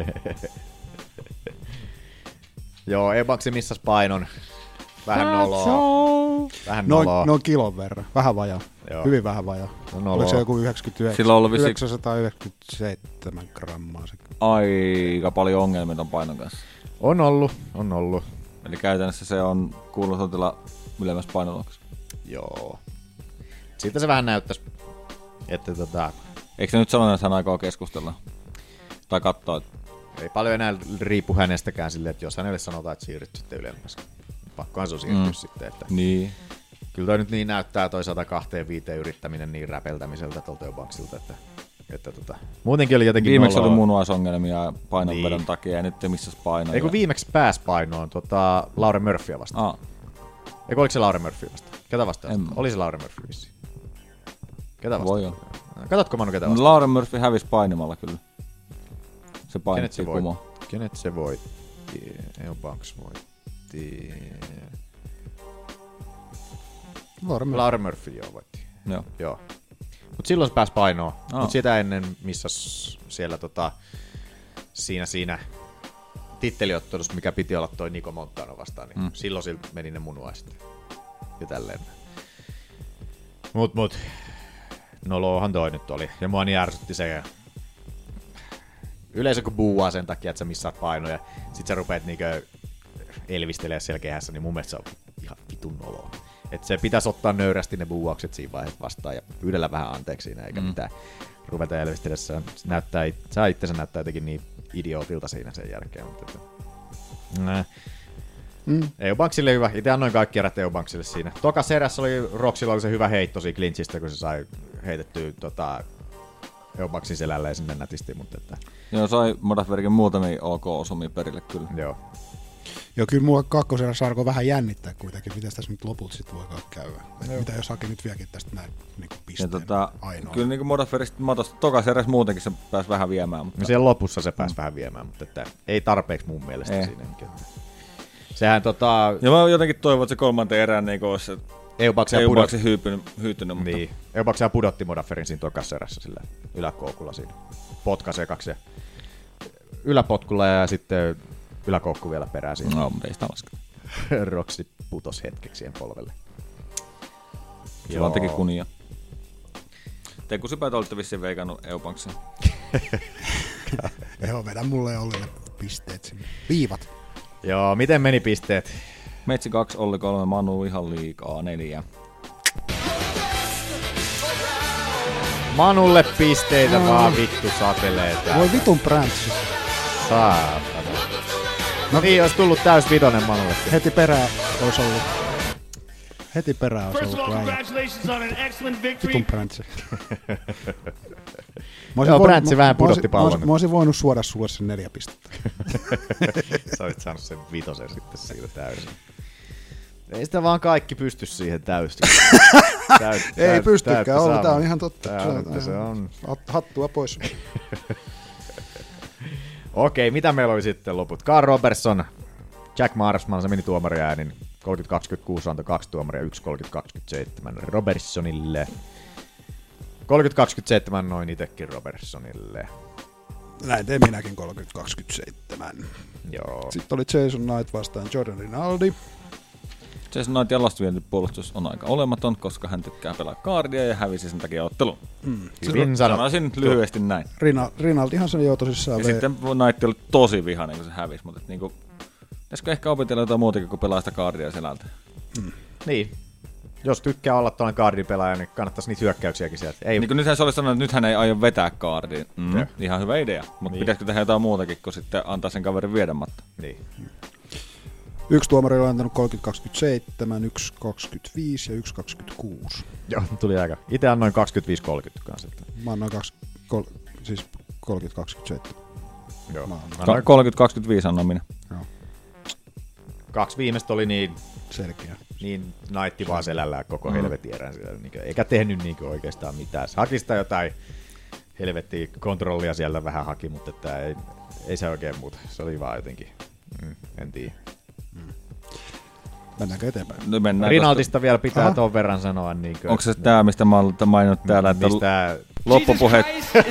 Speaker 6: Joo, Eubanksi missas painon? Vähän noloa. Vähän noloa.
Speaker 5: Noin, noin kilon verran. Vähän vajaa. Joo. Hyvin vähän vajaa. No oliko se joku yhdeksänkymmentäyhdeksän, yhdeksänsataayhdeksänkymmentäseitsemän grammaa? Se.
Speaker 11: Aika paljon ongelmia ton painon kanssa.
Speaker 6: On ollut, on ollut.
Speaker 11: Eli käytännössä se on kuulosotila ylemmässä painoluokassa.
Speaker 6: Joo. Siitä se vähän näyttäisi, että tota...
Speaker 11: Eikö se nyt sanonut, että hän aikoo keskustella? Tai katsoa, että...
Speaker 6: Ei paljon enää riipu hänestäkään silleen, että jos hänelle sanotaan, että siirryt sitten ylemmässä. Pakkohan se on siirtyä mm. sitten, että...
Speaker 11: Niin.
Speaker 6: Kyllä toi nyt niin näyttää toi sata kaksikymmentäviisi yrittäminen niin räpeltämiseltä tuolta Eubanksilta, että... että tota... Muutenkin oli jotenkin...
Speaker 11: Viimeksi noloa. Oli munuaisongelmia painonvedon niin. takia ja nyt missä paino.
Speaker 6: Eikö viimeksi pääs painoon tota, Lauren Murphyä vastaan?
Speaker 11: Aa.
Speaker 6: Eikö oliko se Lauren Murphy vastaan? Ketä vastaan? Oli se Lauren Murphy vissiin. Ketä vastaan?
Speaker 11: Voi olla.
Speaker 6: Katsotko Manu ketä vastaan?
Speaker 11: Lauren Murphy hävisi painimalla kyllä. Se painittiin kumoon.
Speaker 6: Kenet se voitti? Eubanks voitti...
Speaker 5: Lauren Murphy.
Speaker 6: Lauren Murphy joo voitti.
Speaker 11: Joo.
Speaker 6: joo. Mut silloin se pääsi painoon. Oh. Mut sitä ennen missas siellä tota... Siinä siinä... Titteliottelussa, mikä piti olla toi Nico Montano vastaan, niin mm. silloin siltä meni ne munuaiset. Ja tälleen. Mut mut... Nolohan toi nyt oli. Ja mua niin ärsytti se... Yleensä kun buuaa sen takia, että sä missaat painoja, sit sä rupeat niinkö elvistelee siellä kehässä, niin mun mielestä se on ihan vitun noloa. Että se pitäisi ottaa nöyrästi ne buuaukset siinä vaiheessa vastaan ja pyydellä vähän anteeksi siinä, eikä mm. mitään ruveta elvistelee. Se näyttää, sä itsensä näyttää jotenkin niin idiootilta siinä sen jälkeen. Mutta että... Nää. Mm. Eubanksille hyvä. Itse annoin kaikki erät Eubanksille siinä. Tokas erässä oli Roxilla oli se hyvä heitto siinä clinchistä, kun se sai heitettyä tota, Eubanksin selälleen sinne nätisti. Mutta että...
Speaker 11: Joo, sai Modaferikin muutamia OK-osumia perille kyllä.
Speaker 6: Joo.
Speaker 5: Joo, kyllä mua kakkoserässä alkoi vähän jännittää kuitenkin, miten tässä nyt loput sitten voi käydä. Mitä jos Aki nyt vieläkin tästä näin niin pisteen
Speaker 11: tota,
Speaker 5: ainoa.
Speaker 11: Kyllä niin Modaferista matosta tokas erässä muutenkin se pääsi vähän viemään. Mutta...
Speaker 6: No siellä lopussa se pääsi mm. vähän viemään, mutta että ei tarpeeksi mun mielestä ei. Siinä. Sehän tota...
Speaker 11: Ja mä jotenkin toivon, että se kolmanteen erään niin olisi
Speaker 6: Eubanksia
Speaker 11: pudot... hyytynyt. Mutta...
Speaker 6: Niin. Eubanksia pudotti Modaferin siinä tokas erässä sillä yläkoukulla siinä. Potkasi ekaksi yläpotkulla ja sitten yläkoukku vielä perään siinä.
Speaker 11: No, mutta ei sitä lasketa.
Speaker 6: Roxy putos hetkeksi siihen polvelle.
Speaker 11: Sillä on teki kunia. Te kusipäätä olitte vissiin veikannut Eubanksia.
Speaker 5: Joo, vedä mulle ja Ollille pisteet sinne. Viivat.
Speaker 6: Joo, miten meni pisteet?
Speaker 11: Metsi kaksi, Olli kolme, Manu ihan liikaa neljä.
Speaker 6: Manulle pisteitä no. vaan vittu satelee täällä.
Speaker 5: Voi vitun pränssi.
Speaker 6: Saatana. No niin, olisi tullut täys vitonen Manulle.
Speaker 5: Heti perään olisi ollut. Heti perään olisi ollut. Vitun pränssi.
Speaker 6: Joo, pränssi vähän pudotti pallon.
Speaker 5: Mä olisin voinut suoda sulle sen neljä pistettä.
Speaker 6: Sä olit saanut sen vitosen sitten siitä täysin. Ei sitä vaan kaikki pysty siihen täysin. Täyt,
Speaker 5: Ei
Speaker 6: täyt,
Speaker 5: pystykään olla, tämä on ihan totta.
Speaker 6: Tää on, se on.
Speaker 5: Hattua pois.
Speaker 6: Okei, mitä meillä oli sitten loput? Carl Robertson, Jack Marshman, se meni tuomariäänin. kolmekymmentä kaksikymmentäkuusi antoi kaksi tuomaria, yksi kolmekymmentä kaksikymmentäseitsemän Robertsonille. kolmekymmentä kaksikymmentäseitsemän noin itekin Robertsonille.
Speaker 5: Näin tein minäkin kolmekymmentä kaksikymmentäseitsemän.
Speaker 6: Joo.
Speaker 5: Sitten oli Jason Knight vastaan Jordan Rinaldi.
Speaker 11: Jason Knight jalastusvientin puolustus on aika olematon, koska hän tykkää pelaa kaardia ja hävisi sen takia ottelun.
Speaker 5: Mm.
Speaker 11: Hyvin sanoisin lyhyesti näin.
Speaker 5: Rina, Rinaldihan sen jo tosissaan.
Speaker 11: Ja sitten Knight oli tosi vihainen, kun se hävisi, mutta niinku, pitäisikö ehkä opetella jotain muutakin, kun pelaa sitä kaardia selältä.
Speaker 6: Mm. Niin. Jos tykkää olla tuollainen kaardipelaaja, niin kannattaisi niitä hyökkäyksiäkin sieltä. Ei.
Speaker 11: Niin kuin nythän se oli sanonut, että nyt hän ei aio vetää kaardia. Mm. Ihan hyvä idea, mutta niin. Pitäisikö tehdä jotain muutakin, kun sitten antaa sen kaverin viedä matta.
Speaker 6: Niin.
Speaker 5: Yksi tuomari on antanut kolmekymmentä kaksikymmentäseitsemän, yksi kaksikymmentäviisi ja yksi kaksikymmentäkuusi.
Speaker 6: Joo, tuli aika. Itse annoin kaksikymmentäviisi kolmekymmentä kanssa.
Speaker 5: Mä annoin kaksi, kol, siis kolmekymmentä kaksikymmentäseitsemän.
Speaker 6: Joo.
Speaker 11: Ka- kolmekymmentä kaksikymmentäviisi annoin minä.
Speaker 5: Joo.
Speaker 6: Kaksi viimeistä oli niin
Speaker 5: selkeä.
Speaker 6: Niin naitti vaan selällään koko mm. helvetin erään siellä, eikä tehnyt niin oikeastaan mitään. Se haki sitä jotain helvettiä kontrollia siellä vähän haki, mutta että ei, ei se oikein muuta. Se oli vaan jotenkin, mm, en tiedä.
Speaker 5: Mm. Mennäänkö eteenpäin?
Speaker 11: No mennään
Speaker 6: Rinaldista
Speaker 11: tosta.
Speaker 6: vielä pitää Aha. ton verran sanoa. Niin kuin,
Speaker 11: onko se tämä, mistä mä olen maininnut täällä, että
Speaker 6: mistä
Speaker 11: loppupuheet...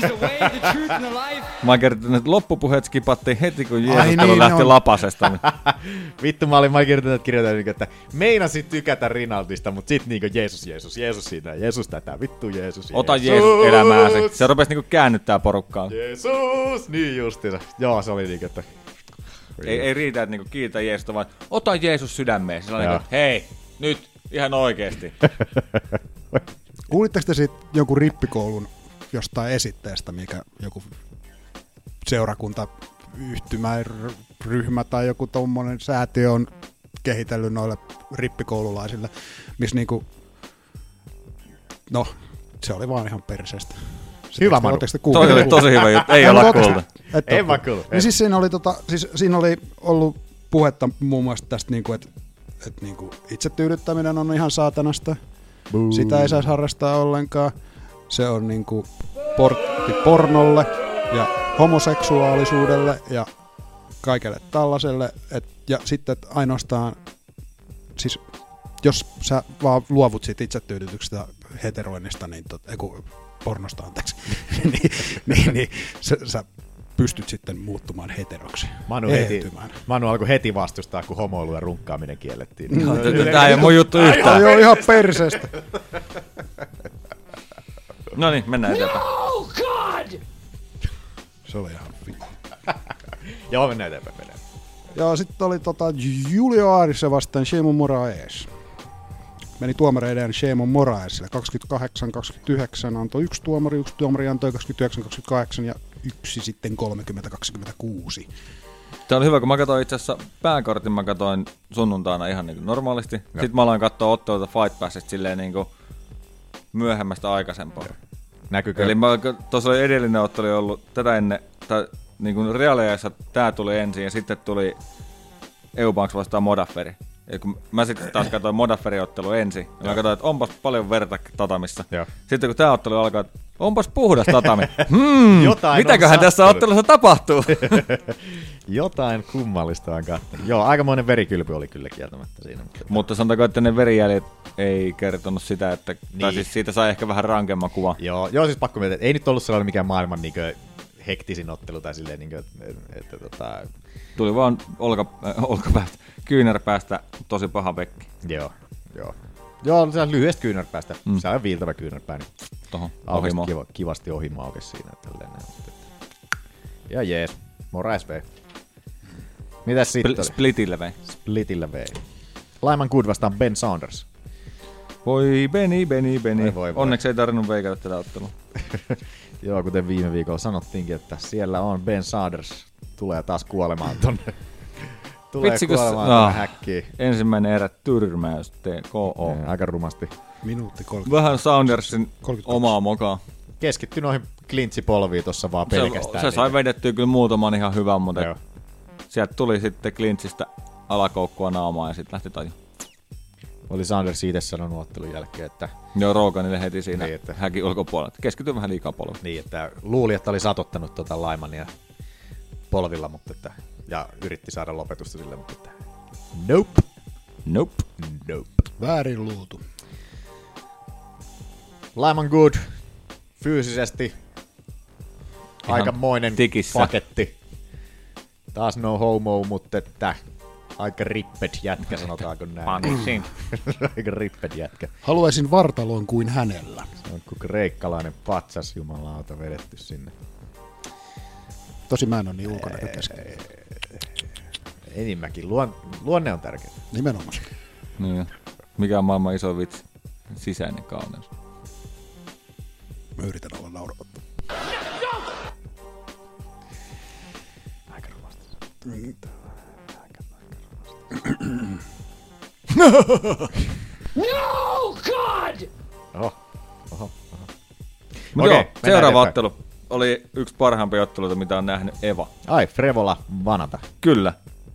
Speaker 11: Mä oon kertonut, että loppupuheet skipattiin heti, kun Jeesus niin, lähti on. lapasesta.
Speaker 6: Vittu, mä olin, mä olin kertonut, että kirjoitan, että meinasit tykätä Rinaldista, mutta sit niinku Jeesus, Jeesus, Jeesus siinä, Jeesus tätä, vittu Jeesus, Jeesus.
Speaker 11: Ota Jeesus elämääsi. Se rupesi niinku käännyttää porukkaan.
Speaker 6: Jeesus, niin justiinsa. Joo, se oli niinku, että...
Speaker 11: Ei, ei riitä, että niinku kiitä Jeesusta, vaan ota Jeesus sydämeen. Sillä niinku, hei, nyt, ihan oikeesti.
Speaker 5: Kuulitteko te siitä jonkun rippikoulun jostain esitteestä, mikä joku seurakunta, yhtymä, ryhmä tai joku tommonen säätiö on kehitellyt noille rippikoululaisille, missä niinku, no, se oli vaan ihan perseestä.
Speaker 6: Hyvä Manu.
Speaker 11: Toi oli tosi hyvä juttu, ei olla kuulta.
Speaker 6: En mä kuulta.
Speaker 5: Niin siis siinä oli, tota, siis siinä oli ollut puhetta muun muassa tästä, niinku, että et, niinku, itsetyydyttäminen on ihan saatanasta. Boo. Sitä ei saisi harrastaa ollenkaan. Se on niinku portti pornolle ja homoseksuaalisuudelle ja kaikelle tällaiselle. Et, ja sitten et ainoastaan, siis jos sä vaan luovut siitä itsetyydytyksestä heteroinnista, niin tot, eiku, pornosta anteeksi, niin, niin, niin sä, sä pystyt sitten muuttumaan heteroksi.
Speaker 6: Manu, heti, Manu alkoi heti vastustaa, kun homoilu ja runkkaaminen kiellettiin.
Speaker 11: No, tää ei ole mun juttu yhtään.
Speaker 5: Joo, ihan perseestä.
Speaker 11: No niin, mennään eteenpäin.
Speaker 19: No, God!
Speaker 5: Se oli ihan vittu.
Speaker 6: Joo, mennään eteenpäin. Mennään.
Speaker 5: Joo, sitten oli tota Julio Arise vastaan Shimon Moraes. Meni tuomareiden Shimon Moraesille. kaksikymmentäkahdeksan kaksikymmentäyhdeksän antoi yksi tuomari, yksi tuomari antoi kaksikymmentäyhdeksän kaksikymmentäkahdeksan ja yksi sitten kolmekymmentä kaksikymmentäkuusi.
Speaker 11: Tämä oli hyvä, kun mä katsoin itse asiassa pääkortin, mä katsoin sunnuntaina ihan niin kuin normaalisti. Ja. Sitten mä aloin katsoa otteluita Fight Passista silleen niin kuin myöhemmästä aikaisempaa.
Speaker 6: Näkyykö?
Speaker 11: Eli tuossa oli edellinen ottelu ollut tätä ennen, tai niin kuin reaaliajassa tää tuli ensin ja sitten tuli Eubanks vastaan Modaferi. Ja kun mä sitten taas katsoin Modaferin ottelu ensin, ja mä katsoin, että onpas paljon verta tatamissa. Ja. Sitten kun tää ottelu alkaa, että onpas puhdas tatami. Hmm, mitäköhän tässä ottelussa tapahtuu?
Speaker 6: Jotain kummallista on katsonut. Joo, aikamoinen verikylpy oli kyllä kieltämättä siinä. Mutta,
Speaker 11: mutta sanotaanko, että ne verijäljet ei kertonut sitä, että niin. Tai siis siitä sai ehkä vähän rankemman kuva.
Speaker 6: Joo, joo siis pakko miettiä, että ei nyt ollut sellainen mikään maailman niin kuin hektisin ottelu tai silleen, niin kuin, että, että, että tota...
Speaker 11: Tuli vaan olka, äh, olkapäästä, kyynärpäästä tosi paha vekki.
Speaker 6: Joo, joo. Joo, se on lyhyestä kyynärpäästä. Mm. Se on viiltävä kyynärpää. Niin
Speaker 11: tohon,
Speaker 6: kiva, kivasti ohimo aukesi siinä. Tälleen. Ja jees, Moraes vei. Mitäs sitten
Speaker 11: Spl- Splitillä vei.
Speaker 6: Splitillä vei. Lyman Good vastaan Ben Saunders.
Speaker 11: Voi Beni, Beni, Beni.
Speaker 6: Voi, voi, voi.
Speaker 11: Onneksi ei tarvinnut veikata tätä ottelua.
Speaker 6: Joo, kuten viime viikolla sanottiinkin, että siellä on Ben Saunders. Tulee taas kuolemaan tonne. Tulee
Speaker 11: Vitsi,
Speaker 6: kuolemaan tonne ah, häkkiin.
Speaker 11: Ensimmäinen erä tyrmäys, T K O.
Speaker 6: Ne, aika rumasti.
Speaker 5: Minuutti kolmekymmentä.
Speaker 11: Vähän Saundersin omaa mokaa.
Speaker 6: Keskittyi noihin klintsipolviin tossa vaan pelkästään.
Speaker 11: Se, se sai vedettyä kyllä muutaman ihan hyvän, mutta sieltä tuli sitten klintsistä alakoukkua naamaa ja sitten lähti taju.
Speaker 6: Oli Sanders itse sanonut ottelun jälkeen, että...
Speaker 11: Joo, Roganille heti siinä
Speaker 6: niin, että,
Speaker 11: häkin ulkopuolella. Keskityi vähän liikaa polvilla.
Speaker 6: Niin, että luuli, että oli satottanut tota Lymania polvilla, mutta että, ja yritti saada lopetusta sille, mutta että... Nope.
Speaker 11: Nope.
Speaker 6: Nope.
Speaker 5: Väärin luultu.
Speaker 6: Lyman Good. Fyysisesti
Speaker 11: ihan
Speaker 6: aikamoinen
Speaker 11: tikissä
Speaker 6: paketti. Taas no homo, mutta että aika ripped jätkä, sanotaanko näin. Aika ripped jätkä.
Speaker 5: Haluaisin vartalon kuin hänellä.
Speaker 6: Se on kuin kreikkalainen patsas, jumalauta, vedetty sinne.
Speaker 5: Tosi mä en ole niin ulkonäkökeskeinen.
Speaker 6: Enimmäkin. Luon, luonne on tärkeä.
Speaker 5: Nimenomaan.
Speaker 11: Niin. Mikä on maailman iso vitsi? Sisäinen kauneus.
Speaker 5: Mä yritän olla nauramatta.
Speaker 6: Aika rumasti.
Speaker 9: No, God!
Speaker 6: Oho, oho, oho.
Speaker 11: Mut
Speaker 6: Okei,
Speaker 11: joo, seuraava
Speaker 6: eteenpäin.
Speaker 11: ottelu oli yksi parhaimpia otteluita, mitä on nähnyt Eva.
Speaker 6: Ai, Frevola Vanata.
Speaker 11: Kyllä.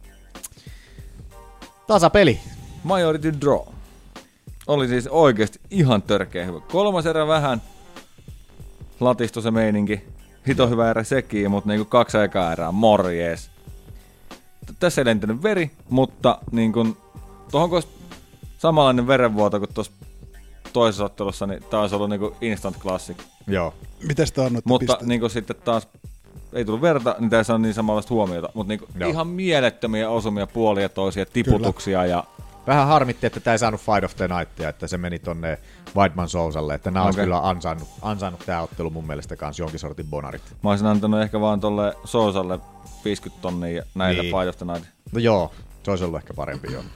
Speaker 6: Tasapeli.
Speaker 11: Majority draw. Oli siis oikeesti ihan törkeä hyvä. Kolmas erä vähän latisto se meininki. Hito hyvä erä sekin, mutta niinku kaksi ekaa erää, morjees. Tässä ei lentänyt veri, mutta niinku, tohon kun samanlainen verenvuoto kuin tuossa toisessa ottelussa, niin tää olisi ollut niinku instant classic.
Speaker 6: Joo.
Speaker 5: Mites te annoitte
Speaker 11: Mutta
Speaker 5: pisteet?
Speaker 11: niinku sitten taas ei tullut verta, niin tää ei saa niin samanlaista huomiota. Mutta niinku ihan mielettömiä osumia puolia toisia, tiputuksia. Kyllä. Ja
Speaker 6: vähän harmitti, että tää ei saanut Fight of the Nightia, että se meni tonne Weidman Sousalle, että nää okay. olisi kyllä ansainnut, ansainnut tää ottelu mun mielestä kans jonkin sortin bonarit.
Speaker 11: Mä olisin antanut ehkä vaan tolle Sousalle viisikymmentä tonnia näille niin. Fight of the Night.
Speaker 6: No joo, se olisi ollut ehkä parempi joo.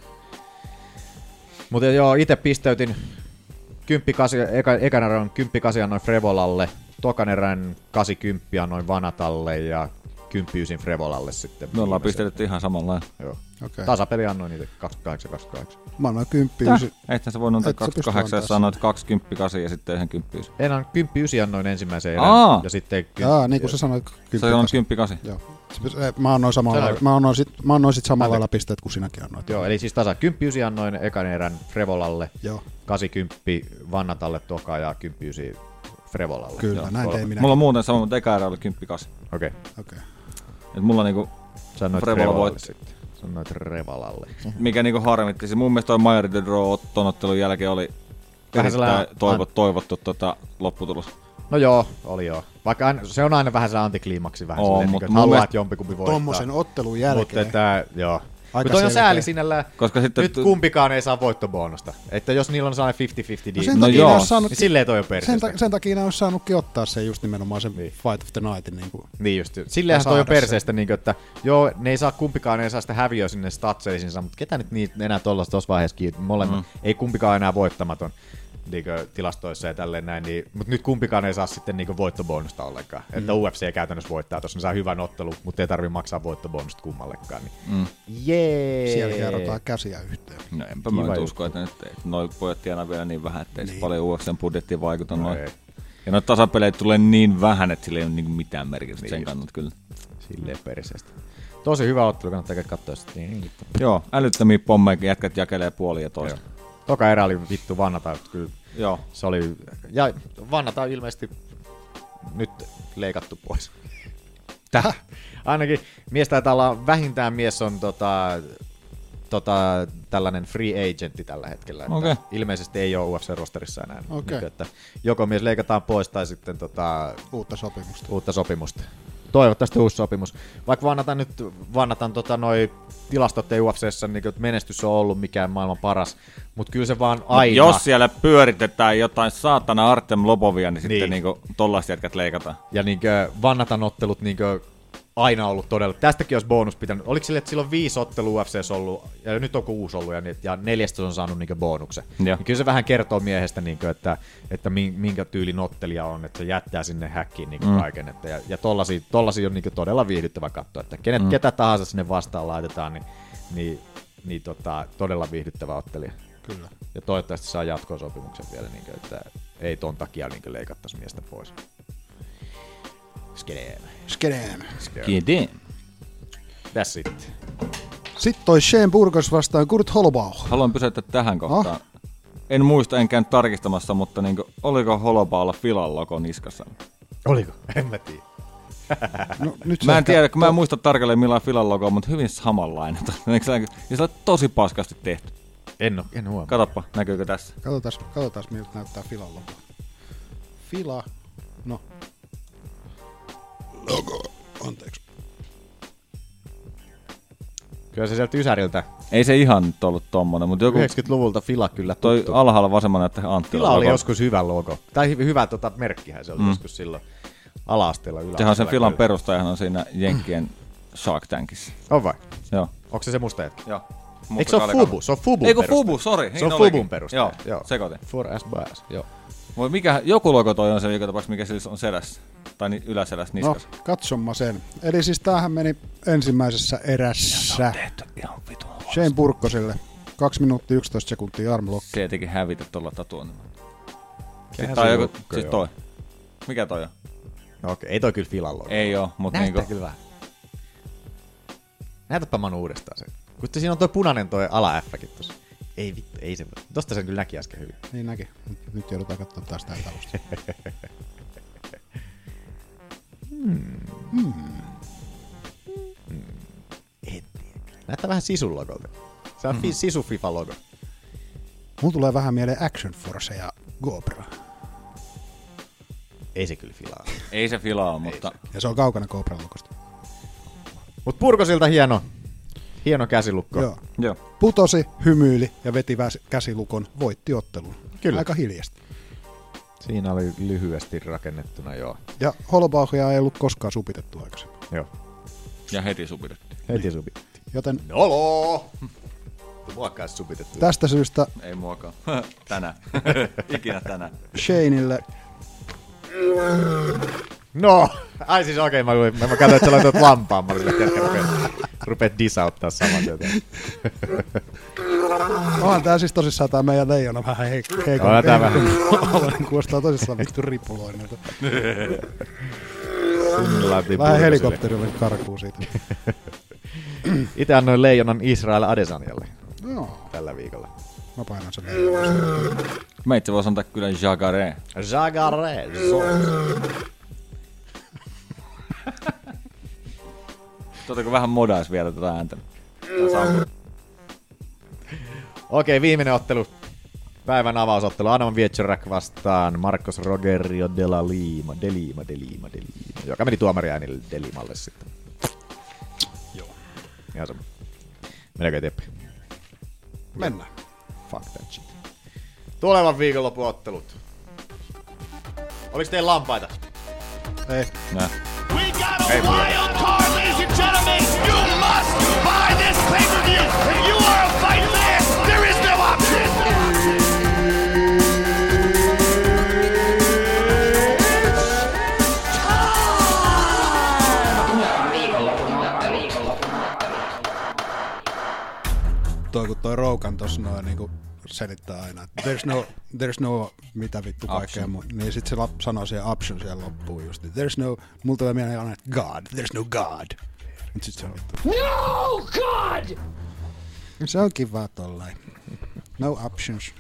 Speaker 6: Mutta joo, ite pisteytin kymppi-kasi, eka, ekan erän kymppi kasi annoin Frevolalle, tokan erän kahdeksankymmentä annoin Vanatalle ja kymmenen yhdeksän Frevolalle sitten.
Speaker 11: Me ollaan pistetty ihan samanlainen.
Speaker 6: Joo.
Speaker 5: Okay.
Speaker 6: Tasapeli annoin niitä kaksikymmentäkahdeksan kaksikymmentäkahdeksan.
Speaker 5: Mä annoin kymmenen.
Speaker 11: Eihän sä voinut antaa kaksikymmentäkahdeksan, jos sanoit kaksikymmentäkahdeksan ja sitten ihan kymmenen.
Speaker 6: En annan kymmenen yhdeksän annoin ensimmäisen erän.
Speaker 11: Aa.
Speaker 6: Ja sitten
Speaker 5: Jaa, niin kuin sä sanoit
Speaker 11: kymmenen. Sä sanoit kymmenen kahdeksan. Joo.
Speaker 5: Mä annoin samalla, mä annoin sit, mä annoin sit samalla lailla pisteet kuin sinäkin annoit.
Speaker 6: Joo, eli siis tasa kymmenen yhdeksän annoin ekan erän Frevolalle.
Speaker 5: Joo.
Speaker 6: kahdeksankymmentä Vannatalle toka ja kymmenen yhdeksän Frevolalle.
Speaker 5: Kyllä, joo, näin tein minä.
Speaker 11: Mulla on muuten sama, mutta eka erä oli kymmenen kahdeksan.
Speaker 6: Okei. Okay.
Speaker 5: Okei. Okay.
Speaker 11: Et mulla niinku
Speaker 6: Frevola voitti. Sitten. Sanoit Revolalle.
Speaker 11: Mikä niinku harmitti. Siis mun mielestä toi Majority Draw ton ottelun jälkeen oli erittäin toivot, toivottu tota lopputulos.
Speaker 6: No joo, oli joo. Vaikka aina, se on aina vähän se antikliimaksi vähän
Speaker 11: Oo,
Speaker 6: silleen,
Speaker 11: mut
Speaker 6: niin, että haluaa, että jompikumpi voittaa.
Speaker 5: Tommosen ottelun jälkeen.
Speaker 6: Mutta että, joo. Mutta toi on sääli sinällään.
Speaker 11: Koska sitten
Speaker 6: nyt kumpikaan ei saa voittobonusta. Että jos niillä on sellainen viisikymmentä viisikymmentä
Speaker 5: no
Speaker 6: diili,
Speaker 5: no
Speaker 6: niin,
Speaker 5: saanut,
Speaker 6: niin silleen toi on perseestä.
Speaker 5: Sen, ta- sen takia ne olisi saanutkin ottaa sen just nimenomaan sen niin. Fight of the Nightin. Niin, kuin
Speaker 6: niin just. Silleenhän toi on perseestä, niin, että joo, ne ei saa kumpikaan, ne ei saa sitä häviöä sinne statseisinsa, mutta ketä nyt niitä enää tollaista tossa vaiheessakin, molemmat, mm. ei kumpikaan enää voittamaton. Niinkö tilastoissa ja tälleen näin, niin, mutta nyt kumpikaan ei saa sitten niinkö voittobonusta ollenkaan. Mm. Että U F C käytännössä voittaa, tuossa ne saa hyvän ottelu, mutta ei tarvitse maksaa voittobonusta kummallekaan. Niin.
Speaker 11: Mm.
Speaker 6: Jee!
Speaker 5: Siellä hierotaan käsiä yhteen.
Speaker 11: No enpä mä nyt usko, että nyt noi pojat tienaa vielä niin vähän, ettei niin. se paljon U F C:n budjettiin vaikuta no noin. Ja noita tasapeleitä tulee niin vähän, että sillä ei ole niinku mitään merkitystä niin sen kannalta kyllä.
Speaker 6: Silleen perisestä. Tosi hyvä ottelu, kannattaa käydä katsoa sitten. Niin,
Speaker 11: joo, älyttömiä pommeja, jätkät jakelee puoli ja toista.
Speaker 6: Toka erä oli vittu Vannata, kyllä.
Speaker 11: Joo.
Speaker 6: Se oli, ja Vannata on ilmeisesti nyt leikattu pois.
Speaker 5: Täh?
Speaker 6: Ainakin mies taitaa olla, vähintään mies on tota, tota, tällainen free agentti tällä hetkellä.
Speaker 11: Okay.
Speaker 6: Ilmeisesti ei ole U F C-rosterissa enää.
Speaker 5: Okay.
Speaker 6: Nyt, että joko mies leikataan pois tai sitten tota,
Speaker 5: uutta sopimusta.
Speaker 6: Uutta sopimusta. Toivottavasti uusi sopimus. Vaikka vannataan nyt vannataan tota, noi tilastot ei U F C:ssä, niin menestys on ollut mikään maailman paras, mutta kyllä se vaan aina...
Speaker 11: Jos siellä pyöritetään jotain saatana Artem Lobovia, niin, niin. sitten niinku tollaiset jätkät leikataan.
Speaker 6: Ja niin vannatan ottelut niin aina ollut todella... Tästäkin olisi bonus pitänyt. Oliko sille, että silloin viisi ottelua U F C:ssä ollut, ja nyt on kuusi ollut, ja, ja neljästä on saanut niin bonuksen. Niin kyllä se vähän kertoo miehestä, niin kuin, että, että minkä tyylin ottelija on, että se jättää sinne häkkiin niin mm. kaiken. Että, ja ja tollasia, tollasia on niin todella viihdyttävä katsoa, että kenet, mm. ketä tahansa sinne vastaan laitetaan, niin, niin, niin tota, todella viihdyttävä ottelija.
Speaker 5: Kyllä.
Speaker 6: Ja toivottavasti saa jatkosopimuksen vielä, niin kuin, että ei ton takia niin leikattaisi miestä pois. Skedem.
Speaker 5: Skedem.
Speaker 11: Skedem.
Speaker 6: That's it.
Speaker 5: Sitten toi Shane Burgos vastaan Kurt Holobaugh.
Speaker 11: Haluan pysäyttää tähän kohtaan. Oh. En muista, en käynyt tarkistamassa, mutta niinku, oliko Holobaughlla Filan logo niskassa?
Speaker 6: Oliko? En mä tiedä.
Speaker 5: No, nyt
Speaker 11: mä en tiedä, kun mä en muista tarkalleen millään Filan logo, mutta hyvin samanlainen. Ja se on tosi paskasti tehty.
Speaker 6: En, en huomaa.
Speaker 11: Katoppa, näkyykö tässä?
Speaker 5: Katsotaan, katsotaan miltä näyttää Filan logo. Fila, no. Logo, anteeksi.
Speaker 6: Kyllä se sieltä Ysäriltä.
Speaker 11: Ei se ihan nyt ollut tommonen, mutta joku...
Speaker 6: yhdeksänkymmentäluvulta Fila kyllä tuttu.
Speaker 11: Toi alhaalla vasemmalla näyttää Anttila.
Speaker 6: Fila oli logo. Joskus hyvä logo. Tai hyvä tota, merkkihän se oli mm. joskus silloin ala-asteella yläasteella.
Speaker 11: Sehän sen Filan perustajahan on siinä Jenkkien Shark Tankissa.
Speaker 6: On vai?
Speaker 11: Joo.
Speaker 6: Onko se se musta jätkä?
Speaker 11: Joo.
Speaker 6: Eikö se ole Fubu? Se on Fubun
Speaker 11: Eikö Fubu, sori.
Speaker 6: Se on Fubun perustaja.
Speaker 11: Joo, joo. Sekoitin.
Speaker 6: For as bass, joo.
Speaker 11: Voi mikä, joku logo toi on se joka tapauksessa, mikä siis on selässä. Tai ni, yläselässä niskassa.
Speaker 5: No, katsomma sen. Eli siis tämähän meni ensimmäisessä erässä Shane Burgosille. kaksi minuuttia yksitoista sekuntia armlokki.
Speaker 11: Se jotenkin hävitä tuolla tatuoinnilla. Sitten on joku, siis toi. Mikä toi on?
Speaker 6: No okei, ei toi kyllä Filan logo.
Speaker 11: Ei oo, mutta
Speaker 6: näyttää
Speaker 11: niinku...
Speaker 6: kyllä vähän. Näytäpä Manu uudestaan sen. Kun siinä on toi punainen toi ala-F:kin tossa. Ei vittu, ei se. Tosta sen kyllä näki äsken hyvin.
Speaker 5: Niin näki. Nyt joudutaan katsoa taas täältä alusta.
Speaker 6: hmm. Hmm. Hmm. En tiedä. Näyttää vähän Sisun logolta. Se on mm-hmm. Sisu FIFA-logo.
Speaker 5: Mulla tulee vähän mieleen Action Force ja GoPro.
Speaker 6: Ei se kyllä filaa.
Speaker 11: Ei se filaa, mutta...
Speaker 5: Se. Ja se on kaukana GoPron logosta.
Speaker 6: Mut Burgosilta hieno. Hieno käsilukko.
Speaker 5: Joo.
Speaker 11: Joo.
Speaker 5: Putosi, hymyili ja veti käsilukon, voitti ottelun.
Speaker 6: Kyllä.
Speaker 5: Aika hiljasta.
Speaker 6: Siinä oli lyhyesti rakennettuna, joo.
Speaker 5: Ja Holobaughia ei ollut koskaan supitettu aikaisemmin.
Speaker 6: Joo.
Speaker 11: Ja heti supitettiin.
Speaker 6: Heti supitettiin.
Speaker 5: Joten...
Speaker 6: Nolo! Muakaan supitettu.
Speaker 5: Tästä syystä...
Speaker 11: Ei muakaan. Tänään. Ikinä tänään.
Speaker 5: Shaneille...
Speaker 6: No! Ai siis okei, okay, mä, mä, mä katsoin, että sä laitat lampaan. Mä olin sille, että rupeat, rupeat disauttaa saman työtä.
Speaker 5: Onhan tää siis tosissaan tää meidän leijona vähän heik- heikon.
Speaker 6: Onhan tää vähän.
Speaker 5: Olen kuulostaa tosissaan vittu ripuloinnilta. Vähän helikopterille karkuu siitä.
Speaker 6: Itse annoin leijonan Israel Adesanjalle.
Speaker 5: No.
Speaker 6: Tällä viikolla.
Speaker 5: Mä painan sen leijonan.
Speaker 11: Mä itse vois antaa kyllä Jagare.
Speaker 6: Jagare.
Speaker 11: Tuotako vähän modais vielä tätä ääntä?
Speaker 6: Okei, viimeinen ottelu. Päivän avausottelu. Adam Wieczorek vastaan Marcos Rogerio de la Lima. De Lima, de Lima, de Lima. Joka meni tuomariäänille de Limalle sitten.
Speaker 5: Joo.
Speaker 6: Ihan sama. Mennäänkö eteenpäin?
Speaker 5: Mennään.
Speaker 6: Fuck that shit. Tulevan viikonlopun ottelut. Oliks teillä lampaita?
Speaker 5: Ei.
Speaker 11: Nää.
Speaker 12: We got a wild card, ladies and gentlemen. You must buy this pay-per-view. If you are a fight fan, there is no option.
Speaker 5: Toi kun toi Rogan tossa noin niinku selittää aina, että there's no, there's no mitä vittu kaikkea muu. Niin sit se lap, sanoo siihen option siellä loppuun just. There's no, mulla tulee mieleen aina, että God, there's no God. Mut sit se on vittu.
Speaker 12: No God!
Speaker 5: Se on kiva tollain. No options.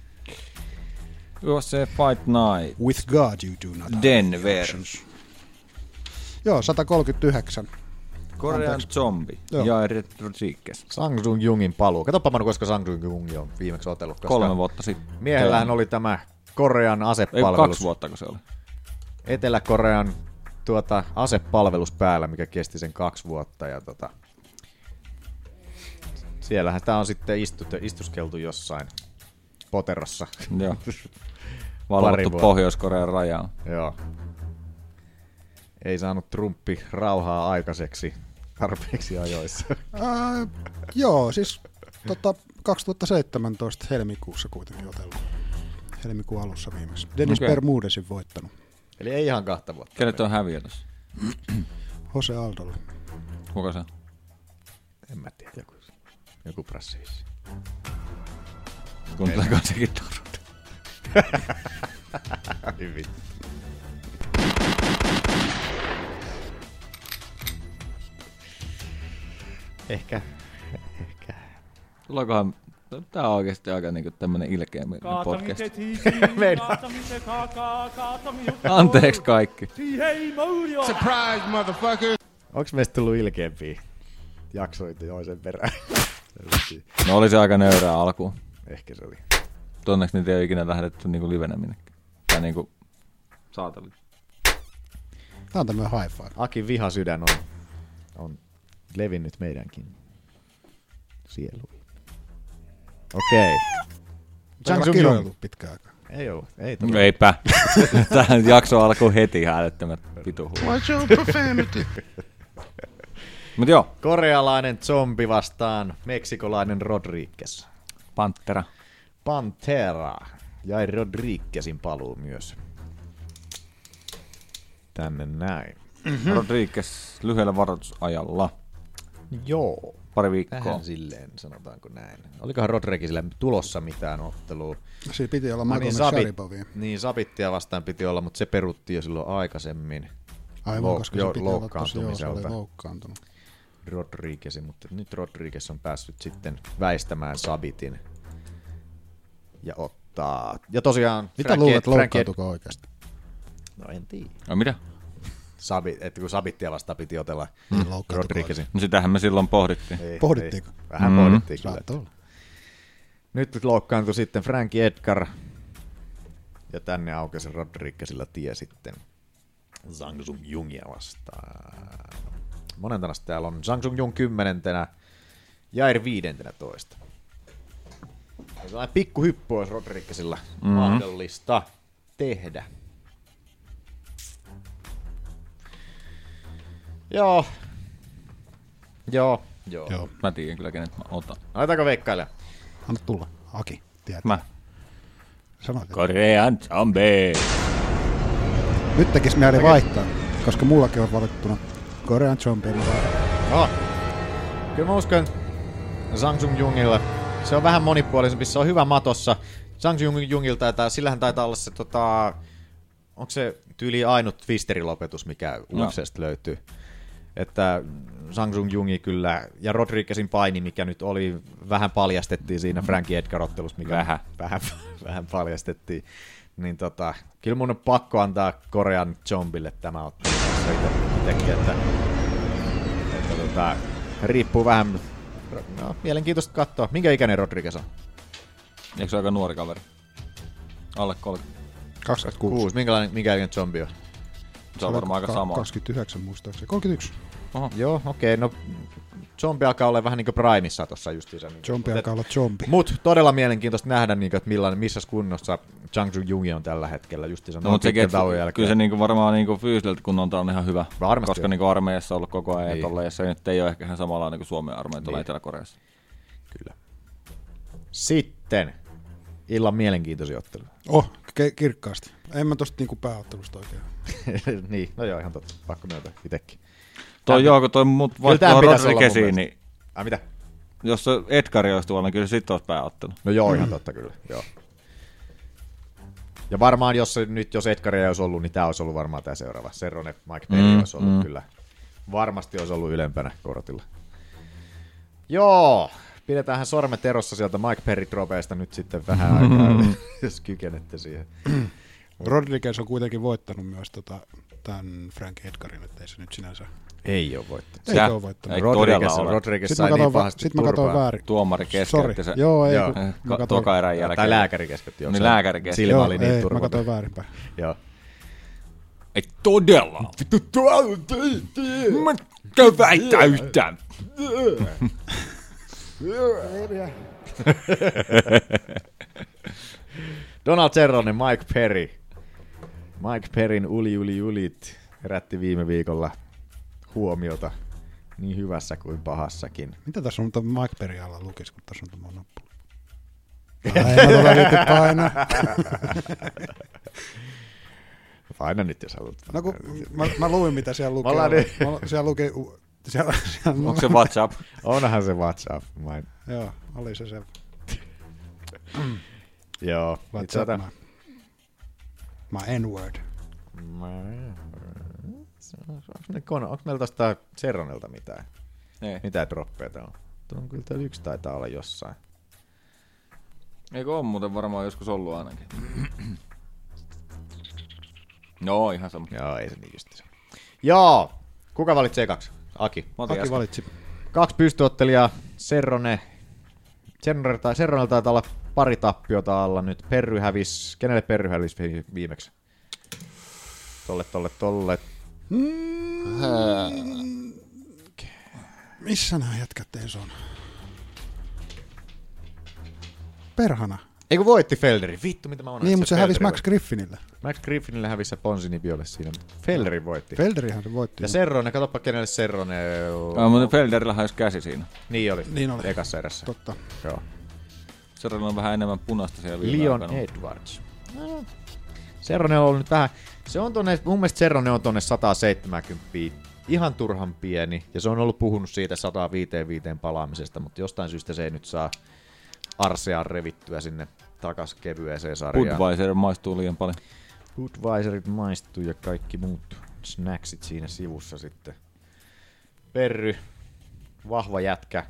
Speaker 11: U F C Fight Night.
Speaker 5: With God you do not
Speaker 11: Denver.
Speaker 5: Joo, sata kolmekymmentäyhdeksän.
Speaker 11: Korean Zombie
Speaker 5: Joo.
Speaker 11: ja Rodriguez.
Speaker 6: Sang Sung Jungin paluu. Katoppa Manu, koska Sang Sung Jung on viimeksi otellut. Koska
Speaker 11: Kolme vuotta sitten.
Speaker 6: Miehellähän oli tämä Korean asepalvelus.
Speaker 11: Ei, kaksi vuotta, kun se oli.
Speaker 6: Etelä-Korean tuota, asepalvelus päällä, mikä kesti sen kaksi vuotta. Ja tota, siellähän tämä on sitten istut, istuskeltu jossain poterossa.
Speaker 11: Joo. Valvottu Pohjois-Korean rajaa.
Speaker 6: Joo. Ei saanut Trumpi rauhaa aikaiseksi tarpeeksi ajoissa.
Speaker 5: Äh, joo, siis tota, kaksituhattaseitsemäntoista helmikuussa kuitenkin otellut. Helmikuun alussa viimeksi. Dennis okay. Bermudesin voittanut.
Speaker 6: Eli ei ihan kahta vuotta.
Speaker 11: Kenet on häviö tässä?
Speaker 5: Jose Aldolle.
Speaker 11: Kuka se?
Speaker 6: En mä tiedä. Joku, joku prassiis.
Speaker 11: Kuunteleeko sekin torut?
Speaker 6: Hyvin. Ehkä,
Speaker 11: Tullaankohan... Tää on oikeesti aika niinku tämmönen ilkeä podcast. Anteeksi kaikki.
Speaker 12: Surprise, motherfucker!
Speaker 6: Onks meistä tullut ilkeämpiä jaksoita toisen perään?
Speaker 11: No oli se aika nöyrää alkuun.
Speaker 6: Ehkä se oli.
Speaker 11: Onneksi niitä ei ole ikinä lähdetty niinku livenä minnekään. Tai niinku saatavilla.
Speaker 5: Tää on tämmönen high five.
Speaker 6: Akin vihasydän on, on levinnyt meidänkin sieluihin. Okei.
Speaker 5: Onko sä kiroiltu pitkään aikaa?
Speaker 6: Ei ollut. Ei
Speaker 11: tullut. Eipä. Tähän jakso alkoi heti älyttömät vitu.
Speaker 12: What's your profanity?
Speaker 11: Mut joo.
Speaker 6: Korealainen zombi vastaan meksikolainen Rodriguez.
Speaker 11: Pantera.
Speaker 6: Pantera. Ja Rodriguezin paluu myös. Tänne näin.
Speaker 11: Mm-hmm. Rodriguez lyhyellä varoitusajalla.
Speaker 6: Joo.
Speaker 11: Pari viikkoa.
Speaker 6: Vähän silleen, sanotaanko näin. Olikohan Rodriguezille tulossa mitään ottelua?
Speaker 5: Siinä piti olla Magomed Sharipovia.
Speaker 6: Niin, Sabittia vastaan piti olla, mutta se peruttiin jo silloin aikaisemmin.
Speaker 5: Aivan, koska
Speaker 6: jo,
Speaker 5: se piti olla tosi, joo, se
Speaker 6: loukkaantumiselta.
Speaker 5: oli loukkaantunut.
Speaker 6: Rodriguezin, mutta nyt Rodriguez on päässyt sitten väistämään Sabitin. Ja ottaa. Ja tosiaan...
Speaker 5: Mitä luulet, loukkaantuko oikeasti?
Speaker 6: No en tiedä.
Speaker 11: No mitä?
Speaker 6: Sabit, että kun Sabittia vastaan piti otella
Speaker 5: niin,
Speaker 6: Rodriguezin.
Speaker 11: No sitähän me silloin pohdittiin.
Speaker 6: Ei,
Speaker 5: Pohdittiinko?
Speaker 6: Ei. Vähän
Speaker 11: mm.
Speaker 6: pohdittiin
Speaker 5: kyllä.
Speaker 6: kyllä. Nyt loukkaantui sitten Frankie Edgar. Ja tänne aukesi Rodriguezilla tie sitten Zhang Zhung Jungia vastaan. Monentanas täällä on Zhang Zhung Jung kymmenentenä, Jair viidentenä toista. Sellainen pikku hyppy olisi Rodriguezilla mm-hmm. mahdollista tehdä. Joo. Joo. Joo.
Speaker 5: Joo.
Speaker 11: Mä tiedän kyllä, kenet mä otan.
Speaker 6: Aletaanko veikkailla?
Speaker 5: Anna tulla. Aki, tiedät.
Speaker 11: Mä.
Speaker 5: Sanoit, että...
Speaker 11: Korean zombie.
Speaker 5: Nyt tekis mieli vaihtaa, koska mullakin on valittuna Korean zombie.
Speaker 6: No. Kyllä mä uskon Zhang Zhung Jungille. Se on vähän monipuolisempi, se on hyvä matossa. Zhang Zhung Jungilta taitaa, sillähän taitaa olla se tota... Onko se tyyli ainut twisterilopetus, mikä U F C:stä no. löytyy? Että Zhang Zhung Jungi kyllä, ja Rodriguezin paini, mikä nyt oli, vähän paljastettiin siinä Frankie Edgar-ottelussa, mikä
Speaker 11: vähän.
Speaker 6: vähän, vähän paljastettiin. Niin tota, kyllä mun on pakko antaa Korean zombille tämä ottelu itsekin, että, että tota, riippuu vähän, no, mielenkiintoista katsoa. Minkä ikäinen Rodriguez on?
Speaker 11: Eikö se aika nuori kaveri? Alle kolmekymmentä.
Speaker 5: kaksikymmentäkuusi.
Speaker 6: Minkälainen, minkä ikäinen zombi on?
Speaker 11: Se on varmaan aika sama.
Speaker 5: kaksikymmentäyhdeksän muistaakseni. kolmekymmentäyksi.
Speaker 6: Oho. Joo, okei. Okay, no zombi alkaa olla vähän niin kuin primissa tuossa justiinsa. Niin
Speaker 5: zombi alkaa olla zombi.
Speaker 6: Mut todella mielenkiintoista nähdä, niin kuin, että millainen, missä kunnossa Zhang Zhung Jungi on tällä hetkellä justiinsa.
Speaker 11: No, mutta sekin, kyllä se niin kuin varmaan niin kuin fyysiltä kunnolta on ihan hyvä.
Speaker 6: Varmasti
Speaker 11: koska niin kuin armeijassa on ollut koko ajan
Speaker 6: niin.
Speaker 11: tolle, ja se nyt ei ole ehkä ihan samanlainen kuin Suomen armeija tuolla niin. Etelä-Koreassa.
Speaker 6: Kyllä. Sitten illan mielenkiintoisia ottelu.
Speaker 5: Oh, ke- kirkkaasti. En mä tosta niinku pääottelusta oikein.
Speaker 6: Niin, no joo, ihan totta. Pakko myöntää itekin.
Speaker 11: Toi joo, kun toi mut vaihtoa Rodrigueziin, niin...
Speaker 6: Ai mitä?
Speaker 11: Jos Edgari olisi tuolla, niin kyllä se sitten olisi pääottelu.
Speaker 6: No joo, ihan totta kyllä, joo. Ja varmaan, jos se, nyt jos Edgari ei olisi ollut, niin tämä olisi ollut varmaan tämä seuraava. Serrone, Mike Perry mm, olisi ollut mm. kyllä. Varmasti olisi ollut ylempänä kortilla. Joo, pidetäänhän sormet erossa sieltä Mike Perry-tropeista nyt sitten vähän aikaa, jos kykenette siihen.
Speaker 5: Rodriguez on kuitenkin voittanut myös tota, tämän Frank Edgarin, ettei se nyt sinänsä...
Speaker 6: Ei ole voittanut.
Speaker 5: Ei ole voittanut.
Speaker 11: Ei
Speaker 6: Rodriguez, Rodriguez sai niin pahasti
Speaker 5: sit mä katsoin väärin.
Speaker 11: Tuomari keskeytti se.
Speaker 5: Joo, ei.
Speaker 11: Joo. Ka- toka erän jälkeen.
Speaker 6: Tai lääkäri keskeytti.
Speaker 11: Niin lääkäri keskeytti.
Speaker 6: Silmä oli niin
Speaker 5: ei,
Speaker 6: turvaton.
Speaker 5: mä katsoin väärinpäin.
Speaker 6: Joo.
Speaker 11: Ei todella.
Speaker 6: Vittu tuolla.
Speaker 11: Mä käy väittää yhtään.
Speaker 6: Donald Cerrone, Mike Perry. Mike Perryn uli uli ulit herätti viime viikolla huomiota niin hyvässä kuin pahassakin.
Speaker 5: Mitä tässä on Mike Perry alla lukisi, kun tässä on tuommoinen nappu? Ei mä tulla viitti painaa.
Speaker 6: Paina nyt, jos haluat.
Speaker 5: No kun mä, mä luin, mitä siellä lukee. Mä, siellä lukee... Siellä, siellä,
Speaker 11: onko se WhatsApp?
Speaker 6: Onhan se WhatsApp. Mä...
Speaker 5: Joo, oli se se.
Speaker 6: Joo.
Speaker 5: WhatsApp, my, my N-word.
Speaker 6: Onko meillä tuosta Cerronelta mitään?
Speaker 11: Ei.
Speaker 6: Mitä droppeja täällä on? on kyllä täällä yksi taitaa olla jossain.
Speaker 11: Eikö ole muuten varmaan joskus ollut ainakin? No, ihan sama.
Speaker 6: Joo, ei se niin just se. Joo, kuka valitsi ekaksi? Aki.
Speaker 5: Aki äsken. Valitsi.
Speaker 6: Kaksi pystyottelijaa, Serrone. Serronella taitaa olla pari tappiota alla nyt. Perry hävisi, kenelle Perry hävisi viimeksi? Tolle, tolle, tolle.
Speaker 5: Mm. Missä nämä jätkät teis on? Perhana.
Speaker 6: Eikö voitti Felderi? Vittu, mitä mä unohdin.
Speaker 5: Niin, mutta se, se hävisi Max
Speaker 6: voitti.
Speaker 5: Griffinille.
Speaker 6: Max Griffinille hävisi se Ponsinibiolle siinä. Felderi voitti.
Speaker 5: Felderihän se voitti.
Speaker 6: Ja Serrone, katsoppa kenelle Serrone...
Speaker 11: No, mutta Felderillä haisi käsi siinä.
Speaker 6: Niin oli.
Speaker 5: Niin oli.
Speaker 6: Ekassa erässä.
Speaker 5: Totta.
Speaker 6: Joo.
Speaker 11: Serrone on vähän enemmän punaista siellä viime
Speaker 6: Leon
Speaker 11: aikana.
Speaker 6: Edwards. No. Serrone on ollut nyt vähän... Se on tonne, mun mielestä Serrone on tonne sata seitsemänkymmentä ihan turhan pieni. Ja se on ollut puhunut siitä sata viisikymmentäviisi palaamisesta, mutta jostain syystä se ei nyt saa arseaan revittyä sinne takas kevyeseen sarjaan.
Speaker 11: Budweiser maistuu liian paljon.
Speaker 6: Budweiserit maistuu ja kaikki muut snacksit siinä sivussa sitten. Perry, vahva jätkä,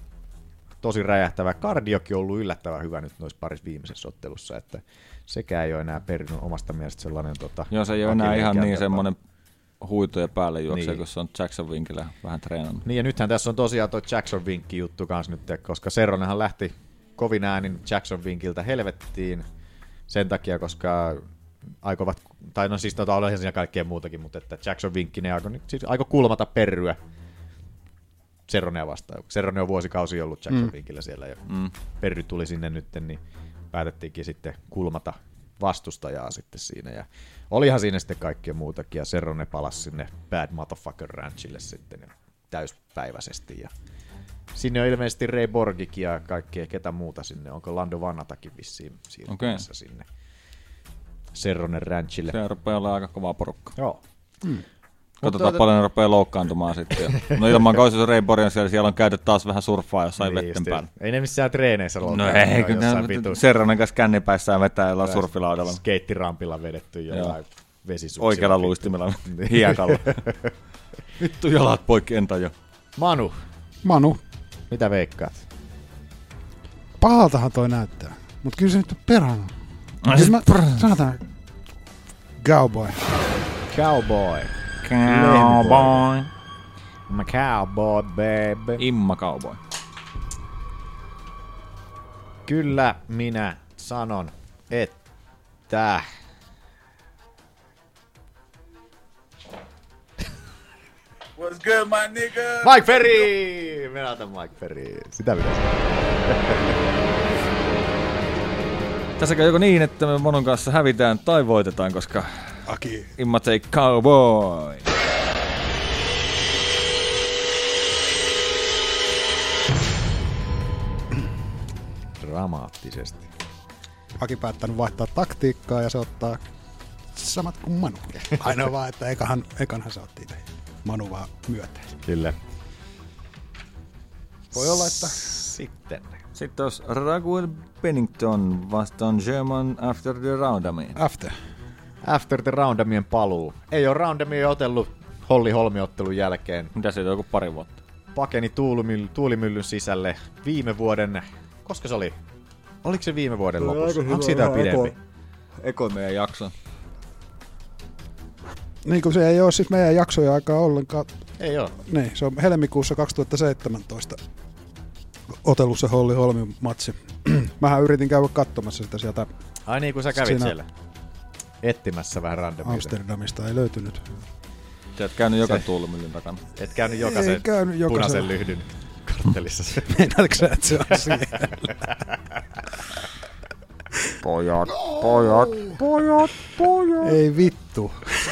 Speaker 6: tosi räjähtävä. Kardiokin on ollut yllättävän hyvä nyt noissa parissa viimeisessä ottelussa, että sekään ei ole enää Perryn omasta mielestä sellainen... Tota,
Speaker 11: joo, se ei ole enää ihan niin semmoinen huitoja päälle juoksee,
Speaker 6: niin.
Speaker 11: Kun se on Jackson Winkillä vähän treenannut.
Speaker 6: Niin ja nythän tässä on tosiaan toi Jackson Winkki juttu kanssa nyt, koska Serronenhan lähti kovin äänin Jackson Winkiltä helvettiin sen takia, koska aikovat, tai no siis tota, olihan siinä kaikkea muutakin, mutta että Jackson Winkkinen aikoi siis aiko kulmata Perryä Serronea vastaan. Serrone on vuosikausi ollut Jackson mm. Winkillä siellä ja mm. Perry tuli sinne nyt, niin päätettiinkin sitten kulmata vastustajaa sitten siinä. Ja olihan siinä sitten kaikkea muutakin ja Serrone palasi sinne Bad Motherfucker Ranchille sitten ja täyspäiväisesti. Ja sinne on ilmeisesti Ray Borgikin ja kaikkea ketä muuta sinne. Onko Lando Vannatakin vissiin siirtymässä okay. sinne Serronen Ranchille.
Speaker 11: Se rupeaa olla aika kovaa porukka.
Speaker 6: Joo.
Speaker 11: Mm. Katsotaan paljon ne rupeaa loukkaantumaan sitten. No ilman kausi se Ray Borg on siellä, siellä on käyty taas vähän surffaa jossain niin vetten päällä.
Speaker 6: Ei ne missään treeneissä
Speaker 11: loukkaantumaan. No ei, kun Serronen kanssa kännipäissään vetää jollain surfilaudalla.
Speaker 6: Skeittirampilla vedetty jollain vesisuksilla.
Speaker 11: Oikealla luistimella hiekalla. Vittu jalat poikki, en tajua.
Speaker 6: Manu.
Speaker 5: Manu.
Speaker 6: Mitä veikkaat?
Speaker 5: Pahaltahan toi näyttää, mutta kyllä se nyt on perhana. Siis mä sanotaan cowboy.
Speaker 6: Cowboy.
Speaker 11: Cowboy.
Speaker 6: I'm a cowboy, baby.
Speaker 11: Imma cowboy.
Speaker 6: Kyllä minä sanon, että...
Speaker 12: What's good, my nigga?
Speaker 6: Mike Perry! Minä otan Mike Perry. Sitä pitäisi.
Speaker 11: Tässä käy joko niin, että me Monon kanssa hävitään tai voitetaan, koska
Speaker 5: Aki.
Speaker 11: Imma say cowboy.
Speaker 6: Dramaattisesti.
Speaker 5: Aki päättänyt vaihtaa taktiikkaa ja se ottaa samat kuin Manu. Ainoa vaan, että ekahan, ekanhan se otti itse. Manu vaan myöteen.
Speaker 6: Kyllä.
Speaker 5: Voi olla, että...
Speaker 6: Sitten.
Speaker 11: Sitten olisi Raguel Pennington vastaan German After the Roundamien.
Speaker 5: After.
Speaker 6: After the Roundamien paluu. Ei ole Roundamia otellut Holli Holmi-ottelun jälkeen.
Speaker 11: Mitä siitä on joku pari vuotta?
Speaker 6: Pakeni tuulimyll- tuulimyllyn sisälle viime vuoden... Koska se oli? Oliko se viime vuoden lopussa? Onko siitä pidempi?
Speaker 11: Eko, eko meidän jakso.
Speaker 5: Niin kuin se ei ole sit meidän jaksoja aikaa ollenkaan.
Speaker 6: Ei ole.
Speaker 5: Niin, se on helmikuussa kaksituhattaseitsemäntoista otelussa Holli Holmin matsi. Mähän yritin käydä katsomassa sitä sieltä.
Speaker 6: Ai niin, kun sä kävit siellä etsimässä vähän randomia.
Speaker 5: Amsterdamista ei löytynyt.
Speaker 11: Sä et käynyt joka tuulimyllyn takana.
Speaker 6: Et käynyt jokaisen,
Speaker 5: käynyt jokaisen
Speaker 6: punaisen lyhdyn karttelissa.
Speaker 5: Meinaatko sä, että se on siellä?
Speaker 11: Pojat, pojat, pojat, pojat.
Speaker 5: Ei vittu.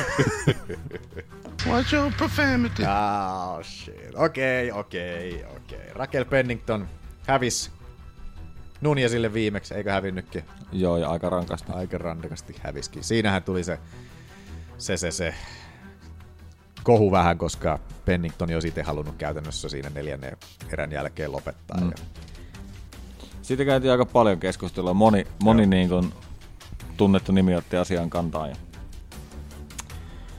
Speaker 12: What's your profanity?
Speaker 6: Oh shit. Okei, okay, okei, okay, okei. Okay. Raquel Pennington hävisi Nunezille viimeksi, eikö hävinnytkin?
Speaker 11: Joo, ja aika rankasti.
Speaker 6: Aika rankasti häviskin. Siinähän tuli se, se, se, se kohu vähän, koska Pennington olisi itse halunnut käytännössä siinä neljännen erän jälkeen lopettaa.
Speaker 11: Mm.
Speaker 6: Ja...
Speaker 11: Siitä käytiin aika paljon keskustelua. Moni, moni niin kuin tunnettu nimi otti asian kantaa. Ja...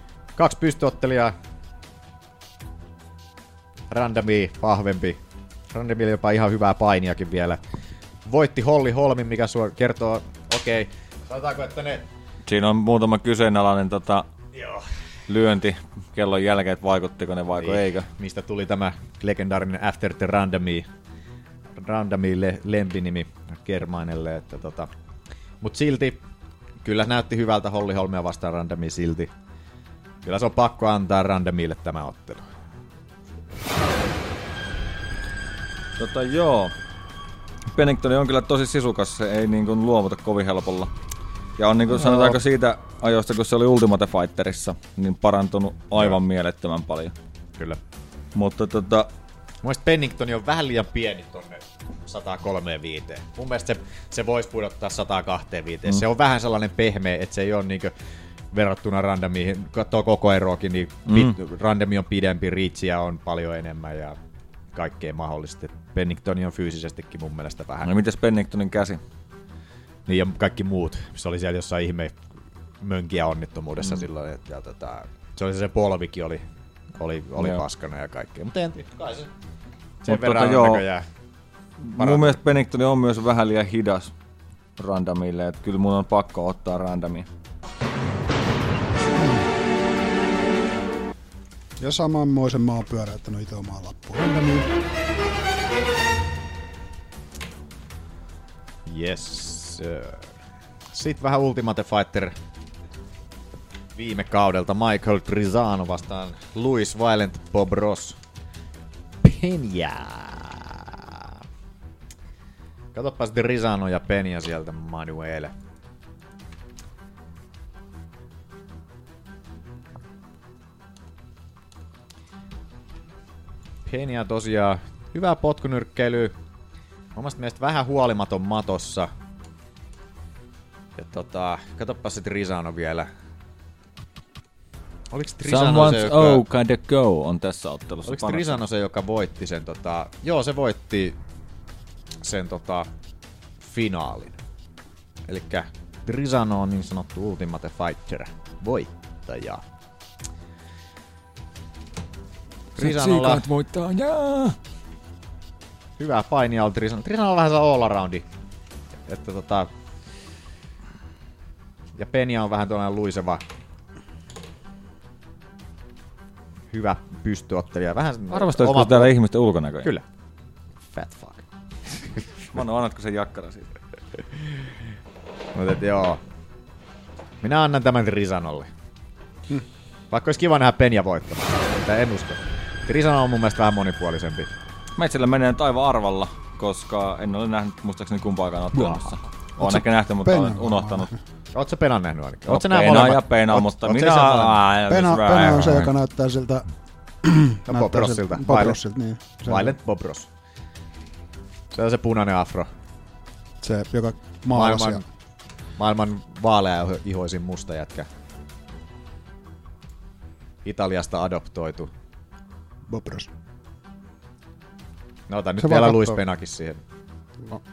Speaker 6: Kaksi pystyottelijaa. Randomia, vahvempi. Randemille jopa ihan hyvää painiakin vielä. Voitti Holly Holmin, mikä sua kertoo, okei, okay, sanotaanko, että ne...
Speaker 11: Siinä on muutama kyseenalainen tota, lyönti kellon jälkeen, että vaikuttiko ne vaiko
Speaker 6: niin.
Speaker 11: eikö.
Speaker 6: Mistä tuli tämä legendaarinen After the Randomie, Randomie le- lempinimi Germainelle. Että tota. Mut silti, kyllä näytti hyvältä Holly Holmia vastaan Randomie silti. Kyllä se on pakko antaa Randomielle tämä ottelu.
Speaker 11: Tota joo. Pennington on kyllä tosi sisukas, se ei niin kuin luovuta kovin helpolla. Ja on niin kuin sanotaanko siitä ajoista, kun se oli Ultimate Fighterissa, niin parantunut aivan mielettömän paljon.
Speaker 6: Kyllä.
Speaker 11: Mutta tota...
Speaker 6: Mun mielestä Pennington on vähän liian pieni tonne sata kolmekymmentäviisi. Mun mielestä se, se voisi pudottaa sata kaksikymmentäviisi. Mm. Se on vähän sellainen pehmeä, että se ei ole niinkö verrattuna Randomiin. Katsoo koko eroakin, niin mm. Randomi on pidempi, reachia on paljon enemmän ja kaikkea mahdollista. Pennington on fyysisestikin mun mielestä vähän.
Speaker 11: No mites Penningtonin käsi?
Speaker 6: Niin ja kaikki muut. Se oli siellä jossain ihme mönkiä onnittomuudessa mm. silloin. Et, ja tota, se oli se, se polvikin oli, oli, oli paskana ja kaikkea. Mutta en tiedä, kai se sen
Speaker 11: Mut
Speaker 6: verran
Speaker 11: tota,
Speaker 6: on näköjään parantunut.
Speaker 11: Mun mielestä Pennington on myös vähän liian hidas Randomille. Että kyllä mun on pakko ottaa Randomia.
Speaker 5: Ja samanmoisen maan pyöräyttänyt itse omaan lappuun. Randomiin.
Speaker 6: Yes, sir. Sitten vähän Ultimate Fighter viime kaudelta. Michael Trizano vastaan Luis Violent Bob Ross. Peña. Katoppa sitten Trizano ja Peña sieltä, Manuel. Peña tosiaan hyvää potkunyrkkeilyä. Omasta mielestä vähän huolimaton matossa. Ja tota, katoppa se Trizano vielä. Oliks Trizano se, joka...
Speaker 11: oh kinda go on tässä ottelussa.
Speaker 6: Oliks Trizano se, joka voitti sen tota... Joo, se voitti sen tota finaalin. Elikkä Trizano on niin sanottu Ultimate Fighter voittaja.
Speaker 4: Trizanolla... voittaa, jaa!
Speaker 6: Hyvää painia on Trizano. Trizano on vähän all aroundi. Että tota... Ja Peña on vähän tuollainen luiseva. Hyvä pystyottelija. Vähän
Speaker 11: arvostatko oma... täällä ihmisten ulkonäköjä?
Speaker 6: Kyllä. Fat fuck.
Speaker 11: Manu, annatko sen jakkara siitä?
Speaker 6: Mutta joo. Minä annan tämän Trizanolle. Hmm. Vaikka olisi kiva nähdä Peña voittamaan. Mutta en usko. Trizano on mun mielestä vähän monipuolisempi.
Speaker 11: Meitsellä menee nyt aivan arvalla, koska en ole nähnyt muistaakseni kumpaakaan ottelussa. Olen ehkä nähty, mutta olen unohtanut.
Speaker 6: Oot sä Penan nähnyt ainakin?
Speaker 11: Oot sä nää molemmat? Pena ja Pena, mutta
Speaker 5: oot
Speaker 11: minä...
Speaker 5: Pena, Pena on se, joka näyttää siltä...
Speaker 6: No, Bob Rossilta.
Speaker 5: Bob Rossilta, niin.
Speaker 6: Violent Bob Ross. Se on se punainen afro.
Speaker 5: Se, joka maalasi.
Speaker 6: Maailman, maailman vaalea ihoisin musta jätkä. Italiasta adoptoitu.
Speaker 5: Bob Ross.
Speaker 6: No otan nyt vielä Luis Penakin siihen. No.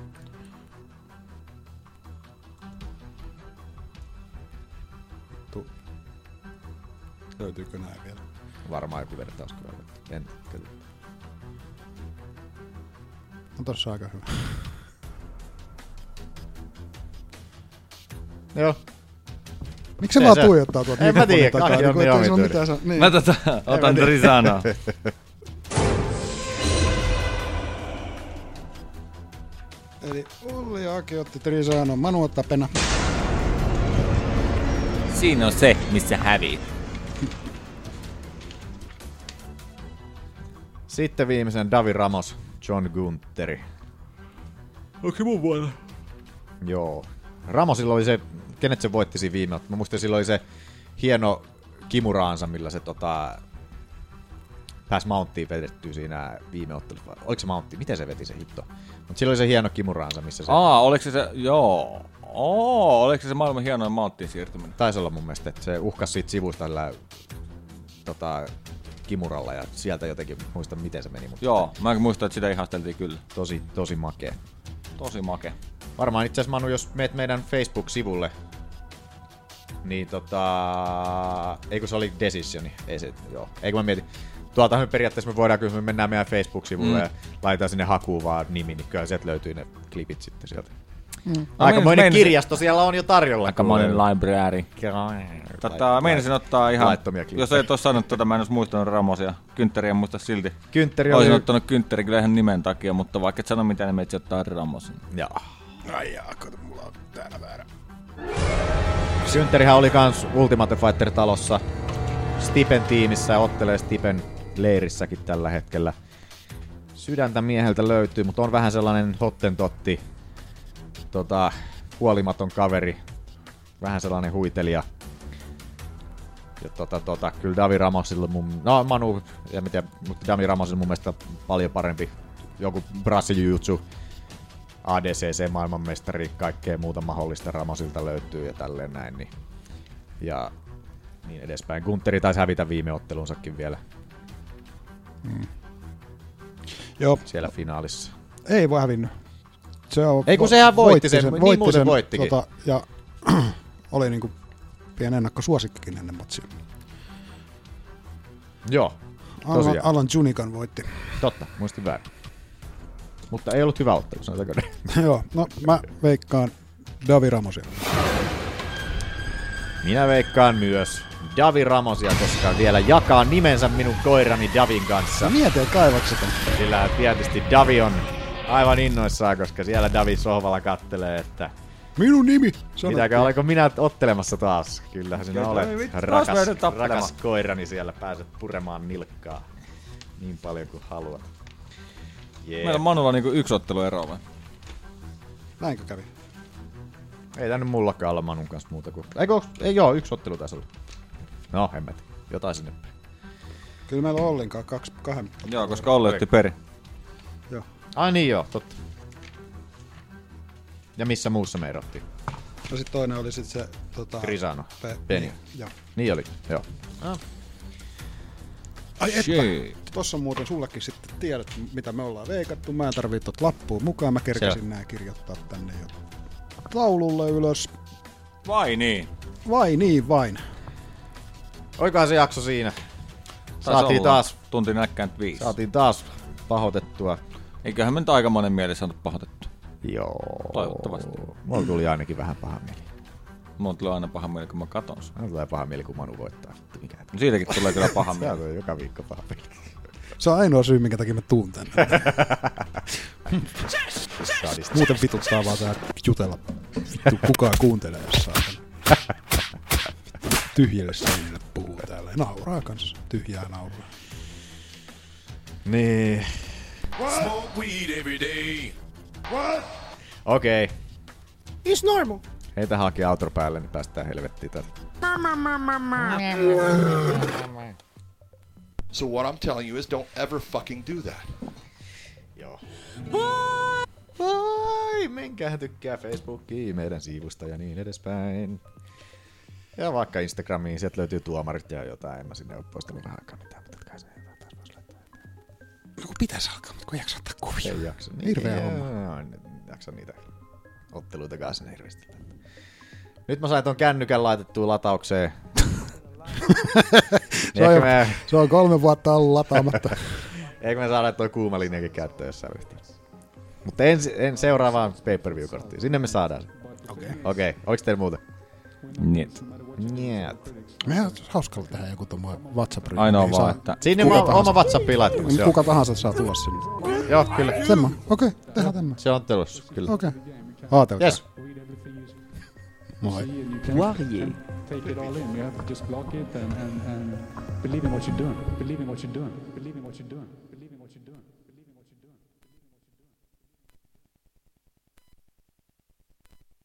Speaker 5: Löytyykö näin vielä?
Speaker 6: Varmaan joku vertauskuva. En kyllä.
Speaker 5: On tossa aika hyvä.
Speaker 6: Joo.
Speaker 5: Miksi se vaan tuijottaa tuolta
Speaker 6: en
Speaker 5: mikrofonin
Speaker 6: takaa? En mä tiedä, kaikki on niin omityri.
Speaker 5: Niin.
Speaker 11: Mä tota, otan Trizanoa.
Speaker 5: Eli Ulli ja Aki otti Trizano, Manu ottaa Pena.
Speaker 11: Siinä on se, missä hävii.
Speaker 6: Sitten viimeisen Davi Ramos, John Gunteri.
Speaker 4: Onko se mun vuonna?
Speaker 6: Joo. Ramosilla oli se, kenet se voitti siinä viime. Mä muistan, sillä oli se hieno kimuraansa, millä se tota, pääsi mounttiin vedettyä siinä viime ottelussa. Oliko se mountti? Miten se veti se hitto? Mutta sillä oli se hieno kimuraansa, missä se...
Speaker 11: Aa, oliko se se... Joo. Oo, oliko se se maailman hienoin mounttiin siirtyminen?
Speaker 6: Taisi olla mun mielestä, että se uhkasi siitä sivusta tällä tota, kimuralla ja sieltä jotenkin muista miten se meni. Mutta
Speaker 11: joo, mä muistan, että sitä ihasteltiin kyllä.
Speaker 6: Tosi, tosi makea.
Speaker 11: Tosi makea.
Speaker 6: Varmaan itse asiassa Manu, jos meet meidän Facebook-sivulle, niin tota... Eikö se oli Decisioni? Ei se, joo. Eikö mä mietin. Tuolta me periaatteessa me voidaan, kun me mennään meidän Facebook-sivulle mm. ja laitetaan sinne hakuun vaan nimi, niin kyllä sieltä löytyy ne klipit sitten sieltä. Mm. Aikamoinen no, kirjasto siellä on jo tarjolla.
Speaker 11: Aikamoinen library. Tota, meinasin ottaa ihan, jos et ole sanonut tota, mä en olisi muistanut Ramosia. Kynttäri en muista silti.
Speaker 6: Kynttäri
Speaker 11: Olisin
Speaker 6: oli...
Speaker 11: ottanut Kynttäri kyllä ihan nimen takia, mutta vaikka et sano mitään, niin meitsi ottaa Ramosin.
Speaker 6: Jaa.
Speaker 5: Ai jaa, kato, mulla on täällä väärä.
Speaker 6: Kynttärihän oli kans Ultimate Fighter-talossa Stipen tiimissä ja ottelee Stipen leirissäkin tällä hetkellä. Sydäntä mieheltä löytyy, mutta on vähän sellainen hottentotti, tota, huolimaton kaveri, vähän sellainen huitelija. Ja tota, tota, kyllä Davi Ramosilla mun, no Manu, en tiedä, mutta Davi Ramosilla mun mielestä paljon parempi. Joku Brasilijutsu, A D C C maailmanmestari, kaikkea muuta mahdollista Ramosilta löytyy ja tälleen näin. Niin. Ja niin edespäin. Guntteri taisi hävitä viime ottelunsakin vielä.
Speaker 5: Hmm. Joo.
Speaker 6: Siellä finaalissa.
Speaker 5: Ei voi hävinnyt. Se on,
Speaker 6: Ei kun sehän voitti sen, sen,
Speaker 5: voitti
Speaker 6: niin muuten
Speaker 5: sen,
Speaker 6: voittikin.
Speaker 5: Tota, ja oli niinku pieni ennakkosuosikkikin ennen matsia.
Speaker 6: Joo,
Speaker 5: Alan, Alan Junikan voitti.
Speaker 6: Totta, muistin väärin. Mutta ei ollut hyvä ottelu, sanotaanko ne.
Speaker 5: Joo, no mä veikkaan Davi Ramosia.
Speaker 6: Minä veikkaan myös Davi Ramosia, koska vielä jakaa nimensä minun koirani Davin kanssa.
Speaker 5: Mietin, kaivakset on.
Speaker 6: Sillä tietysti Davi on aivan innoissaan, koska siellä Davi sohvalla kattelee, että
Speaker 5: minun nimi!
Speaker 6: Mitäkö, olenko minä ottelemassa taas? Kyllähän sinä olet, rakas, rakas koirani, siellä pääset puremaan nilkkaa niin paljon kuin haluat. Yeah.
Speaker 11: Meillä on Manulla niinku yksi ottelu eroa vai?
Speaker 5: Näinkö kävi?
Speaker 6: Ei tänne mullakaan olla Manun kanssa muuta kuin... Eikö, ei joo, yksi ottelu taisi olla. No, en mä tiedä. Jotain sinne päin.
Speaker 5: Kyllä meillä on Ollinkaan kaksi, kahden...
Speaker 11: Joo, koska Olli otti peri.
Speaker 5: Joo.
Speaker 6: Ai niin joo, totta. Ja missä muussa me erottiin?
Speaker 5: No sit toinen oli sit se... Tota,
Speaker 6: Grisano.
Speaker 5: Pe-
Speaker 6: Penny.
Speaker 5: Niin, joo.
Speaker 6: Niin oli, joo. Ah.
Speaker 5: Ai että, tossa on muuten sullekin sitten tiedät, mitä me ollaan veikattu. Mä en tarvii tot lappuun mukaan, mä kerkäsin nää kirjoittaa tänne jo taululle ylös.
Speaker 11: Vai niin?
Speaker 5: Vai niin vain.
Speaker 6: Oikohan se jakso siinä.
Speaker 11: Taisi
Speaker 6: Saatiin
Speaker 11: olla.
Speaker 6: taas...
Speaker 11: Tunti näkkääntä viisi.
Speaker 6: Saatiin taas pahoitettua.
Speaker 11: Eiköhän me nyt aika monen mieli saanut pahoitettua.
Speaker 6: Joo.
Speaker 11: Toivottavasti.
Speaker 6: Mulla tuli ainakin vähän paha mieli.
Speaker 11: Mulla tulee aina paha mieli, kun mä katon sen.
Speaker 6: Mulla tulee paha mieli, kun Manu voittaa. Mikä?
Speaker 11: No siitäkin tulee kyllä paha mieli.
Speaker 6: Se on joka viikko paha mieli.
Speaker 5: Se on ainoa syy, minkä takia mä tuun tänne. Muuten vituttaa vaan tää jutella. Vittu, kukaan kuuntelee jossain. Tyhjille seinille puhuu täällä. Nauraa kanssa. Tyhjää nauraa.
Speaker 6: Niin.
Speaker 12: Smoke weed every day. What?
Speaker 6: Okei. Okay.
Speaker 19: It's normal.
Speaker 6: Heitä haki autor päälle, niin päästään helvettiin tästä.
Speaker 21: So what I'm telling you is don't ever fucking do that.
Speaker 6: Joo. Vai, menkää tykkää Facebookiin, meidän sivusta ja niin edespäin. Ja vaikka Instagramiin, sieltä löytyy tuomarit ja jotain, en mä sinne ole poistanut vähän aikaa mitään, mutta kai se taas voisi laittaa.
Speaker 5: Joku pitäisi alkaa, mutta kun jaksa ottaa kuvia.
Speaker 6: Ei jaksa.
Speaker 5: Hirveä homma.
Speaker 6: En jaksa niitä otteluita kanssa hirveästi. Nyt mä sain ton kännykän laitettua lataukseen.
Speaker 5: se, on jo, me... se on kolme vuotta ollut lataamatta.
Speaker 6: Eikö me saada toi kuuma linjakin käyttöön jossain yhteydessä? Mutta en, en seuraavaan pay-per-view-korttiin. Sinne me saadaan.
Speaker 5: Okei.
Speaker 6: Okay. Okei, okay. Oliko teillä muuta?
Speaker 11: Niet.
Speaker 6: Niet.
Speaker 5: Mehän on hauskalla tehdä joku tommoinen WhatsApp-ryhmä.
Speaker 11: Ainoa
Speaker 5: niin
Speaker 11: vaan,
Speaker 5: saa,
Speaker 11: että...
Speaker 6: Sinne mä oma WhatsAppiin laittamassa.
Speaker 5: Kuka tahansa saa tulla sinne.
Speaker 6: Joo, kyllä.
Speaker 5: Semmo. Okei, okay, tehdään tämä.
Speaker 6: Se on telossa, kyllä.
Speaker 5: Okei. Okay. Aatelkaa.
Speaker 6: Yes.
Speaker 5: Moi.
Speaker 22: Poirier. Take it all in. You have to just block it and, and, and believe in what you're doing. Believe in what you're doing. Believe in what you're doing.